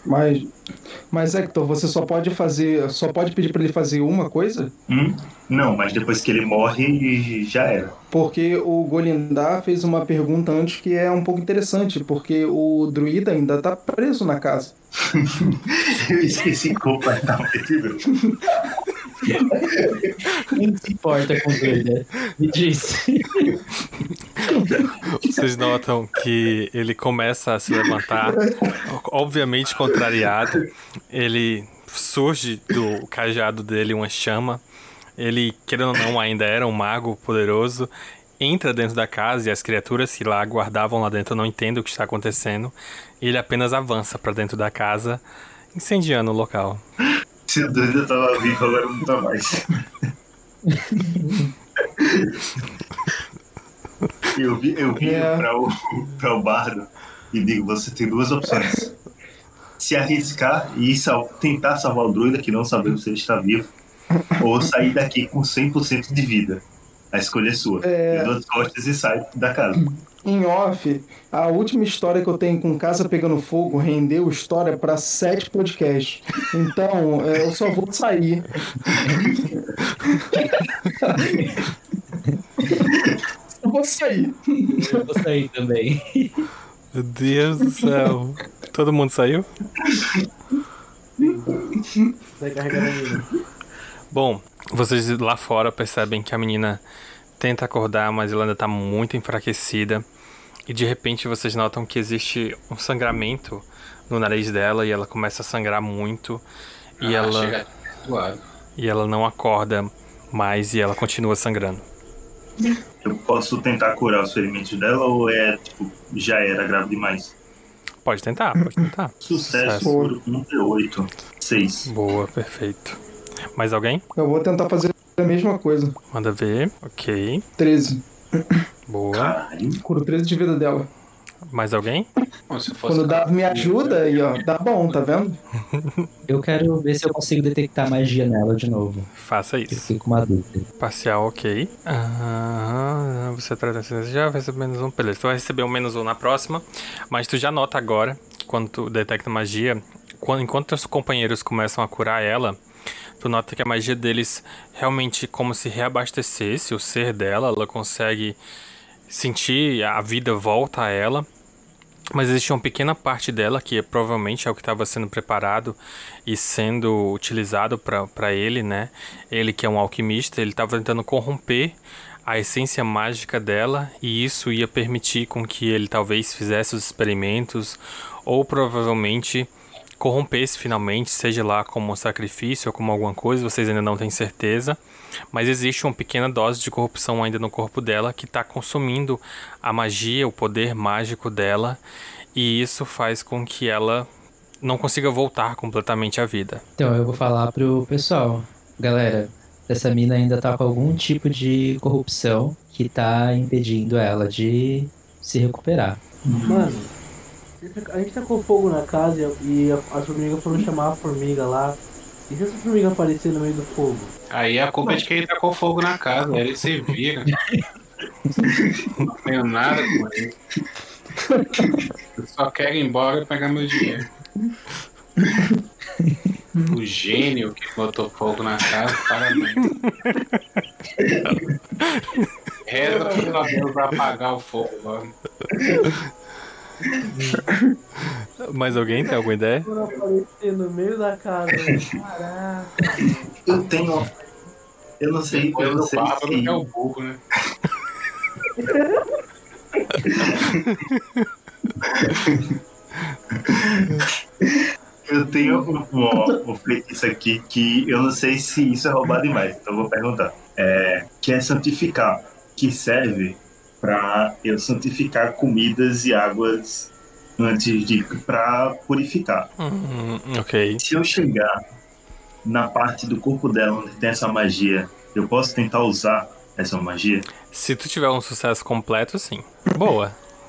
Mas Hector, você só pode pedir pra ele fazer uma coisa? Não, mas depois que ele morre, já era. Porque o Golindar fez uma pergunta antes que é um pouco interessante, porque o druida ainda tá preso na casa. Eu esqueci completamente. Quem se importa com doida? Me disse. Vocês notam que ele começa a se levantar, obviamente contrariado. Ele surge do cajado dele uma chama. Ele, querendo ou não, ainda era um mago poderoso. Entra dentro da casa e as criaturas que lá aguardavam lá dentro não entendem o que está acontecendo. Ele apenas avança para dentro da casa, incendiando o local. Se o doido tava vivo, agora não tá mais. Eu vi para o bardo e digo, você tem duas opções. Se arriscar e tentar salvar o druida, que não sabemos se ele está vivo, ou sair daqui com 100% de vida. A escolha é sua. Eu dou as costas e saio da casa. Em off, a última história que eu tenho com Casa Pegando Fogo rendeu história para 7 podcasts. Então, eu só vou sair. Eu vou sair. Eu vou sair também. Meu Deus do céu. Todo mundo saiu? Vai carregar a menina. Bom, vocês lá fora percebem que a menina tenta acordar, mas ela ainda tá muito enfraquecida. E de repente vocês notam que existe um sangramento no nariz dela e ela começa a sangrar muito. E ela não acorda mais e ela continua sangrando. Eu posso tentar curar os ferimentos dela ou já era grave demais? Pode tentar, pode tentar. Sucesso por 1d8. 6. Boa, perfeito. Mais alguém? Eu vou tentar fazer a mesma coisa. Manda ver, ok. 13. Boa. Caralho. Curo 13 de vida dela. Mais alguém? Bom, se fosse Quando dá, me ajuda aí, ó. Dá bom, tá vendo? Eu quero ver se eu consigo detectar magia nela de novo. Faça Eu isso. fiquei com uma dúvida. Parcial, ok. Você traz já vai receber menos um. Beleza, tu vai receber um menos um na próxima. Mas tu já nota agora que quando tu detecta magia, enquanto teus companheiros começam a curar ela, tu nota que a magia deles realmente como se reabastecesse o ser dela. Ela consegue sentir a vida volta a ela. Mas existe uma pequena parte dela que provavelmente é o que estava sendo preparado e sendo utilizado para ele, né? Ele que é um alquimista, ele estava tentando corromper a essência mágica dela e isso ia permitir com que ele talvez fizesse os experimentos ou provavelmente corrompesse finalmente, seja lá como um sacrifício ou como alguma coisa, vocês ainda não têm certeza. Mas existe uma pequena dose de corrupção ainda no corpo dela que está consumindo a magia, o poder mágico dela. E isso faz com que ela não consiga voltar completamente à vida. Então eu vou falar pro pessoal. Galera, essa mina ainda tá com algum tipo de corrupção que tá impedindo ela de se recuperar. Mano, a gente tacou fogo na casa e as formigas foram chamar a formiga lá. E se essa formiga aparecer no meio do fogo? Aí a culpa é de quem tacou fogo na casa, ele se vira. Não tenho nada com ele. Eu só quero ir embora e pegar meu dinheiro. O gênio que botou fogo na casa, parabéns. Reza pra Deus pra apagar o fogo agora. Mais alguém tem alguma ideia? Foram aparecer no meio da casa. Caraca. Eu não sei Depois do se... bárbaro que é o burro, né? Eu tenho um feitiço aqui que eu não sei se isso é roubado demais, então eu vou perguntar. Que é santificar, que serve para eu santificar comidas e águas para purificar. Ok. Se eu chegar na parte do corpo dela onde tem essa magia, eu posso tentar usar essa magia? Se tu tiver um sucesso completo, sim. Boa.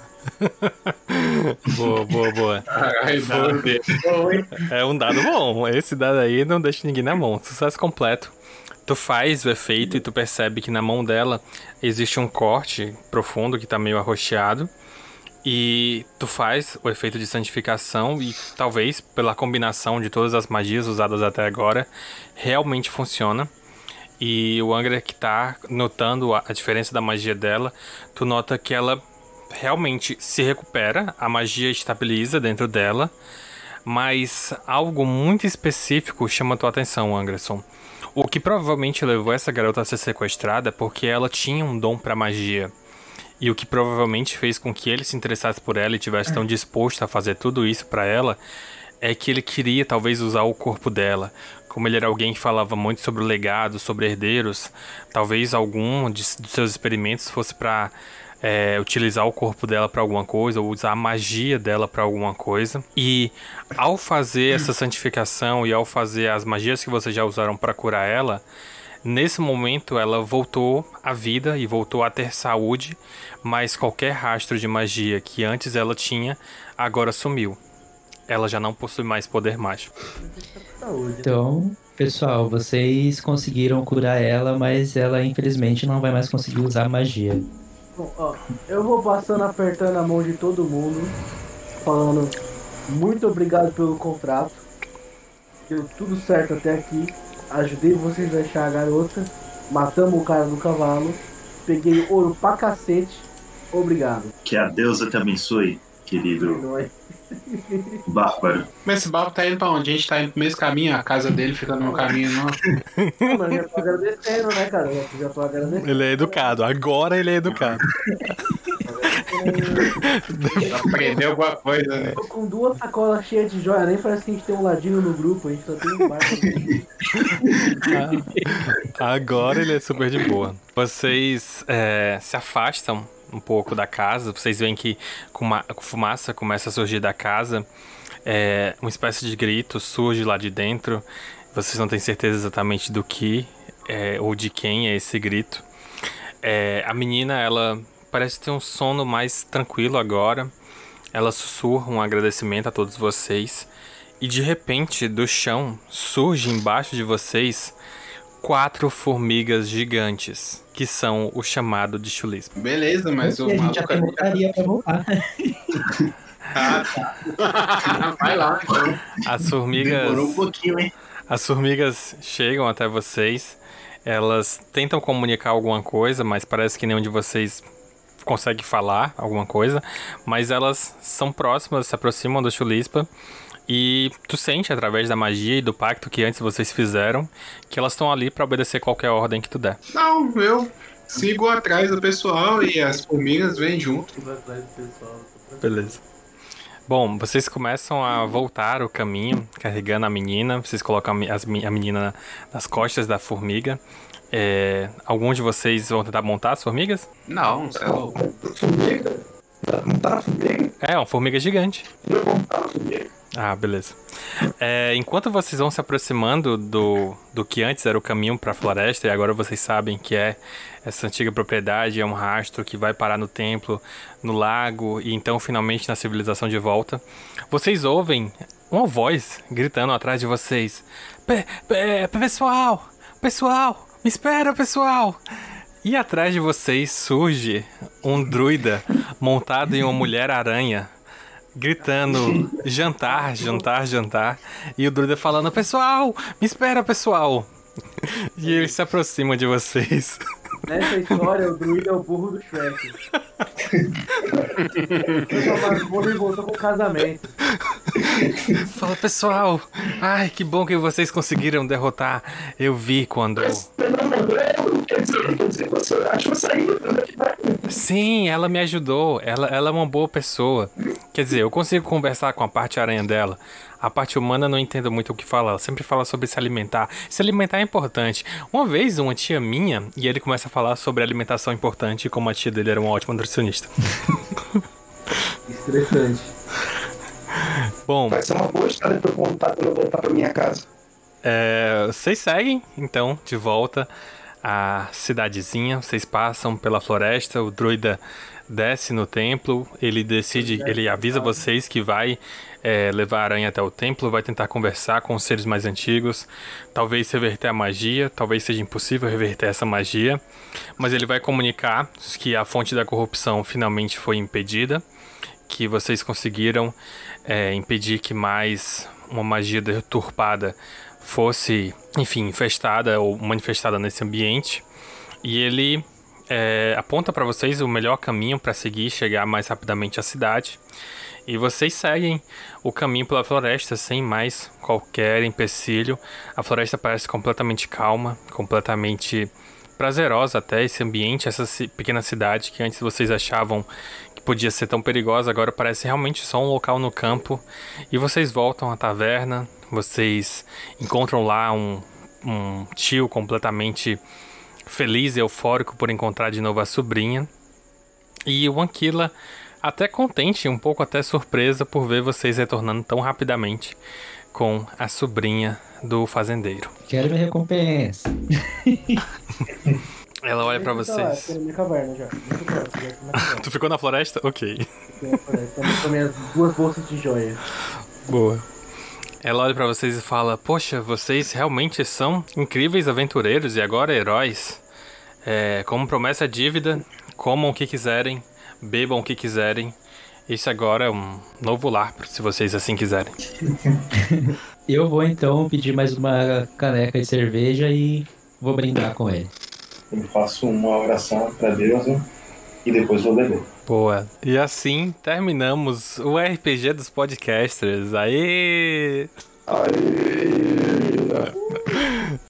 Boa. Ai, dado dele. É um dado bom. Esse dado aí não deixa ninguém na mão. Sucesso completo. Tu faz o efeito e tu percebe que na mão dela existe um corte profundo que tá meio arroxeado. E tu faz o efeito de santificação e talvez pela combinação de todas as magias usadas até agora, realmente funciona. E o Angra que tá notando a diferença da magia dela, tu nota que ela realmente se recupera, a magia estabiliza dentro dela, mas algo muito específico chama tua atenção, Angerson. O que provavelmente levou essa garota a ser sequestrada é porque ela tinha um dom pra magia. E o que provavelmente fez com que ele se interessasse por ela e tivesse tão disposto a fazer tudo isso pra ela é que ele queria talvez usar o corpo dela. Como ele era alguém que falava muito sobre o legado, sobre herdeiros, talvez algum dos seus experimentos fosse pra utilizar o corpo dela pra alguma coisa, ou usar a magia dela pra alguma coisa. E ao fazer essa santificação e ao fazer as magias que vocês já usaram pra curar ela, nesse momento ela voltou à vida e voltou a ter saúde, mas qualquer rastro de magia que antes ela tinha, agora sumiu. Ela já não possui mais poder mágico. Então, pessoal, vocês conseguiram curar ela, mas ela infelizmente não vai mais conseguir usar magia. Bom, ó, eu vou passando, apertando a mão de todo mundo, falando muito obrigado pelo contrato. Deu tudo certo até aqui. Ajudei vocês a achar a garota. Matamos o cara do cavalo. Peguei ouro pra cacete. Obrigado. Que a deusa te abençoe, querido Não é? bárbaro. Mas esse barco tá indo pra onde? A gente tá indo pro mesmo caminho, a casa dele fica no caminho, não? Não, mas eu já tô agradecendo, né, cara? Eu já tô agradecendo. Ele é educado, agora ele é educado. Aprendeu alguma coisa, né? Tô com 2 sacolas cheias de joia, nem parece que a gente tem um ladino no grupo, a gente só tem um barco. Agora ele é super de boa. Vocês se afastam um pouco da casa. Vocês veem que com fumaça começa a surgir da casa. Uma espécie de grito surge lá de dentro. Vocês não têm certeza exatamente do que ou de quem é esse grito. A menina, ela parece ter um sono mais tranquilo agora. Ela sussurra um agradecimento a todos vocês. E de repente, do chão, surge embaixo de vocês 4 formigas gigantes, que são o chamado de chulismo. Beleza, mas o E a gente já maluco tem montaria pra voltar. Ah, tá. Vai lá, então. As formigas... Demorou um pouquinho, hein? As formigas chegam até vocês. Elas tentam comunicar alguma coisa, mas parece que nenhum de vocês consegue falar alguma coisa. Mas elas são próximas, se aproximam do Chulispa. E tu sente, através da magia e do pacto que antes vocês fizeram, que elas estão ali pra obedecer qualquer ordem que tu der. Não, eu sigo atrás do pessoal e as formigas vêm junto. Beleza. Bom, vocês começam a voltar o caminho, carregando a menina. Vocês colocam a menina nas costas da formiga. Alguns de vocês vão tentar montar as formigas? Não, você é louco. Formiga? Montar a formiga? É, uma formiga gigante. Eu vou montar a formiga. Ah, beleza. Enquanto vocês vão se aproximando do que antes era o caminho para a floresta, e agora vocês sabem que essa antiga propriedade é um rastro que vai parar no templo, no lago, e então finalmente na civilização de volta, vocês ouvem uma voz gritando atrás de vocês. Pessoal, me espera, pessoal! E atrás de vocês surge um druida montado em uma mulher-aranha, gritando jantar. E o druida falando, pessoal, me espera, pessoal. E ele se aproxima de vocês. Nessa história, o druida é o burro do Shrek. Ele voltou com o casamento. Fala, pessoal, ai, que bom que vocês conseguiram derrotar. Eu vi quando... Sim, ela me ajudou. Ela é uma boa pessoa. Quer dizer, eu consigo conversar com a parte aranha dela. A parte humana eu não entendo muito o que fala. Ela sempre fala sobre se alimentar. Se alimentar é importante. Uma vez, uma tia minha, e ele começa a falar sobre alimentação importante e como a tia dele era uma ótima nutricionista. Estressante. Bom, Vai ser uma boa história pra eu contar quando eu voltar pra minha casa. vocês seguem, então, de volta à cidadezinha. Vocês passam pela floresta, o druida desce no templo, ele avisa vocês que vai levar a aranha até o templo, vai tentar conversar com os seres mais antigos, talvez reverter a magia, talvez seja impossível reverter essa magia, mas ele vai comunicar que a fonte da corrupção finalmente foi impedida, que vocês conseguiram impedir que mais uma magia deturpada fosse, enfim, infestada ou manifestada nesse ambiente. E ele aponta para vocês o melhor caminho para seguir e chegar mais rapidamente à cidade. E vocês seguem o caminho pela floresta sem mais qualquer empecilho. A floresta parece completamente calma, completamente prazerosa até esse ambiente, essa pequena cidade que antes vocês achavam que podia ser tão perigosa, agora parece realmente só um local no campo. E vocês voltam à taverna, vocês encontram lá um tio completamente feliz e eufórico por encontrar de novo a sobrinha. E o Anquila até contente, um pouco até surpresa por ver vocês retornando tão rapidamente com a sobrinha do fazendeiro. Quero minha recompensa. Ela olha pra vocês. Tô na minha caverna já. Tu ficou na floresta? Ok. Com minhas 2 bolsas de joia. Boa. Ela olha pra vocês e fala: poxa, vocês realmente são incríveis aventureiros e agora heróis. Como promessa dívida, comam o que quiserem, bebam o que quiserem. Isso agora é um novo lar, se vocês assim quiserem. Eu vou então pedir mais uma caneca de cerveja e vou brindar com ele. Eu faço uma oração pra Deus, né? E depois vou beber. Boa. E assim terminamos o RPG dos podcasters. Aê!